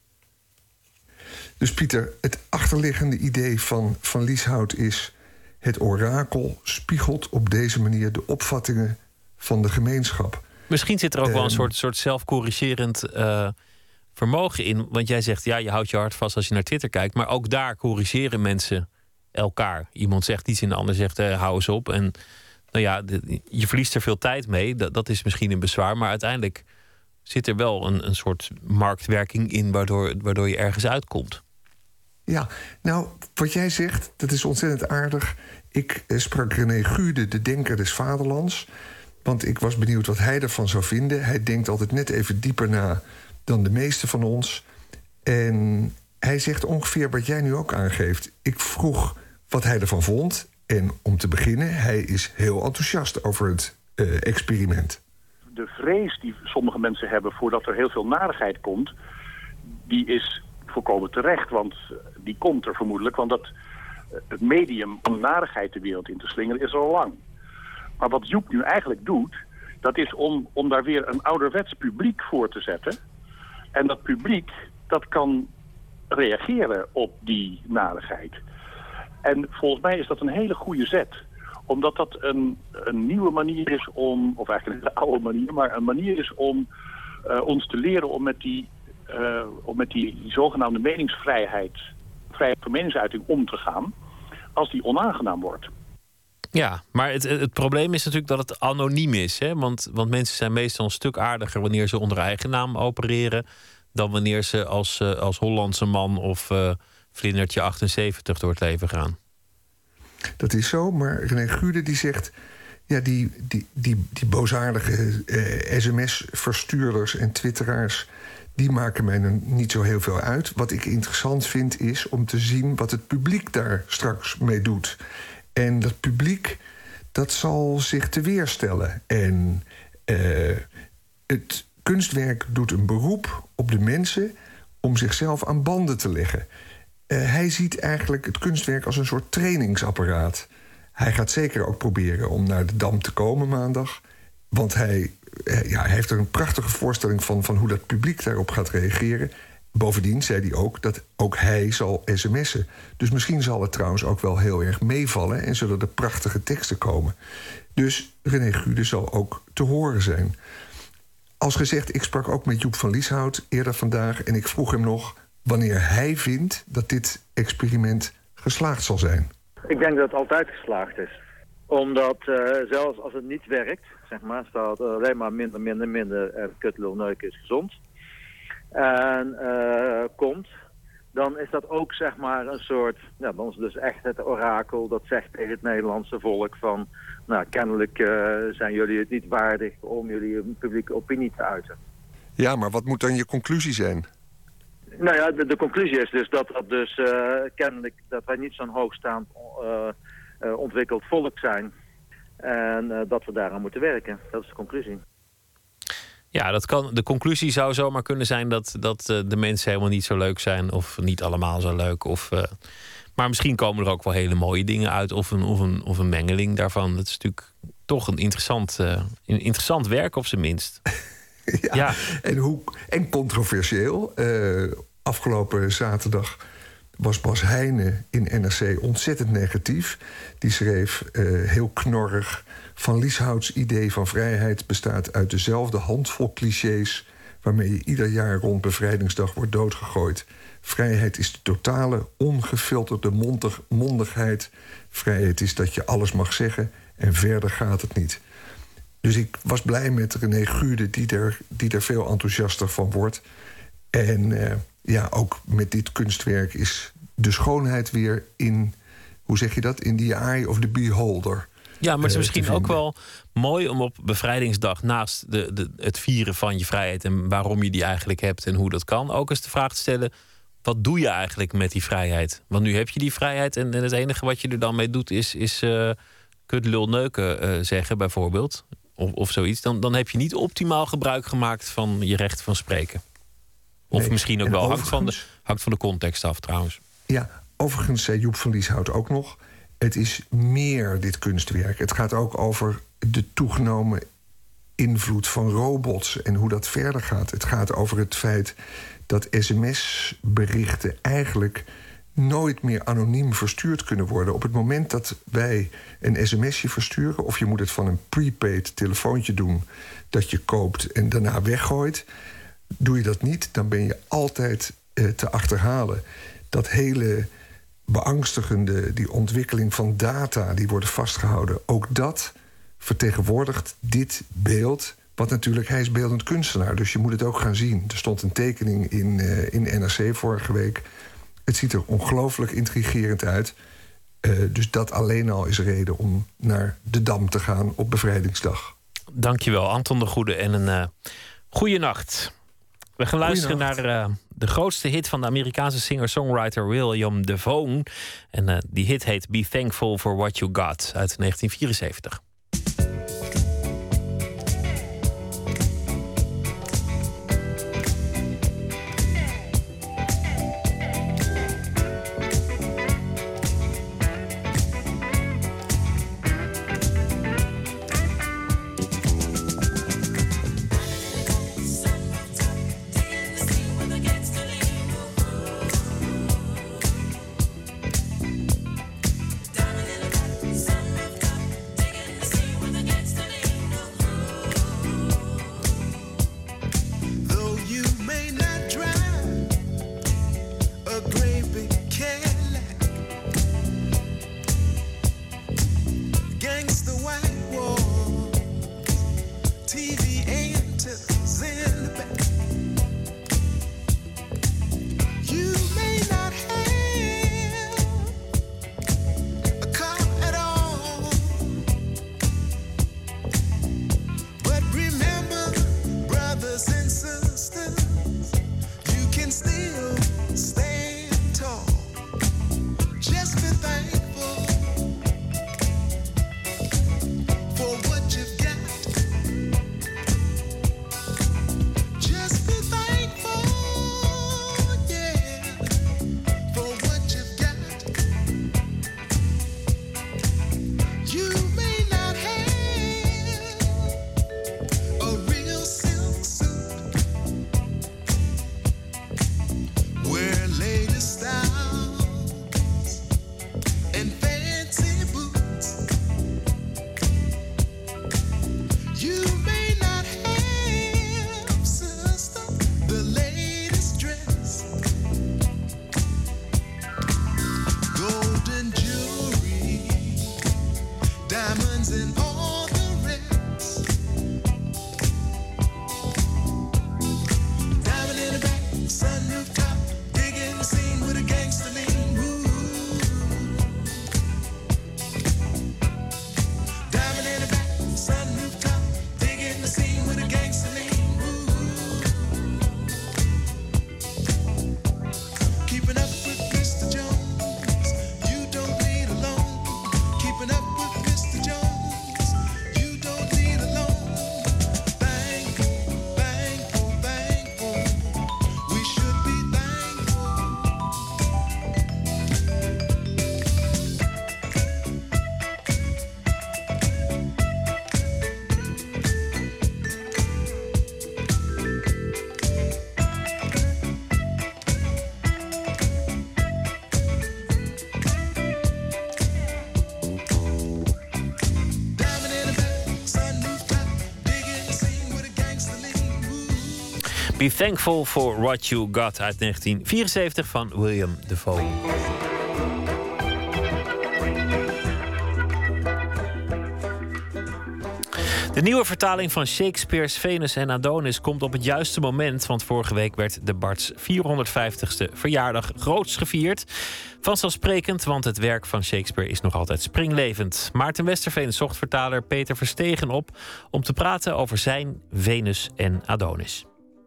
Dus Pieter, het achterliggende idee van Van Lieshout is: het orakel spiegelt op deze manier de opvattingen van de gemeenschap. Misschien zit er ook wel een Ehm, soort, soort zelfcorrigerend uh, vermogen in. Want jij zegt, ja, je houdt je hart vast als je naar Twitter kijkt. Maar ook daar corrigeren mensen elkaar. Iemand zegt iets en de ander zegt, uh, hou eens op. En nou ja, de, je verliest er veel tijd mee. Dat, dat is misschien een bezwaar. Maar uiteindelijk zit er wel een, een soort marktwerking in waardoor, waardoor je ergens uitkomt. Ja, nou, wat jij zegt, dat is ontzettend aardig. Ik eh, sprak René Gude, de denker des vaderlands. Want ik was benieuwd wat hij ervan zou vinden. Hij denkt altijd net even dieper na dan de meeste van ons. En hij zegt ongeveer wat jij nu ook aangeeft. Ik vroeg wat hij ervan vond. En om te beginnen, hij is heel enthousiast over het uh, experiment. De vrees die sommige mensen hebben voordat er heel veel narigheid komt, die is volkomen terecht, want die komt er vermoedelijk, want dat, het medium om narigheid de wereld in te slingeren is er al lang. Maar wat Joep nu eigenlijk doet, dat is om, om daar weer een ouderwets publiek voor te zetten. En dat publiek, dat kan reageren op die narigheid. En volgens mij is dat een hele goede zet. Omdat dat een, een nieuwe manier is om, of eigenlijk een oude manier, maar een manier is om uh, ons te leren om met die, uh, om met die, die zogenaamde meningsvrijheid, vrijheid van meningsuiting om te gaan, als die onaangenaam wordt. Ja, maar het, het probleem is natuurlijk dat het anoniem is. Hè? Want, want mensen zijn meestal een stuk aardiger wanneer ze onder eigen naam opereren dan wanneer ze als, uh, als Hollandse man of uh, vlindertje achtenzeventig door het leven gaan. Dat is zo, maar René Gude die zegt, ja, die, die, die, die boosaardige eh, sms-verstuurders en twitteraars, die maken mij er niet zo heel veel uit. Wat ik interessant vind is om te zien wat het publiek daar straks mee doet. En dat publiek, dat zal zich te weerstellen. En uh, het kunstwerk doet een beroep op de mensen om zichzelf aan banden te leggen. Uh, hij ziet eigenlijk het kunstwerk als een soort trainingsapparaat. Hij gaat zeker ook proberen om naar de Dam te komen maandag. Want hij, uh, ja, hij heeft er een prachtige voorstelling van, van hoe dat publiek daarop gaat reageren. Bovendien zei hij ook dat ook hij zal sms'en. Dus misschien zal het trouwens ook wel heel erg meevallen en zullen er prachtige teksten komen. Dus René Gude zal ook te horen zijn. Als gezegd, ik sprak ook met Joep van Lieshout eerder vandaag en ik vroeg hem nog wanneer hij vindt dat dit experiment geslaagd zal zijn. Ik denk dat het altijd geslaagd is. Omdat uh, zelfs als het niet werkt, zeg maar, staat alleen maar minder, minder, minder en kutlul neuk is gezond. En uh, komt, dan is dat ook zeg maar een soort, ja, dan is dus echt het orakel dat zegt tegen het Nederlandse volk van, nou kennelijk uh, zijn jullie het niet waardig om jullie een publieke opinie te uiten. Ja, maar wat moet dan je conclusie zijn? Nou ja, de, de conclusie is dus dat dat dus uh, kennelijk dat wij niet zo'n hoogstaand uh, uh, ontwikkeld volk zijn en uh, dat we daaraan moeten werken. Dat is de conclusie. Ja, dat kan, de conclusie zou zomaar kunnen zijn dat, dat uh, de mensen helemaal niet zo leuk zijn of niet allemaal zo leuk. Of, uh, maar misschien komen er ook wel hele mooie dingen uit of een, of een, of een mengeling daarvan. Dat is natuurlijk toch een interessant, uh, een interessant werk op zijn minst. ja, ja. En, hoe, en controversieel. Uh, afgelopen zaterdag was Bas Heijnen in N R C ontzettend negatief. Die schreef uh, heel knorrig: Van Lieshouts idee van vrijheid bestaat uit dezelfde handvol clichés waarmee je ieder jaar rond Bevrijdingsdag wordt doodgegooid. Vrijheid is de totale, ongefilterde mondig, mondigheid. Vrijheid is dat je alles mag zeggen en verder gaat het niet. Dus ik was blij met René Gude, die er, die er veel enthousiaster van wordt. En uh, ja, ook met dit kunstwerk is de schoonheid weer in, hoe zeg je dat, in the eye of the beholder. Ja, maar het is uh, misschien ook wel mooi om op Bevrijdingsdag, naast de, de, het vieren van je vrijheid en waarom je die eigenlijk hebt en hoe dat kan, ook eens de vraag te stellen: wat doe je eigenlijk met die vrijheid? Want nu heb je die vrijheid en, en het enige wat je er dan mee doet is, is uh, kut, lul, neuken uh, zeggen bijvoorbeeld. Of, of zoiets. Dan, dan heb je niet optimaal gebruik gemaakt van je recht van spreken. Of nee, misschien ook en wel, hangt van, de, hangt van de context af trouwens. Ja, overigens zei Joep van Lieshout ook nog: het is meer, dit kunstwerk. Het gaat ook over de toegenomen invloed van robots en hoe dat verder gaat. Het gaat over het feit dat sms-berichten eigenlijk nooit meer anoniem verstuurd kunnen worden. Op het moment dat wij een sms'je versturen, of je moet het van een prepaid telefoontje doen dat je koopt en daarna weggooit, doe je dat niet, dan ben je altijd eh, te achterhalen. Dat hele beangstigende, die ontwikkeling van data die worden vastgehouden, ook dat vertegenwoordigt dit beeld. Wat natuurlijk, hij is beeldend kunstenaar, dus je moet het ook gaan zien. Er stond een tekening in, uh, in N R C vorige week. Het ziet er ongelooflijk intrigerend uit. Uh, dus dat alleen al is reden om naar de Dam te gaan op Bevrijdingsdag. Dankjewel, Anton de Goede. En een uh, goeie nacht. We gaan luisteren naar uh, de grootste hit van de Amerikaanse singer-songwriter William DeVoe. En uh, die hit heet Be Thankful for What You Got uit negentien vierenzeventig. Diamond in the sun rooftop, taking Be Thankful for What You Got uit negentien vierenzeventig van William Defoe. De nieuwe vertaling van Shakespeare's Venus en Adonis komt op het juiste moment, want vorige week werd de Barts vierhonderdvijftigste verjaardag groots gevierd. Vanzelfsprekend, want het werk van Shakespeare is nog altijd springlevend. Maarten Westerveen zocht vertaler Peter Verstegen op om te praten over zijn Venus en Adonis.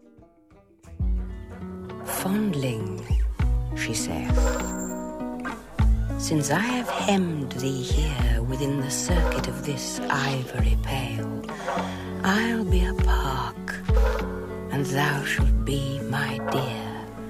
Fondling, she saith, since I have hemmed thee here within the circuit of this ivory pale, I'll be a park, and thou shalt be my dear.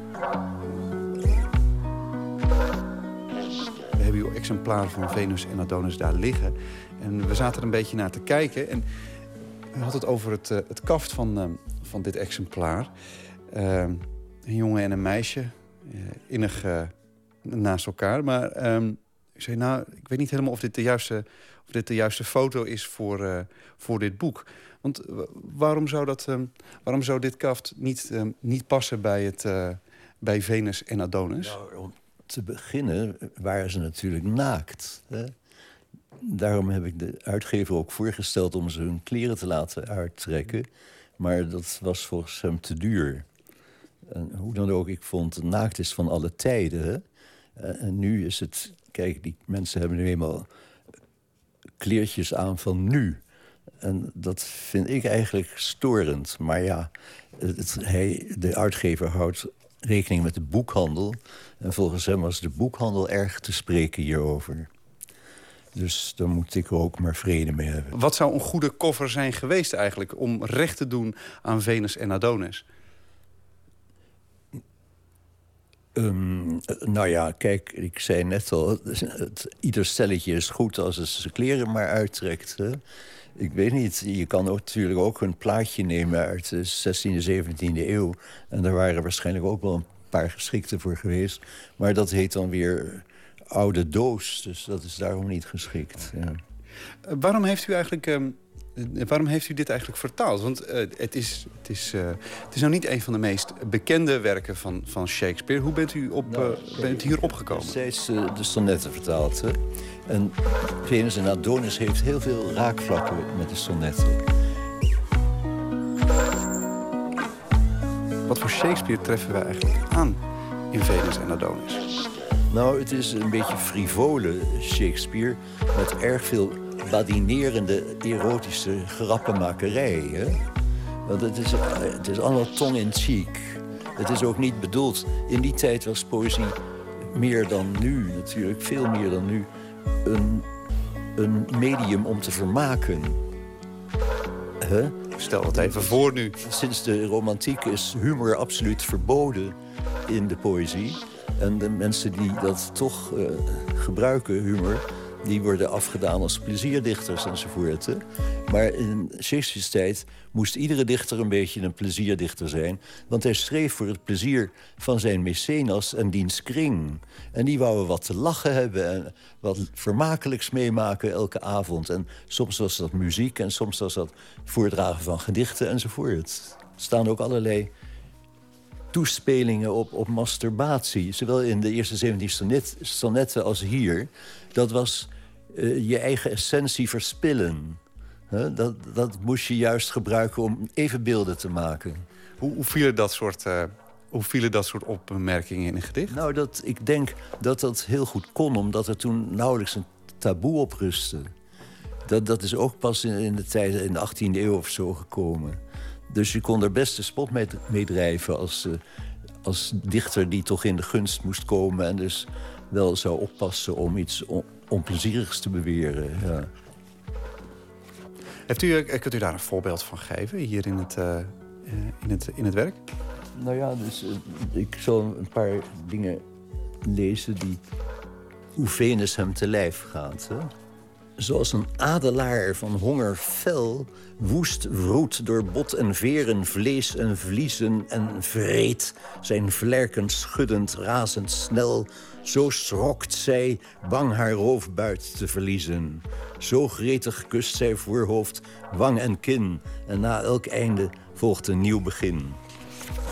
We hebben uw exemplaar van Venus en Adonis daar liggen. En we zaten er een beetje naar te kijken. En u had het over het, uh, het kaft van, uh, van dit exemplaar. Uh, een jongen en een meisje, uh, innig uh, naast elkaar. Maar um, ik zei, nou, ik weet niet helemaal of dit de juiste, of dit de juiste foto is voor, uh, voor dit boek. Want waarom zou, dat, um, waarom zou dit kaft niet, um, niet passen bij, het, uh, bij Venus en Adonis? Nou, om te beginnen waren ze natuurlijk naakt. Hè? Daarom heb ik de uitgever ook voorgesteld om ze hun kleren te laten uittrekken. Maar dat was volgens hem te duur. En hoe dan ook, ik vond naakt is van alle tijden. Hè? En nu is het... Kijk, die mensen hebben nu eenmaal kleertjes aan van nu. En dat vind ik eigenlijk storend. Maar ja, het, hij, de uitgever houdt rekening met de boekhandel. En volgens hem was de boekhandel erg te spreken hierover. Dus daar moet ik er ook maar vrede mee hebben. Wat zou een goede cover zijn geweest eigenlijk om recht te doen aan Venus en Adonis? Um, nou ja, kijk, ik zei net al, het, ieder stelletje is goed als het zijn kleren maar uittrekt. Hè? Ik weet niet, je kan ook, natuurlijk ook een plaatje nemen uit de zestiende, zeventiende eeuw. En daar waren waarschijnlijk ook wel een paar geschikte voor geweest. Maar dat heet dan weer oude doos, dus dat is daarom niet geschikt. Ja. Uh, waarom heeft u eigenlijk... Um... Waarom heeft u dit eigenlijk vertaald? Want uh, het, is, het, is, uh, het is nou niet een van de meest bekende werken van, van Shakespeare. Hoe bent u, op, nou, uh, bent u hier opgekomen? Steeds uh, de sonnetten vertaald. Hè? En Venus en Adonis heeft heel veel raakvlakken met de sonnetten. Wat voor Shakespeare treffen wij eigenlijk aan in Venus en Adonis? Nou, het is een beetje frivole Shakespeare met erg veel badinerende, erotische grappenmakerij. Hè? Want het is, het is allemaal tong-in-cheek. Het is ook niet bedoeld... In die tijd was poëzie meer dan nu, natuurlijk, veel meer dan nu... een, een medium om te vermaken. Huh? Stel het even voor nu. Sinds de romantiek is humor absoluut verboden in de poëzie. En de mensen die dat toch uh, gebruiken, humor... die worden afgedaan als plezierdichters enzovoort. Hè? Maar in Shakespeare's tijd moest iedere dichter een beetje een plezierdichter zijn. Want hij schreef voor het plezier van zijn mecenas en diens kring. En die wouden wat te lachen hebben en wat vermakelijks meemaken elke avond. En soms was dat muziek en soms was dat voordragen van gedichten enzovoort. Er staan ook allerlei toespelingen op, op masturbatie. Zowel in de eerste zeventien sonnet, sonnetten als hier. Dat was uh, je eigen essentie verspillen. Huh? Dat, dat moest je juist gebruiken om evenbeelden te maken. Hoe, hoe, vielen dat soort, uh, hoe vielen dat soort opmerkingen in een gedicht? Nou, dat, ik denk dat dat heel goed kon... omdat er toen nauwelijks een taboe op rustte. Dat, dat is ook pas in, in de tijd, in de achttiende eeuw of zo gekomen. Dus je kon er best de spot mee, mee drijven als, uh, als dichter die toch in de gunst moest komen... en dus wel zou oppassen om iets on, onplezierigs te beweren. Ja. Heeft u, kunt u daar een voorbeeld van geven, hier in het, uh, in het, in het werk? Nou ja, dus, uh, ik zal een paar dingen lezen die... hoe Venus hem te lijf gaat, hè? Zoals een adelaar van honger fel, woest wroet door bot en veren, vlees en vliezen en vreet, zijn vlerken schuddend razendsnel, zo schrokt zij, bang haar roofbuit te verliezen. Zo gretig kust zij voorhoofd, wang en kin, en na elk einde volgt een nieuw begin.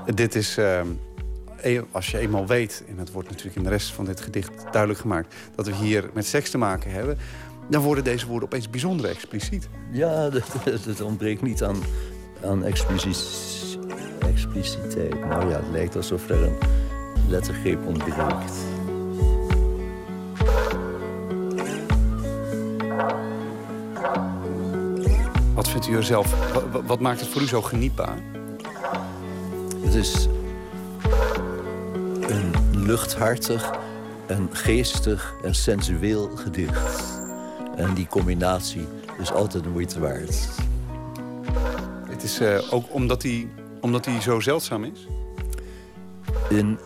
Dit is, uh, als je eenmaal weet, en dat wordt natuurlijk in de rest van dit gedicht duidelijk gemaakt, dat we hier met seks te maken hebben, dan worden deze woorden opeens bijzonder expliciet. Ja, het ontbreekt niet aan, aan expliciet, expliciteit. Nou ja, het lijkt alsof er een lettergreep ontbreekt. Wat vindt u er zelf, wat, wat maakt het voor u zo genietbaar? Het is een luchthartig en geestig en sensueel gedicht. En die combinatie is altijd de moeite waard. Het is uh, ook omdat hij, omdat hij zo zeldzaam is? In,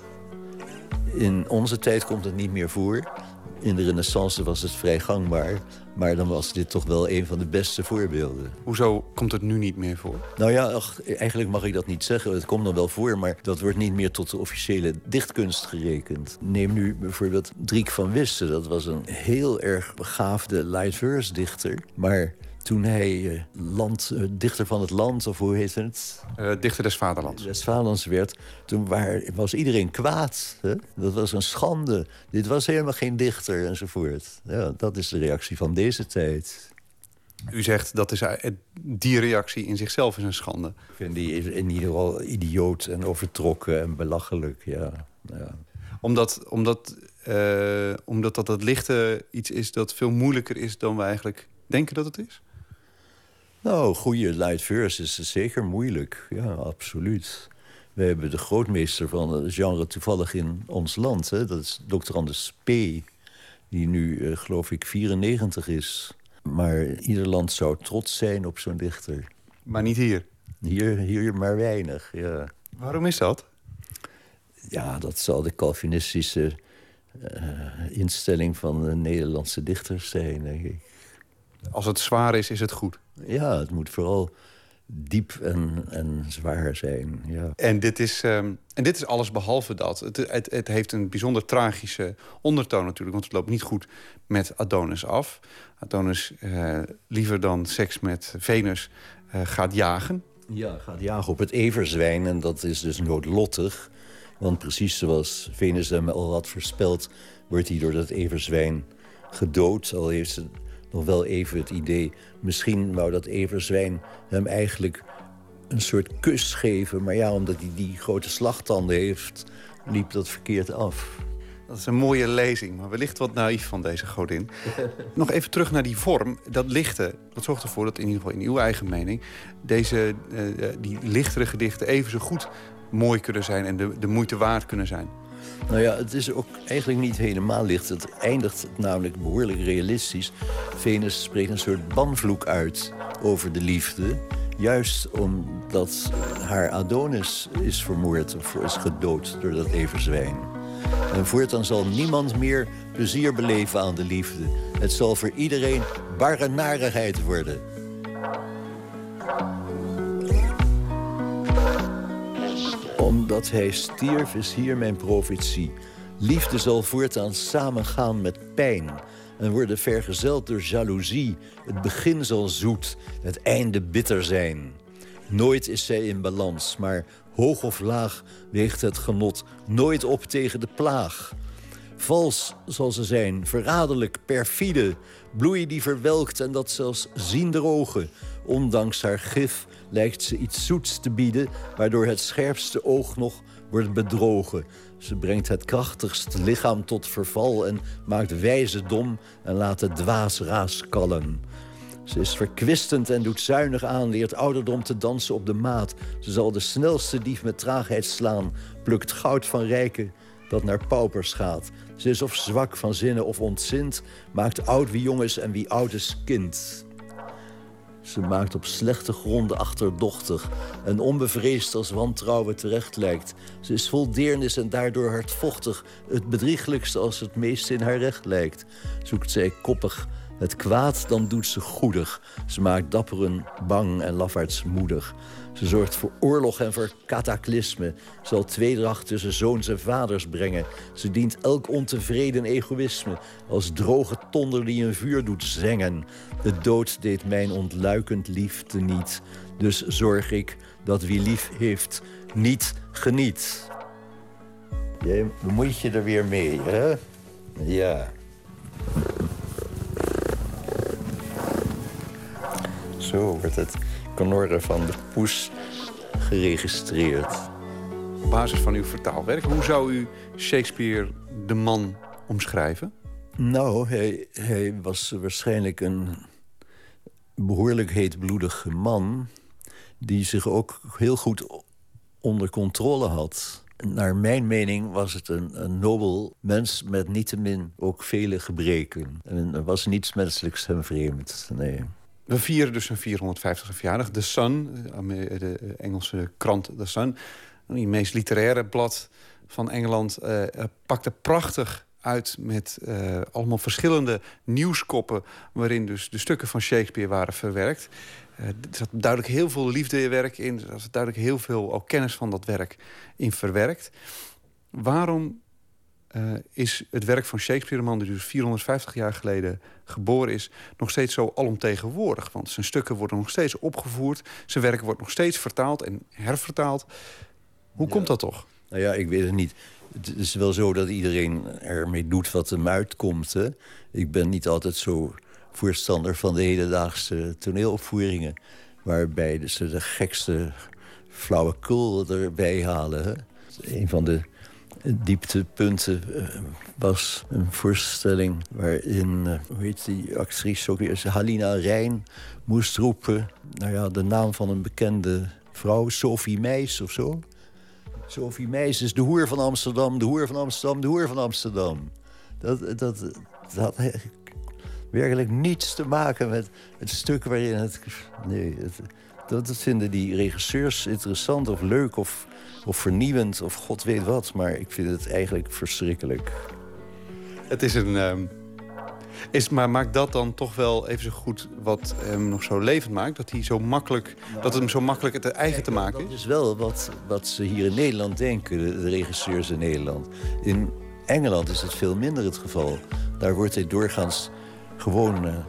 in onze tijd komt het niet meer voor. In de Renaissance was het vrij gangbaar. Maar dan was dit toch wel een van de beste voorbeelden. Hoezo komt het nu niet meer voor? Nou ja, ach, eigenlijk mag ik dat niet zeggen. Het komt dan wel voor, maar dat wordt niet meer tot de officiële dichtkunst gerekend. Neem nu bijvoorbeeld Driek van Wisten. Dat was een heel erg begaafde light verse dichter. Maar toen hij uh, land, uh, dichter van het land, of hoe heet het? Uh, dichter des vaderlands. Des vaderlands werd, toen waar, was iedereen kwaad. Hè? Dat was een schande. Dit was helemaal geen dichter, enzovoort. Ja, dat is de reactie van deze tijd. U zegt dat is, die reactie in zichzelf is een schande. Ik vind die in ieder geval idioot en overtrokken en belachelijk, ja. ja. Omdat, omdat, uh, omdat dat, dat lichte iets is dat veel moeilijker is dan we eigenlijk denken dat het is? Nou, goede light verse is zeker moeilijk. Ja, absoluut. We hebben de grootmeester van het genre toevallig in ons land. Hè? Dat is dokter Anders P. Die nu, uh, geloof ik, vierennegentig is. Maar ieder land zou trots zijn op zo'n dichter. Maar niet hier? Hier, hier maar weinig, ja. Waarom is dat? Ja, dat zal de Calvinistische uh, instelling van de Nederlandse dichters zijn, denk ik. Als het zwaar is, is het goed? Ja, het moet vooral diep en, en zwaar zijn, ja. En dit is, um, en dit is alles behalve dat. Het, het, het heeft een bijzonder tragische ondertoon natuurlijk, want het loopt niet goed met Adonis af. Adonis, uh, liever dan seks met Venus, uh, gaat jagen. Ja, gaat jagen op het everzwijn en dat is dus noodlottig. Want precies zoals Venus hem al had voorspeld, wordt hij door dat everzwijn gedood. Al heeft ze nog wel even het idee, misschien wou dat everzwijn hem eigenlijk een soort kus geven. Maar ja, omdat hij die grote slagtanden heeft, liep dat verkeerd af. Dat is een mooie lezing, maar wellicht wat naïef van deze godin. Nog even terug naar die vorm. Dat lichte, dat zorgt ervoor dat in ieder geval in uw eigen mening deze, uh, die lichtere gedichten even zo goed mooi kunnen zijn en de, de moeite waard kunnen zijn. Nou ja, het is ook eigenlijk niet helemaal licht. Het eindigt namelijk behoorlijk realistisch. Venus spreekt een soort banvloek uit over de liefde. Juist omdat haar Adonis is vermoord of is gedood door dat everzwijn. En voortaan zal niemand meer plezier beleven aan de liefde. Het zal voor iedereen barre narigheid worden. Omdat hij stierf is hier mijn profetie. Liefde zal voortaan samengaan met pijn en worden vergezeld door jaloezie. Het begin zal zoet, het einde bitter zijn. Nooit is zij in balans, maar hoog of laag weegt het genot nooit op tegen de plaag. Vals zal ze zijn, verraderlijk, perfide, bloei die verwelkt en dat zelfs ziender ogen. Ondanks haar gif lijkt ze iets zoets te bieden, waardoor het scherpste oog nog wordt bedrogen. Ze brengt het krachtigste lichaam tot verval en maakt wijze dom en laat de dwaas raaskallen. Ze is verkwistend en doet zuinig aan, leert ouderdom te dansen op de maat. Ze zal de snelste dief met traagheid slaan, plukt goud van rijken dat naar paupers gaat. Ze is of zwak van zinnen of ontzint, maakt oud wie jong is en wie oud is kind. Ze maakt op slechte gronden achterdochtig en onbevreesd als wantrouwen terecht lijkt. Ze is vol deernis en daardoor hardvochtig, het bedrieglijkste als het meest in haar recht lijkt. Zoekt zij koppig Het kwaad dan doet ze goedig. Ze maakt dapperen bang en lafaards moedig. Ze zorgt voor oorlog en voor cataclysme. Zal tweedracht tussen zoons en vaders brengen. Ze dient elk ontevreden egoïsme. Als droge tonder die een vuur doet zengen. De dood deed mijn ontluikend liefde niet. Dus zorg ik dat wie lief heeft niet geniet. Jij bemoeit je er weer mee, hè? Ja. Zo wordt het knorren van de poes geregistreerd. Op basis van uw vertaalwerk, hoe zou u Shakespeare de man omschrijven? Nou, hij, hij was waarschijnlijk een behoorlijk heetbloedige man die zich ook heel goed onder controle had. Naar mijn mening was het een, een nobel mens met niettemin ook vele gebreken. En er was niets menselijks hem vreemd, nee. We vieren dus zijn vierhonderdvijftigste verjaardag. The Sun, de Engelse krant The Sun, het meest literaire blad van Engeland, uh, pakte prachtig uit met uh, allemaal verschillende nieuwskoppen waarin dus de stukken van Shakespeare waren verwerkt. Uh, er zat duidelijk heel veel liefdewerk in. Er zat duidelijk heel veel ook kennis van dat werk in verwerkt. Waarom uh, is het werk van Shakespeare, de man die dus vierhonderdvijftig jaar geleden geboren is, nog steeds zo alomtegenwoordig? Want zijn stukken worden nog steeds opgevoerd. Zijn werk wordt nog steeds vertaald en hervertaald. Hoe ja. komt dat toch? Nou ja, ik weet het niet. Het is wel zo dat iedereen ermee doet wat hem uitkomt. Hè? Ik ben niet altijd zo voorstander van de hedendaagse toneelopvoeringen, waarbij ze de gekste flauwekul erbij halen. Hè? Een van de dieptepunten uh, was een voorstelling waarin, uh, hoe heet die actrice ook weer, Halina Rijn moest roepen, nou ja, de naam van een bekende vrouw, Sophie Meijs of zo. Sophie Meijs is de hoer van Amsterdam, de hoer van Amsterdam, de hoer van Amsterdam. Dat, dat, dat had werkelijk niets te maken met het stuk waarin het... Nee, het, dat, dat vinden die regisseurs interessant of leuk of, of vernieuwend of god weet wat. Maar ik vind het eigenlijk verschrikkelijk. Het is een... Um... Is, maar maakt dat dan toch wel even zo goed wat hem nog zo levend maakt? Dat, hij zo makkelijk, nou, dat het hem zo makkelijk het eigen te maken is? Dat is wel wat, wat ze hier in Nederland denken, de, de regisseurs in Nederland. In Engeland is het veel minder het geval. Daar wordt hij doorgaans gewoon uh,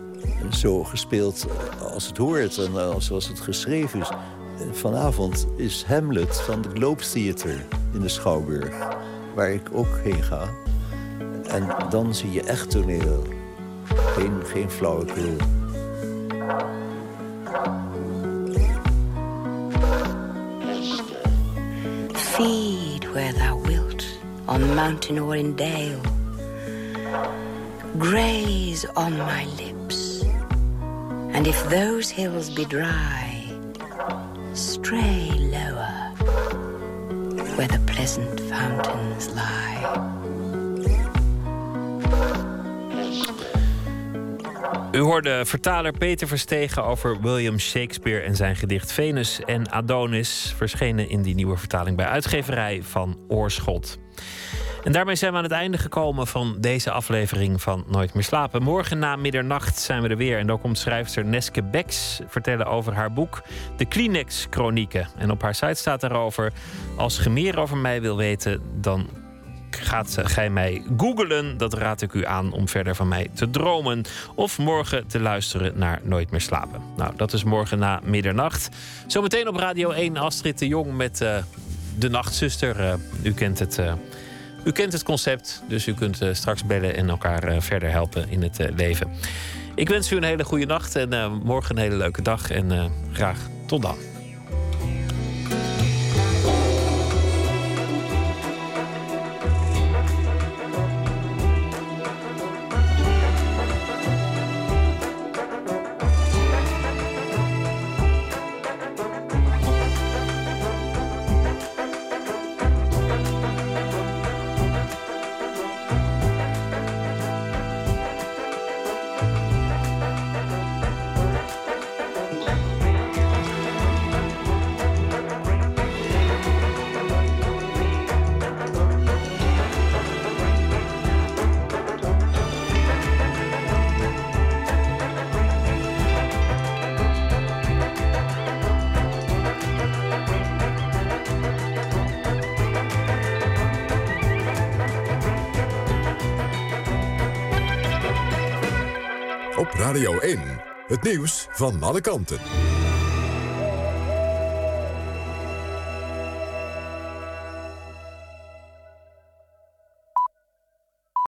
zo gespeeld als het hoort en uh, zoals het geschreven is. Uh, vanavond is Hamlet van de Globe Theatre in de Schouwburg, waar ik ook heen ga. En dan zie je echt toneel. Geen, geen flauwekul. Feed where thou wilt, on mountain or in dale. Graze on my lips. And if those hills be dry, stray lower, where the pleasant fountains lie. U hoorde vertaler Peter Verstegen over William Shakespeare en zijn gedicht Venus en Adonis, verschenen in die nieuwe vertaling bij uitgeverij Van Oorschot. En daarmee zijn we aan het einde gekomen van deze aflevering van Nooit meer slapen. Morgen na middernacht zijn we er weer en dan komt schrijfster Neske Becks vertellen over haar boek De Kleenex-chronieken. En op haar site staat daarover: als je meer over mij wil weten, dan gaat gij mij googlen. Dat raad ik u aan om verder van mij te dromen. Of morgen te luisteren naar Nooit meer slapen. Nou, dat is morgen na middernacht. Zometeen op Radio één Astrid de Jong met uh, De Nachtzuster. Uh, u kent het... Uh, U kent het concept, dus u kunt uh, straks bellen en elkaar uh, verder helpen in het uh, leven. Ik wens u een hele goede nacht en uh, morgen een hele leuke dag. En uh, graag tot dan. Op Radio één, het nieuws van alle kanten.